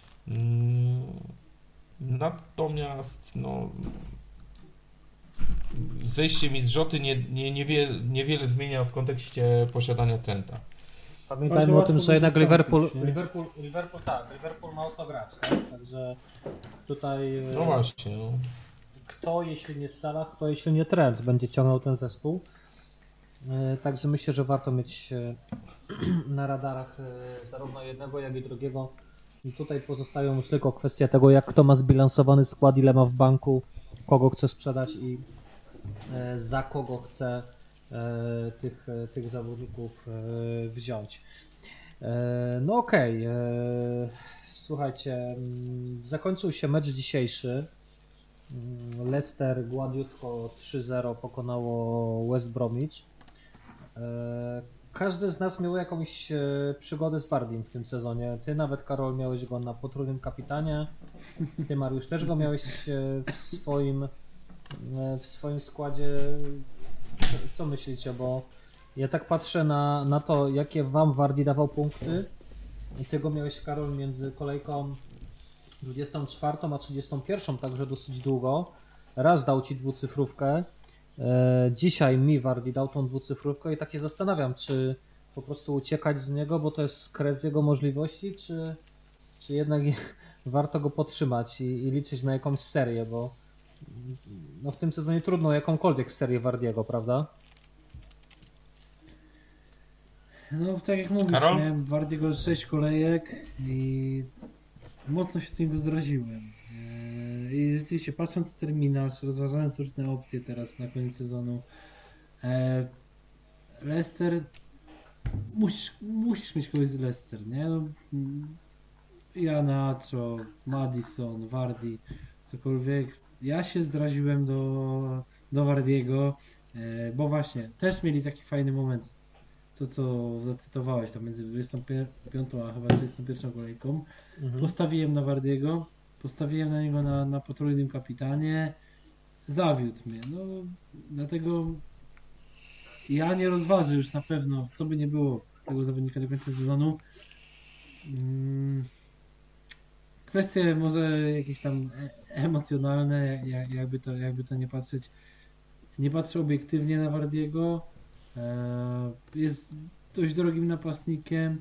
Natomiast no, zejście mi z Joty niewiele zmienia w kontekście posiadania Trenta. Pamiętajmy o tym, że jednak Liverpool Liverpool ma o co grać, tak? Także tutaj no właśnie, no. Kto jeśli nie Salah, kto jeśli nie Trent będzie ciągnął ten zespół. Także myślę, że warto mieć na radarach zarówno jednego, jak i drugiego. I tutaj pozostają już tylko kwestie tego, jak kto ma zbilansowany skład, ile ma w banku, kogo chce sprzedać i za kogo chce tych zawodników wziąć. No okej. Słuchajcie, zakończył się mecz dzisiejszy. Leicester gładniutko 3-0 pokonało West Bromwich. Każdy z nas miał jakąś przygodę z Wardim w tym sezonie. Ty nawet, Karol, miałeś go na potrójnym kapitanie. Ty, Mariusz, też go miałeś w swoim w swoim składzie. Co myślicie? Bo ja tak patrzę na to, jakie wam Wardy dawał punkty. I ty go miałeś, Karol, między kolejką 24 a 31, także dosyć długo. Raz dał ci dwucyfrówkę. Dzisiaj mi Wardy dał tą dwucyfrówkę i tak się zastanawiam, czy po prostu uciekać z niego, bo to jest kres jego możliwości, czy jednak warto go podtrzymać i liczyć na jakąś serię, bo no w tym sezonie trudno jakąkolwiek serię Wardiego, prawda? No tak jak mówisz, Karol? miałem Wardiego 6 kolejek i mocno się tym go zraziłem. I rzeczywiście, patrząc w terminarz, rozważając różne opcje teraz na koniec sezonu, Leicester, musisz mieć kogoś z Leicester, nie? No, Iheanacho, Maddison, Vardy, cokolwiek. Ja się zraziłem do Wardiego, bo właśnie też mieli taki fajny moment. To, co zacytowałeś, tam między 25 a chyba 31 kolejką. Postawiłem na Wardiego, postawiłem na niego na potrójnym kapitanie. Zawiódł mnie. No, dlatego ja nie rozważę już na pewno, co by nie było tego zawodnika do końca sezonu. Kwestie może jakieś tam emocjonalne, jakby to nie patrzeć. Nie patrzę obiektywnie na Wardiego. Jest dość drogim napastnikiem.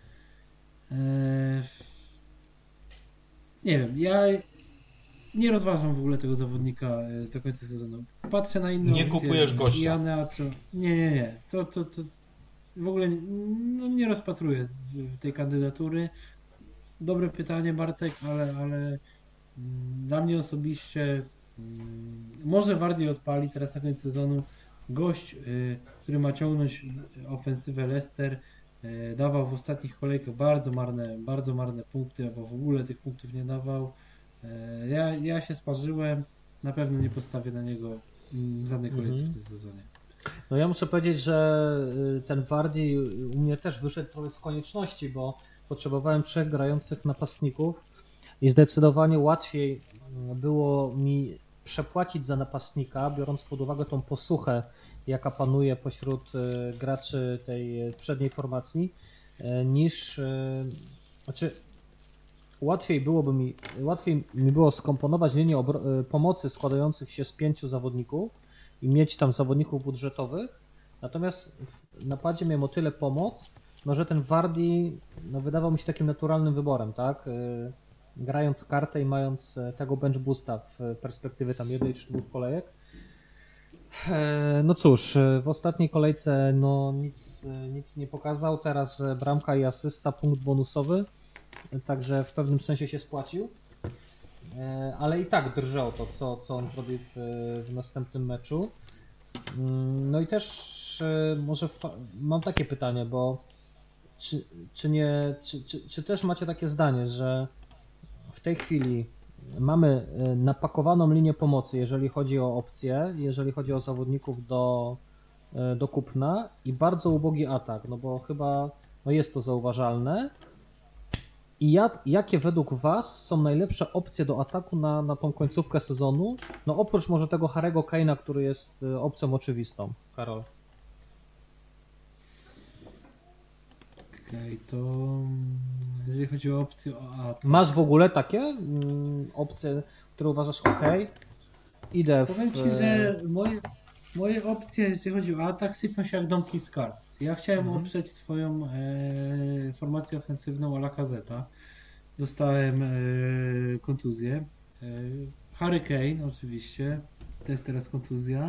Nie wiem, ja nie rozważam w ogóle tego zawodnika do końca sezonu. Patrzę na inne Nie opcje. kupujesz gościa. Iheanacho. Nie. To w ogóle nie rozpatruję tej kandydatury. Dobre pytanie, Bartek, ale dla mnie osobiście może Wardy odpali teraz na koniec sezonu. Gość, który ma ciągnąć ofensywę Leicester, dawał w ostatnich kolejkach bardzo marne punkty, albo w ogóle tych punktów nie dawał. Ja się sparzyłem, na pewno nie postawię na niego żadnej kolejce w tym sezonie. No ja muszę powiedzieć, że ten Wardy u mnie też wyszedł trochę z konieczności, bo potrzebowałem 3 grających napastników i zdecydowanie łatwiej było mi przepłacić za napastnika, biorąc pod uwagę tą posłuchę, jaka panuje pośród graczy tej przedniej formacji, niż znaczy łatwiej mi było skomponować linię pomocy składających się z 5 zawodników i mieć tam zawodników budżetowych. Natomiast w napadzie miałem o tyle pomoc, no, że ten Wardy wydawał mi się takim naturalnym wyborem, tak? Grając kartę i mając tego bench boosta w perspektywie tam 1 czy 2 kolejek. No cóż, w ostatniej kolejce no nic nie pokazał, teraz bramka i asysta, punkt bonusowy, także w pewnym sensie się spłacił. Ale i tak drżę o to, co on zrobi w następnym meczu. No i też może mam takie pytanie, bo czy też macie takie zdanie, że w tej chwili mamy napakowaną linię pomocy, jeżeli chodzi o opcje, jeżeli chodzi o zawodników do kupna i bardzo ubogi atak, no bo chyba jest to zauważalne. I jakie według Was są najlepsze opcje do ataku na tą końcówkę sezonu? No oprócz może tego Harry'ego Kane'a, który jest opcją oczywistą. Karol. Okej, to jeżeli chodzi o opcję o atak. Masz w ogóle takie opcje, które uważasz ok? Idę Powiem Ci, że moje opcje, jeśli chodzi o atak, sypią się jak domki z kart. Ja chciałem oprzeć swoją formację ofensywną à la Gazzetta. Dostałem kontuzję. Harry Kane oczywiście, to jest teraz kontuzja.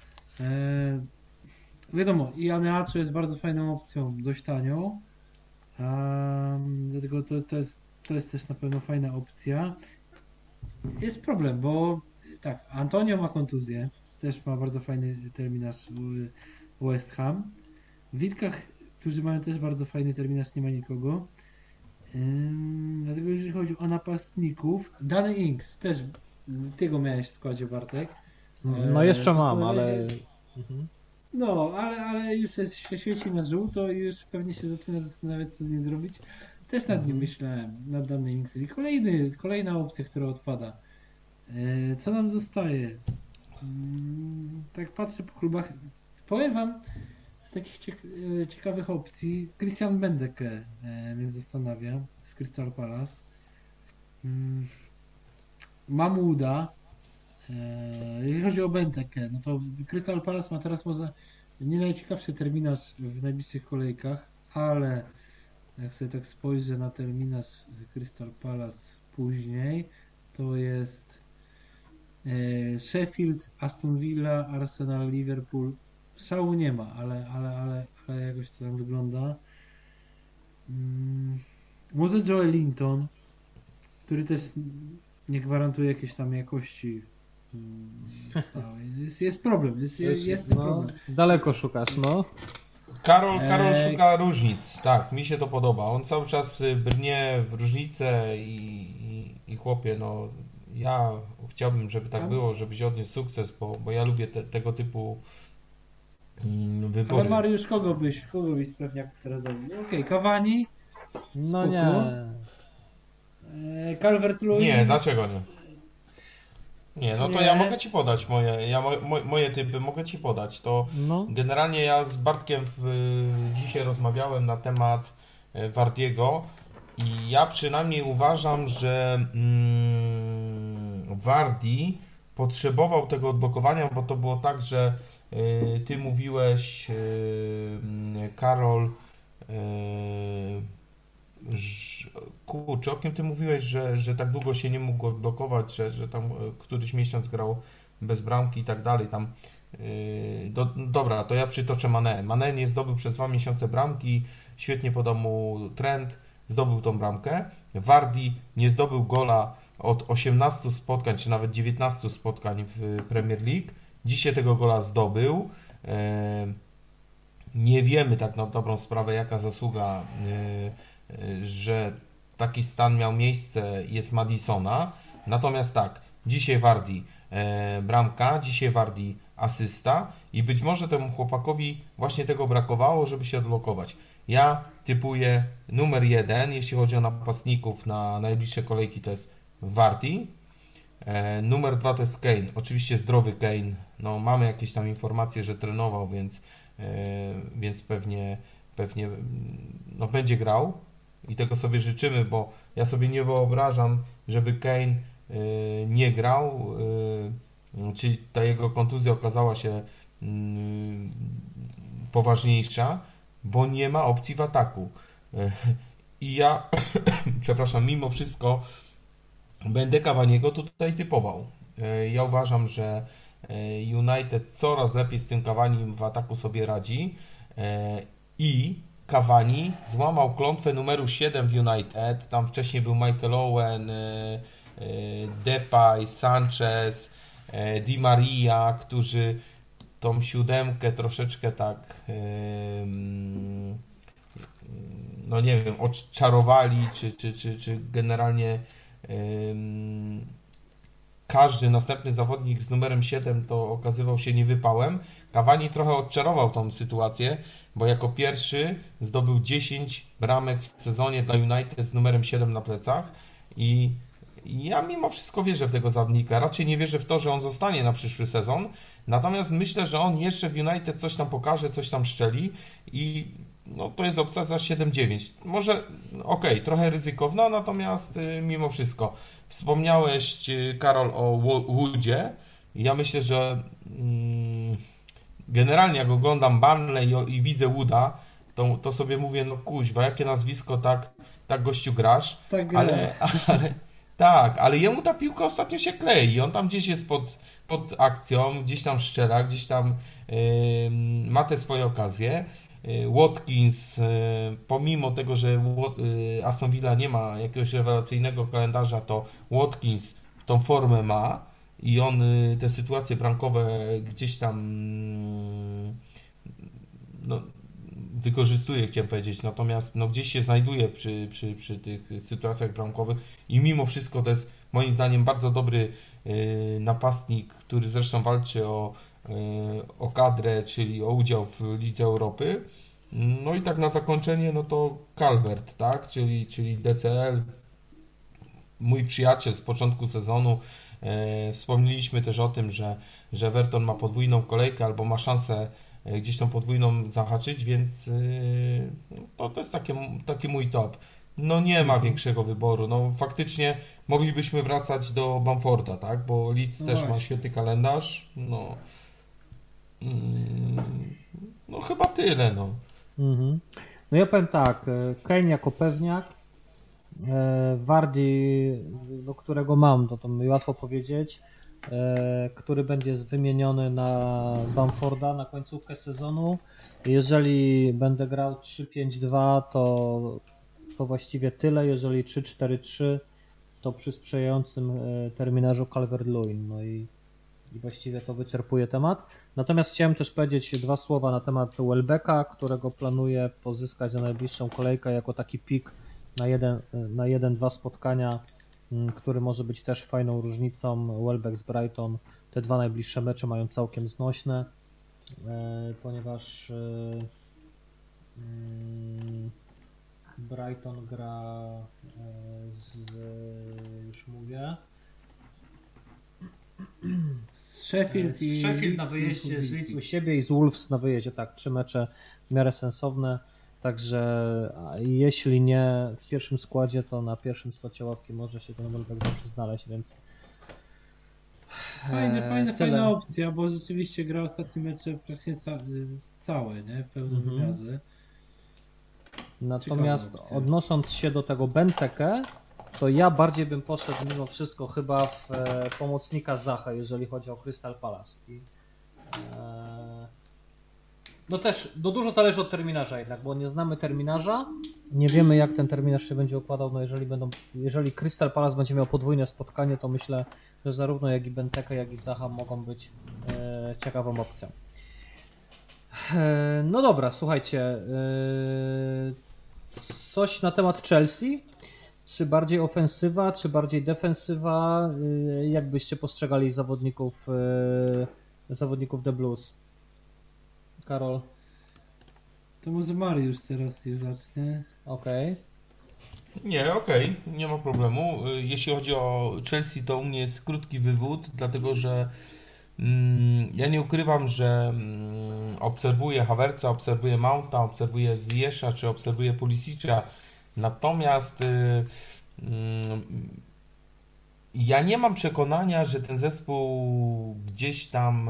Wiadomo, Iheanacho jest bardzo fajną opcją, dość tanią. Dlatego to jest też na pewno fajna opcja. Jest problem, bo tak, Antonio ma kontuzję, też ma bardzo fajny terminarz West Ham. W Wilkach, którzy mają też bardzo fajny terminarz, nie ma nikogo. Dlatego jeżeli chodzi o napastników, Danny Ings też, ty go miałeś w składzie, Bartek. No jeszcze mam, ale... No, ale już się świeci na żółto i już pewnie się zaczyna zastanawiać, co z nim zrobić. Też nad nim myślałem, nad Danny Ingsem. I kolejna opcja, która odpada. Co nam zostaje? Tak patrzę po klubach. Powiem wam, z takich ciekawych opcji Christian Benteke mnie zastanawia z Crystal Palace. Mamuda. Jeśli chodzi o Bentekę, no to Crystal Palace ma teraz może nie najciekawszy terminarz w najbliższych kolejkach, ale jak sobie tak spojrzę na terminarz Crystal Palace później, to jest Sheffield, Aston Villa, Arsenal, Liverpool. Szału nie ma, ale jakoś to tam wygląda. Może Joe Linton, który też nie gwarantuje jakiejś tam jakości stałej. Jest problem, jest ten problem. Daleko szukasz, no. Karol szuka różnic. Tak, mi się to podoba. On cały czas brnie w różnice i chłopie, no ja chciałbym, żeby tak było, żebyś odniósł sukces, bo ja lubię tego typu wybory. Ale Mariusz, kogo byś z pewniaków teraz zrobił? Okej, Cavani. No Spoko. nie. Calvert-Lewin. Nie, dlaczego nie? Nie, no to Nie. ja mogę ci podać moje typy, mogę ci podać. To No. generalnie ja z Bartkiem dzisiaj rozmawiałem na temat Wardiego i ja przynajmniej uważam, że Wardy potrzebował tego odblokowania, bo to było tak, że ty mówiłeś, Karol, kurczę, o kim ty mówiłeś, że tak długo się nie mógł odblokować, że tam któryś miesiąc grał bez bramki i tak dalej. Tam, dobra, to ja przytoczę Mané. Mané nie zdobył przez 2 miesiące bramki, świetnie podał mu Trent, zdobył tą bramkę. Wardy nie zdobył gola od 18 spotkań, czy nawet 19 spotkań w Premier League. Dzisiaj tego gola zdobył. Nie wiemy tak na dobrą sprawę, jaka zasługa, że taki stan miał miejsce, jest Madisona. Natomiast tak, dzisiaj Wardy bramka, dzisiaj Wardy asysta i być może temu chłopakowi właśnie tego brakowało, żeby się odblokować. Ja typuję numer 1, jeśli chodzi o napastników na najbliższe kolejki, to jest Wardy. Numer 2 to jest Kane. Oczywiście zdrowy Kane. No, mamy jakieś tam informacje, że trenował, więc pewnie no, będzie grał i tego sobie życzymy, bo ja sobie nie wyobrażam, żeby Kane nie grał, czyli ta jego kontuzja okazała się poważniejsza, bo nie ma opcji w ataku. I ja, przepraszam, mimo wszystko będę Cavaniego tutaj typował. Ja uważam, że United coraz lepiej z tym Cavanim w ataku sobie radzi i Cavani złamał klątwę numeru 7 w United. Tam wcześniej był Michael Owen, Depay, Sanchez, Di Maria, którzy tą 7 troszeczkę tak no nie wiem, odczarowali, czy generalnie każdy następny zawodnik z numerem 7 to okazywał się niewypałem. Cavani trochę odczarował tą sytuację, bo jako pierwszy zdobył 10 bramek w sezonie dla United z numerem 7 na plecach i ja mimo wszystko wierzę w tego zawodnika. Raczej nie wierzę w to, że on zostanie na przyszły sezon, natomiast myślę, że on jeszcze w United coś tam pokaże, coś tam szczeli i no, to jest opcja za 7-9. Może, okej, trochę ryzykowna, natomiast mimo wszystko. Wspomniałeś, Karol, o Woodzie. Ja myślę, że generalnie jak oglądam Burnley i widzę Wooda, to sobie mówię, no kuźwa, jakie nazwisko, tak gościu grasz. Tak gra. Ale jemu ta piłka ostatnio się klei. On tam gdzieś jest pod akcją, gdzieś tam strzela, gdzieś tam ma te swoje okazje. Watkins, pomimo tego, że Aston Villa nie ma jakiegoś rewelacyjnego kalendarza, to Watkins tą formę ma i on te sytuacje bramkowe gdzieś tam no, wykorzystuje, chciałem powiedzieć, natomiast no, gdzieś się znajduje przy tych sytuacjach bramkowych i mimo wszystko to jest moim zdaniem bardzo dobry napastnik, który zresztą walczy o kadrę, czyli o udział w Lidze Europy. No i tak na zakończenie, no to Calvert, tak? Czyli DCL. mój przyjaciel z początku sezonu. Wspomnieliśmy też o tym, że Everton ma podwójną kolejkę albo ma szansę gdzieś tą podwójną zahaczyć, więc to jest taki mój top. No nie ma większego wyboru. No faktycznie moglibyśmy wracać do Bamforda, tak? Bo Leeds No też ma właśnie. świetny kalendarz. No chyba tyle, no. Mhm. No ja powiem tak, Kane jako pewniak, Vardy, do którego mam, to mi łatwo powiedzieć, który będzie wymieniony na Bamforda na końcówkę sezonu. Jeżeli będę grał 3-5-2, to właściwie tyle. Jeżeli 3-4-3, to przy sprzyjającym terminarzu Calvert-Lewin. No i właściwie to wyczerpuje temat. Natomiast chciałem też powiedzieć dwa słowa na temat Welbecka, którego planuję pozyskać na najbliższą kolejkę jako taki pik na jeden, dwa spotkania, który może być też fajną różnicą. Welbeck z Brighton. Te dwa najbliższe mecze mają całkiem znośne, ponieważ Brighton gra już mówię, Z Sheffield i Sheffield na Leeds wyjeździe, z i- Leeds u siebie i z Wolves na wyjeździe, tak, 3 mecze w miarę sensowne, także jeśli nie w pierwszym składzie, to na pierwszym spocie łapki może się ten Welbeck zawsze znaleźć, więc tyle. Fajna opcja, bo rzeczywiście gra ostatnie mecze praktycznie całe, nie? W pełnym wymiarze. Natomiast Ciekawa opcja. odnosząc się do tego Benteke, to ja bardziej bym poszedł mimo wszystko chyba w pomocnika Zachę, jeżeli chodzi o Crystal Palace. No też, dużo zależy od terminarza jednak, bo nie znamy terminarza, nie wiemy jak ten terminarz się będzie układał, no jeżeli Crystal Palace będzie miał podwójne spotkanie, to myślę, że zarówno jak i Benteke, jak i Zaha mogą być ciekawą opcją. No dobra, słuchajcie, coś na temat Chelsea? Czy bardziej ofensywa, czy bardziej defensywa? Jak byście postrzegali zawodników The Blues? Karol? To może Mariusz teraz już zacznie. Okej. Nie, okej, nie ma problemu. Jeśli chodzi o Chelsea, to u mnie jest krótki wywód, dlatego że ja nie ukrywam, że obserwuję Havertza, obserwuję Mounta, obserwuję Ziyesza, czy obserwuję Pulisic'a. Natomiast ja nie mam przekonania, że ten zespół gdzieś tam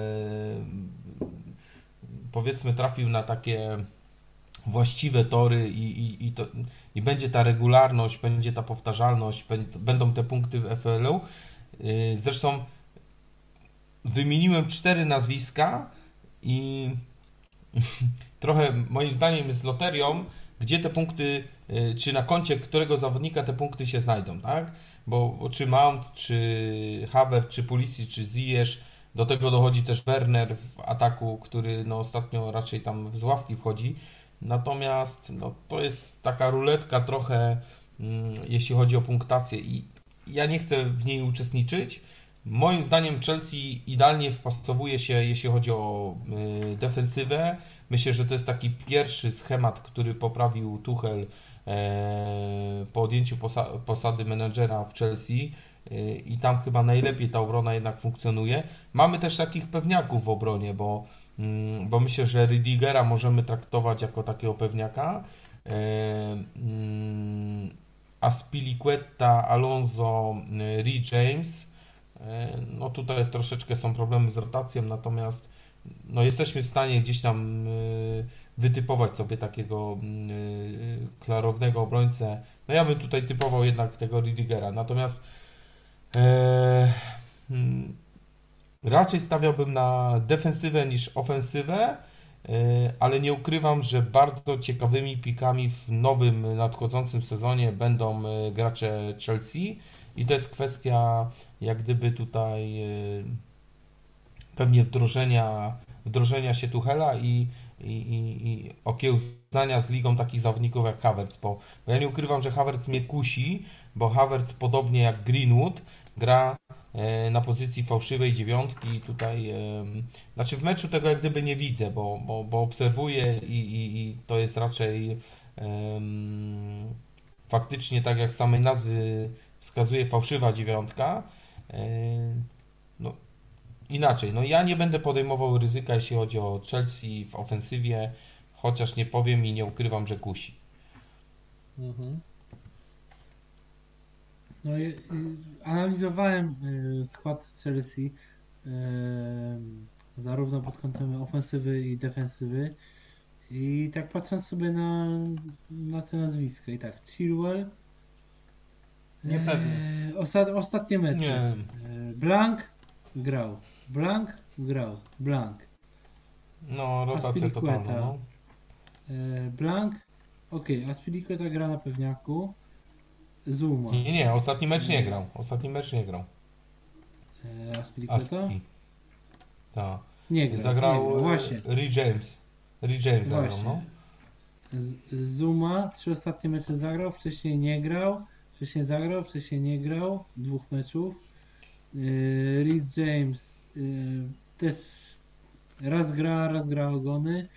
powiedzmy trafił na takie właściwe tory i będzie ta regularność, będzie ta powtarzalność, będą te punkty w FPL-u. Zresztą wymieniłem 4 nazwiska i trochę moim zdaniem jest loterią, gdzie te punkty, czy na koncie którego zawodnika te punkty się znajdą, tak? Bo czy Mount, czy Havertz, czy Pulisic, czy Ziyech, do tego dochodzi też Werner w ataku, który no ostatnio raczej tam z ławki wchodzi. Natomiast no, to jest taka ruletka trochę, jeśli chodzi o punktację i ja nie chcę w niej uczestniczyć. Moim zdaniem Chelsea idealnie wpasowuje się, jeśli chodzi o defensywę. Myślę, że to jest taki pierwszy schemat, który poprawił Tuchel po odjęciu posady menedżera w Chelsea i tam chyba najlepiej ta obrona jednak funkcjonuje. Mamy też takich pewniaków w obronie, bo myślę, że Rüdigera możemy traktować jako takiego pewniaka. Azpilicueta, Alonso, Reece James. No tutaj troszeczkę są problemy z rotacją, natomiast no jesteśmy w stanie gdzieś tam wytypować sobie takiego klarownego obrońcę. No ja bym tutaj typował jednak tego Rüdigera, natomiast raczej stawiałbym na defensywę niż ofensywę, ale nie ukrywam, że bardzo ciekawymi pikami w nowym nadchodzącym sezonie będą gracze Chelsea i to jest kwestia jak gdyby tutaj pewnie wdrożenia się Tuchela i okiełznania z ligą takich zawodników jak Havertz, bo ja nie ukrywam, że Havertz mnie kusi, bo Havertz podobnie jak Greenwood gra na pozycji fałszywej dziewiątki i tutaj, znaczy w meczu tego jak gdyby nie widzę, bo obserwuję i to jest raczej faktycznie tak jak z samej nazwy wskazuje fałszywa dziewiątka. No, inaczej, no ja nie będę podejmował ryzyka, jeśli chodzi o Chelsea w ofensywie, chociaż nie powiem i nie ukrywam, że kusi. Mhm. No, analizowałem skład Chelsea zarówno pod kątem ofensywy i defensywy i tak patrząc sobie na te nazwiska i tak Chilwell Niepewnie. ostatnie mecze Nie, Blank grał, Blank grał, Blank no rotacja totalna, no. Blank, Azpilicueta gra na pewniaku, Zuma, Nie, ostatni mecz nie grał. Azpilicueta Aspi. Tak. nie grał, Zagrał właśnie. Reece James. Reece James zagrał, Właśnie. no. Zuma 3 ostatnie mecze zagrał, wcześniej nie grał, wcześniej zagrał, wcześniej nie grał, 2 meczów. Reece James też raz gra ogony.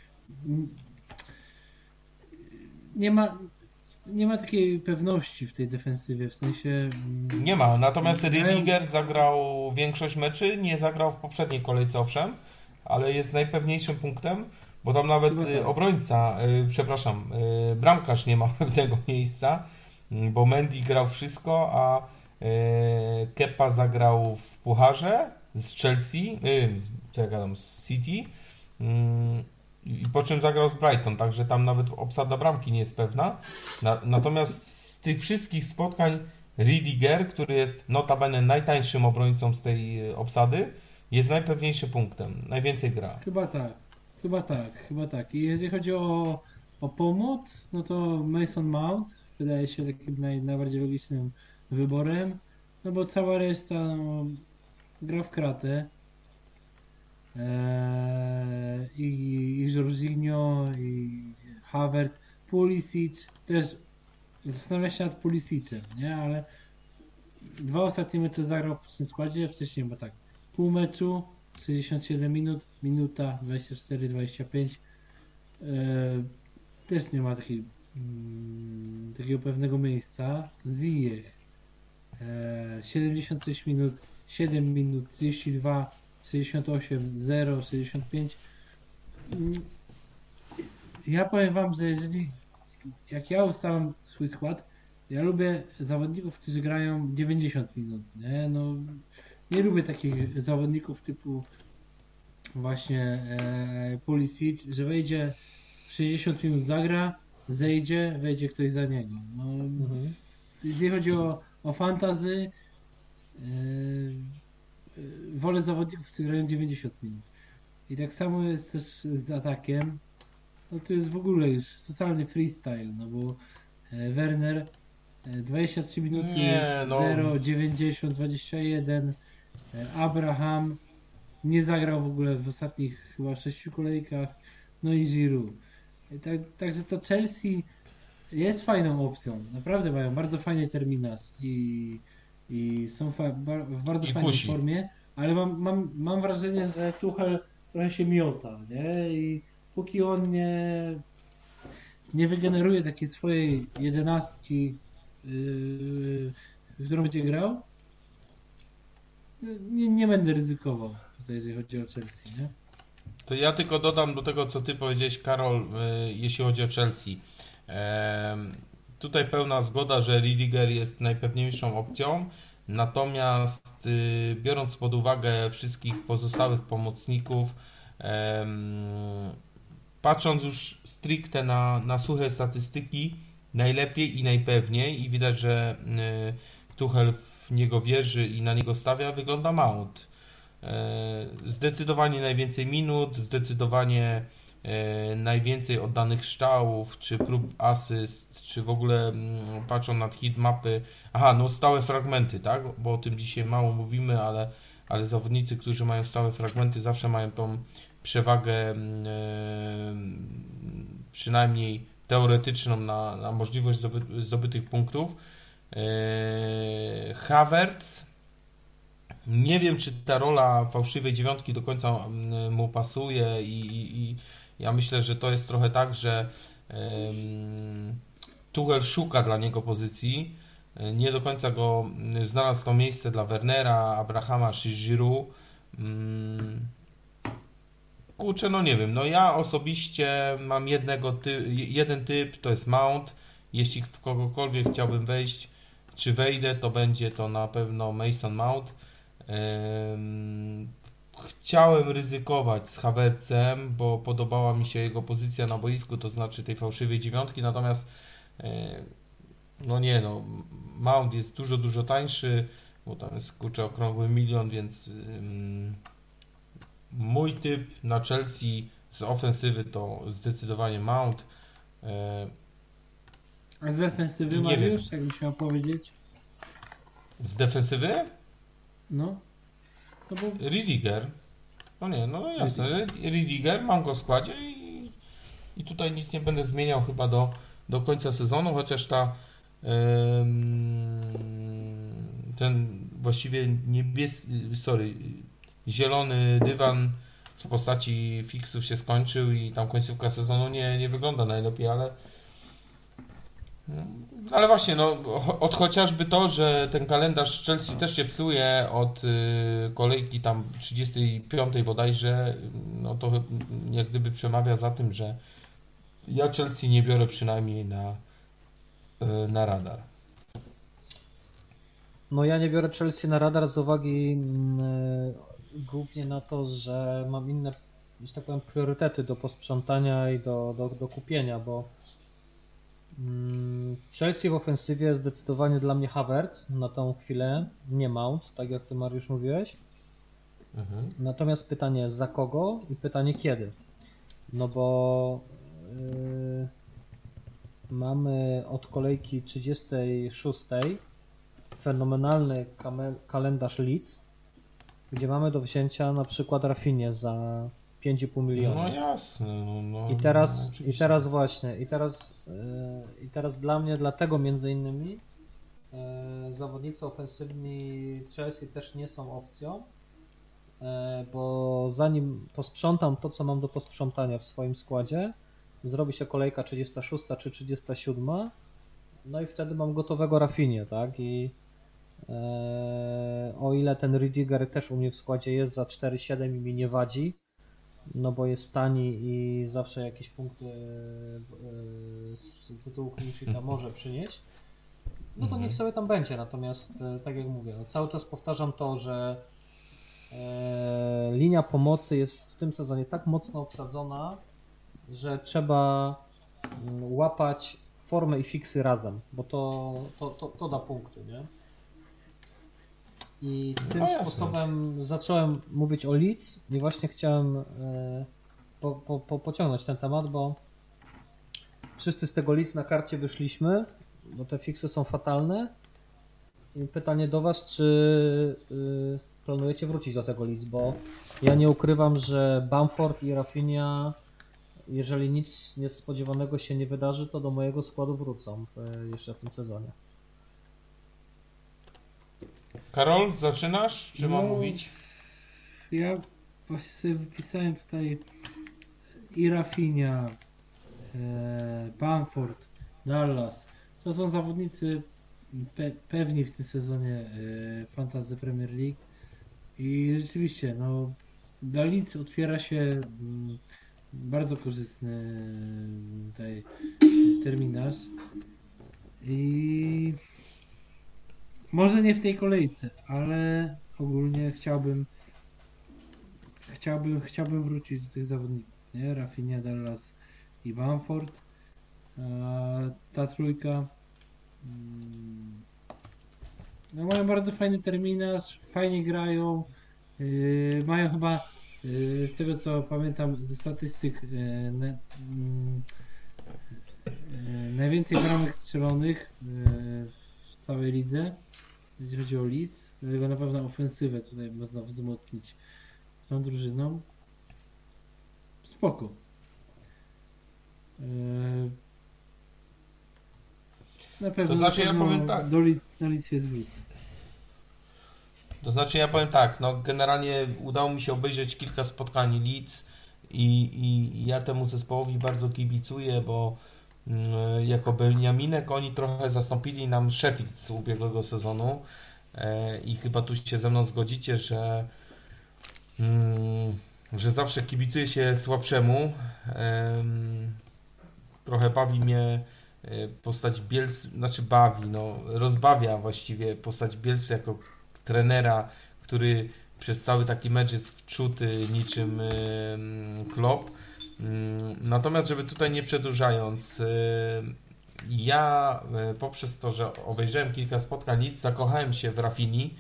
Nie ma takiej pewności w tej defensywie, w sensie Nie ma, natomiast grają- Rydiger zagrał większość meczy, nie zagrał w poprzedniej kolejce, owszem, ale jest najpewniejszym punktem, bo tam nawet Chyba tak. obrońca, bramkarz nie ma pewnego miejsca, bo Mendy grał wszystko, a Kepa zagrał w Pucharze z Chelsea, co ja gadam, z City, i po czym zagrał z Brighton, także tam nawet obsada bramki nie jest pewna. Natomiast z tych wszystkich spotkań Rydiger, który jest notabene najtańszym obrońcą z tej obsady, jest najpewniejszym punktem, najwięcej gra. Chyba tak. I jeżeli chodzi o pomoc, no to Mason Mount wydaje się takim najbardziej logicznym wyborem, no bo cała reszta gra w kratę. I Jorginho, i Havertz, Pulisic też zastanawia się nad Pulisicem, nie? Ale 2 ostatnie mecze zagrał w tym składzie, wcześniej bo tak pół meczu, 67 minut, minuta, 24-25. Też nie ma takiego pewnego miejsca. Ziyech 76 minut, 7 minut, 32, 68, 0, 65. Ja powiem wam, że jak ja ustalam swój skład, ja lubię zawodników, którzy grają 90 minut, nie? No, nie lubię takich zawodników typu właśnie Pulisic, że wejdzie 60 minut zagra, zejdzie, wejdzie ktoś za niego. No, jeżeli chodzi o fantasy, wolę zawodników, którzy grają 90 minut. I tak samo jest też z atakiem. No to jest w ogóle już totalny freestyle, no bo Werner 23 minuty, Nie, no. 0, 90, 21. Abraham nie zagrał w ogóle w ostatnich chyba 6 kolejkach. No i Giroud. Także to Chelsea jest fajną opcją. Naprawdę mają bardzo fajny terminarz i są w bardzo I fajnej kusi. formie, ale mam wrażenie, że Tuchel trochę się miota, nie? I póki on nie wygeneruje takiej swojej 11, w którą będzie grał, nie będę ryzykował tutaj, jeżeli chodzi o Chelsea, nie? To ja tylko dodam do tego, co ty powiedziałeś, Karol, jeśli chodzi o Chelsea. Tutaj pełna zgoda, że Rydiger jest najpewniejszą opcją, natomiast biorąc pod uwagę wszystkich pozostałych pomocników, patrząc już stricte na suche statystyki, najlepiej i najpewniej, i widać, że Tuchel w niego wierzy i na niego stawia, wygląda Mount. Zdecydowanie najwięcej minut, zdecydowanie najwięcej oddanych strzałów, czy prób asyst, czy w ogóle patrząc na hit mapy. Aha, no stałe fragmenty, tak? Bo o tym dzisiaj mało mówimy, ale zawodnicy, którzy mają stałe fragmenty, zawsze mają tą przewagę przynajmniej teoretyczną na możliwość zdobytych punktów. Havertz, nie wiem, czy ta rola fałszywej dziewiątki do końca mu pasuje i ja myślę, że to jest trochę tak, że Tuchel szuka dla niego pozycji, nie do końca go znalazł to miejsce dla Wernera, Abrahama czy Giroud. Kurczę, no nie wiem, no ja osobiście mam jeden typ, to jest Mount. Jeśli w kogokolwiek chciałbym wejść, czy wejdę, to będzie to na pewno Mason Mount. Chciałem ryzykować z Havertzem, bo podobała mi się jego pozycja na boisku, to znaczy tej fałszywej dziewiątki, natomiast no nie no, Mount jest dużo tańszy, bo tam jest kurczę okrągły 1 milion, więc mój typ na Chelsea z ofensywy to zdecydowanie Mount. A z defensywy, Nie Mariusz, jakbyś miał powiedzieć? Z defensywy? No. No bo Riediger. No nie, no jasne. Riediger, mam go w składzie i tutaj nic nie będę zmieniał chyba do końca sezonu, chociaż ten właściwie zielony dywan w postaci fixów się skończył i tam końcówka sezonu nie wygląda najlepiej, ale właśnie, no, od chociażby to, że ten kalendarz Chelsea też się psuje od kolejki tam 35 bodajże, no to jak gdyby przemawia za tym, że ja Chelsea nie biorę przynajmniej na radar. No ja nie biorę Chelsea na radar z uwagi głównie na to, że mam inne, że tak powiem, priorytety do posprzątania i do kupienia, bo Chelsea w ofensywie zdecydowanie dla mnie Havertz na tą chwilę, nie Mount, tak jak ty Mariusz mówiłeś. Natomiast pytanie za kogo i pytanie kiedy. No bo mamy od kolejki 36 fenomenalny kalendarz Leeds, gdzie mamy do wzięcia na przykład Rafinha za 5,5 miliona. No jasne. No, I teraz właśnie, i teraz dla mnie, dlatego między innymi zawodnicy ofensywni Chelsea też nie są opcją, bo zanim posprzątam to, co mam do posprzątania w swoim składzie, zrobi się kolejka 36 czy 37, no i wtedy mam gotowego Rafinha, tak? I o ile ten Riediger też u mnie w składzie jest za 4,7 i mi nie wadzi, no bo jest tani i zawsze jakieś punkty z tytułu clean sheeta może przynieść, no to niech sobie tam będzie. Natomiast tak jak mówię, no cały czas powtarzam to, że linia pomocy jest w tym sezonie tak mocno obsadzona, że trzeba łapać formę i fiksy razem, bo to da punkty, nie? I tym sposobem zacząłem mówić o Leeds i właśnie chciałem pociągnąć ten temat, bo wszyscy z tego Leeds na karcie wyszliśmy, bo te fiksy są fatalne. I pytanie do Was, czy planujecie wrócić do tego Leeds, bo ja nie ukrywam, że Bamford i Rafinha, jeżeli nic niespodziewanego się nie wydarzy, to do mojego składu wrócą jeszcze w tym sezonie. Karol, zaczynasz? Czy mam mówić? Ja właśnie sobie wypisałem tutaj i Rafinha, Bamford, Dallas. To są zawodnicy pewni w tym sezonie Fantasy Premier League. I rzeczywiście, no, dla Leeds otwiera się bardzo korzystny tutaj terminarz. I może nie w tej kolejce, ale ogólnie chciałbym wrócić do tych zawodników, nie? Rafinha, Dallas i Bamford. Ta trójka no mają bardzo fajny terminarz, fajnie grają, mają chyba z tego co pamiętam ze statystyk najwięcej bramek strzelonych w całej lidze, jeśli chodzi o Leeds, dlatego na pewno ofensywę tutaj można wzmocnić tą drużyną. Spoko. Na pewno, To znaczy, na pewno ja powiem tak. na Leeds się zwrócę. To znaczy ja powiem tak, no generalnie udało mi się obejrzeć kilka spotkań Leeds i ja temu zespołowi bardzo kibicuję, bo jako Beniaminek. Oni trochę zastąpili nam Sheffield z ubiegłego sezonu i chyba tu się ze mną zgodzicie, że zawsze kibicuje się słabszemu. Trochę bawi mnie postać Bielsy, znaczy rozbawia właściwie postać Bielsy jako trenera, który przez cały taki mecz jest wczuty niczym Klopp. Natomiast, żeby tutaj nie przedłużając, ja poprzez to, że obejrzałem kilka spotkań Leeds, zakochałem się w Rafini,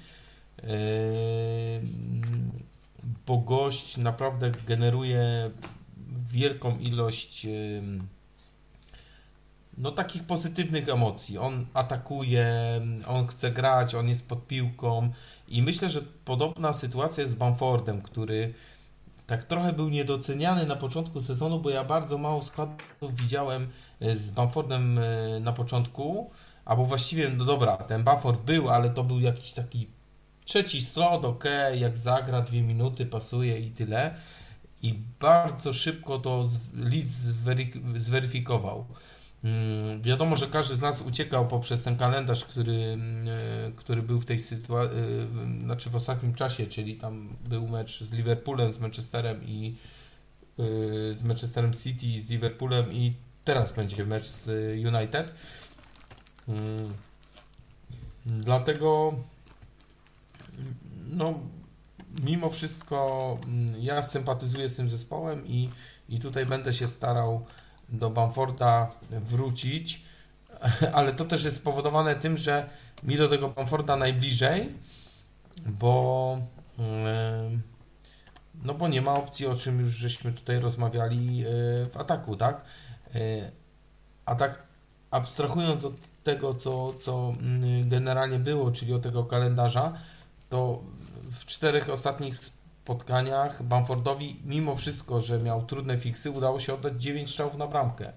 bo gość naprawdę generuje wielką ilość takich pozytywnych emocji. On atakuje, on chce grać, on jest pod piłką i myślę, że podobna sytuacja jest z Bamfordem, który tak trochę był niedoceniany na początku sezonu, bo ja bardzo mało składów widziałem z Bamfordem na początku, albo właściwie, no dobra, ten Bamford był, ale to był jakiś taki trzeci slot, jak zagra 2 minuty, pasuje i tyle. I bardzo szybko to Leeds zweryfikował. Wiadomo, że każdy z nas uciekał poprzez ten kalendarz, który był w tej sytuacji, znaczy w ostatnim czasie, czyli tam był mecz z Liverpoolem, z Manchesterem i z Manchesterem City, z Liverpoolem i teraz będzie mecz z United. Dlatego mimo wszystko ja sympatyzuję z tym zespołem i tutaj będę się starał do Bamforda wrócić, ale to też jest spowodowane tym, że mi do tego Bamforda najbliżej, bo nie ma opcji, o czym już żeśmy tutaj rozmawiali w ataku, tak? A tak abstrahując od tego, co generalnie było, czyli od tego kalendarza, to w 4 ostatnich spotkaniach Bamfordowi, mimo wszystko, że miał trudne fiksy, udało się oddać 9 strzałów na bramkę.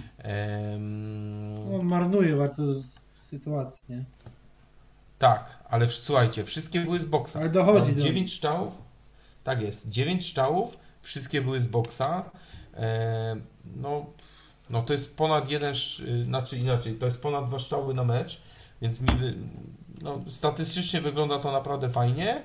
On marnuje bardzo sytuację, nie? Tak, ale słuchajcie, wszystkie były z boksa. Ale dochodzi do 9 strzałów, tak jest, 9 strzałów, wszystkie były z boksa. To jest ponad znaczy inaczej, to jest ponad 2 strzały na mecz, więc statystycznie wygląda to naprawdę fajnie.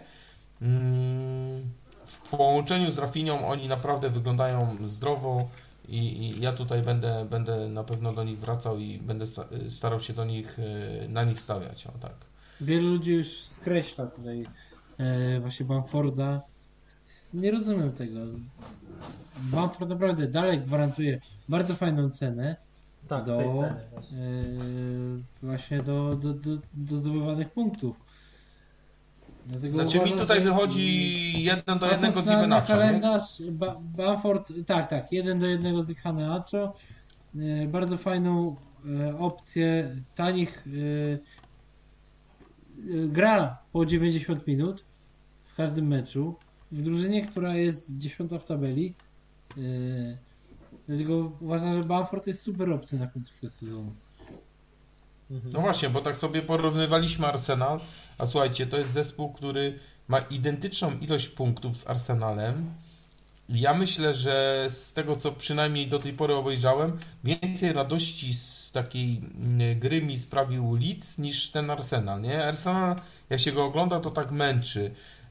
W połączeniu z Rafinhą oni naprawdę wyglądają zdrowo i ja tutaj będę na pewno do nich wracał i będę starał się na nich stawiać. O, tak. Wielu ludzi już skreśla tutaj właśnie Bamforda. Nie rozumiem tego. Bamford naprawdę dalej gwarantuje bardzo fajną cenę. Tak, do, tej ceny właśnie do zdobywanych punktów. Dlatego Znaczy uważam, mi tutaj że wychodzi 1 do 1 z na Iheanacho, kalendarz Bamford, tak, 1 do 1 z Iheanacho. Bardzo fajną opcję tanich gra po 90 minut w każdym meczu w drużynie, która jest 10 w tabeli. Dlatego uważam, że Bamford jest super opcją na końcówkę sezonu. No właśnie, bo tak sobie porównywaliśmy Arsenal, a słuchajcie, to jest zespół, który ma identyczną ilość punktów z Arsenalem. Ja myślę, że z tego, co przynajmniej do tej pory obejrzałem, więcej radości z takiej gry mi sprawił Leeds niż ten Arsenal, nie? Arsenal, jak się go ogląda, to tak męczy.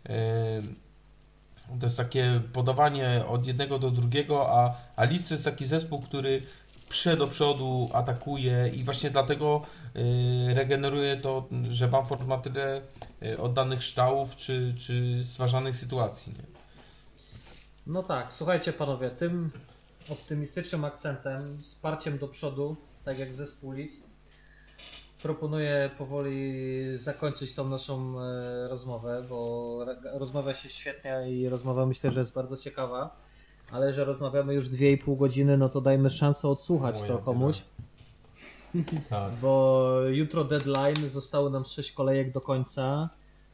To jest takie podawanie od jednego do drugiego, a Leeds to jest taki zespół, który do przodu, atakuje i właśnie dlatego regeneruje to, że Bamford ma tyle oddanych strzałów czy stwarzanych sytuacji. Nie? No tak, słuchajcie panowie, tym optymistycznym akcentem, wsparciem do przodu, tak jak zespół Leeds, proponuję powoli zakończyć tą naszą rozmowę, bo rozmawia się świetnie i rozmowa myślę, że jest bardzo ciekawa, ale że rozmawiamy już 2,5 godziny, no to dajmy szansę odsłuchać to komuś. Tak. Bo jutro deadline, zostało nam 6 kolejek do końca.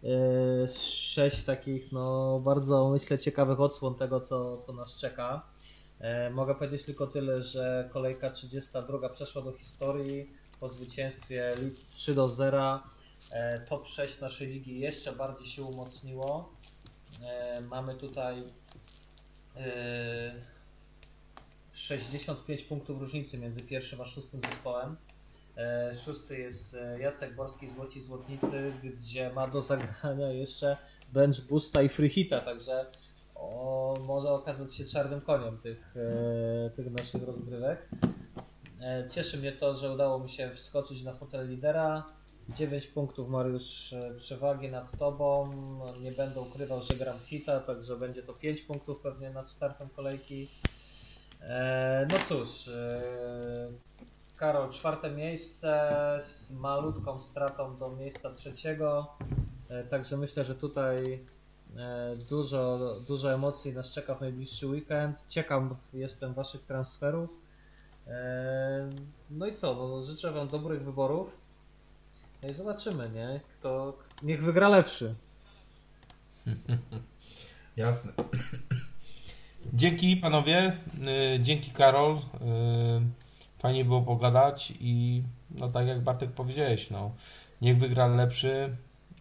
6 takich bardzo myślę ciekawych odsłon tego co nas czeka. Mogę powiedzieć tylko tyle, że kolejka 32 przeszła do historii po zwycięstwie Leeds 3-0. Top 6 naszej ligi jeszcze bardziej się umocniło. Mamy tutaj 65 punktów różnicy między pierwszym a szóstym zespołem. Szósty jest Jacek Borski, Złoci Złotnicy, gdzie ma do zagrania jeszcze bench boosta i free hita, także może okazać się czarnym koniem tych naszych rozgrywek. Cieszy mnie to, że udało mi się wskoczyć na fotel lidera. 9 punktów, Mariusz, przewagi nad tobą. Nie będę ukrywał, że gram hita, także będzie to 5 punktów pewnie nad startem kolejki. No cóż, Karol, czwarte miejsce z malutką stratą do miejsca trzeciego. Także myślę, że tutaj dużo emocji nas czeka w najbliższy weekend. Ciekaw jestem waszych transferów. No i co, no życzę wam dobrych wyborów. No i zobaczymy, nie? Niech wygra lepszy. Jasne. Dzięki panowie, dzięki Karol. Fajnie było pogadać i no tak jak Bartek powiedziałeś, no niech wygra lepszy.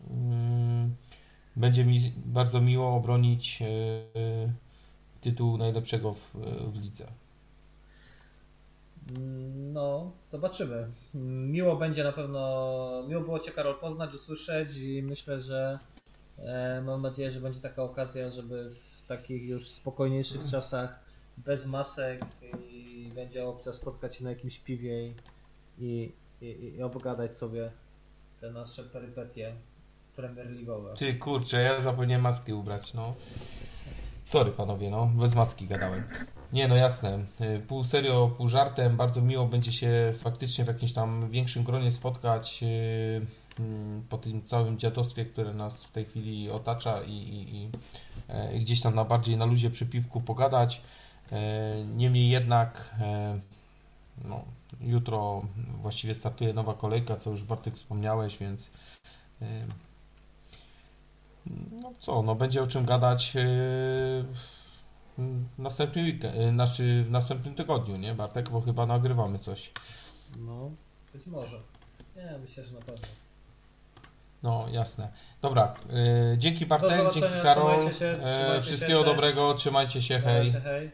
Będzie mi bardzo miło obronić tytuł najlepszego w lidze. No, zobaczymy. Miło będzie na pewno, miło było Cię, Karol, poznać, usłyszeć i myślę, że mam nadzieję, że będzie taka okazja, żeby w takich już spokojniejszych czasach, bez masek i będzie opcja spotkać się na jakimś piwie i obgadać sobie te nasze perypetie Premier League'owe. Ty kurczę, ja zapomniałem maski ubrać, no. Sorry panowie, no, bez maski gadałem. Nie, no jasne, pół serio, pół żartem, bardzo miło będzie się faktycznie w jakimś tam większym gronie spotkać po tym całym dziadostwie, które nas w tej chwili otacza i gdzieś tam bardziej na luzie przy piwku pogadać. Niemniej jednak no, jutro właściwie startuje nowa kolejka, co już Bartek wspomniałeś, więc no co, no będzie o czym gadać następny weekend, znaczy w następnym tygodniu, nie Bartek, bo chyba nagrywamy coś. No, być może. Nie, myślę, że na pewno. No, jasne. Dobra, dzięki Do Bartek, zobaczenia, dzięki Karol, trzymajcie się, wszystkiego cześć. dobrego, trzymajcie się, hej. Hej.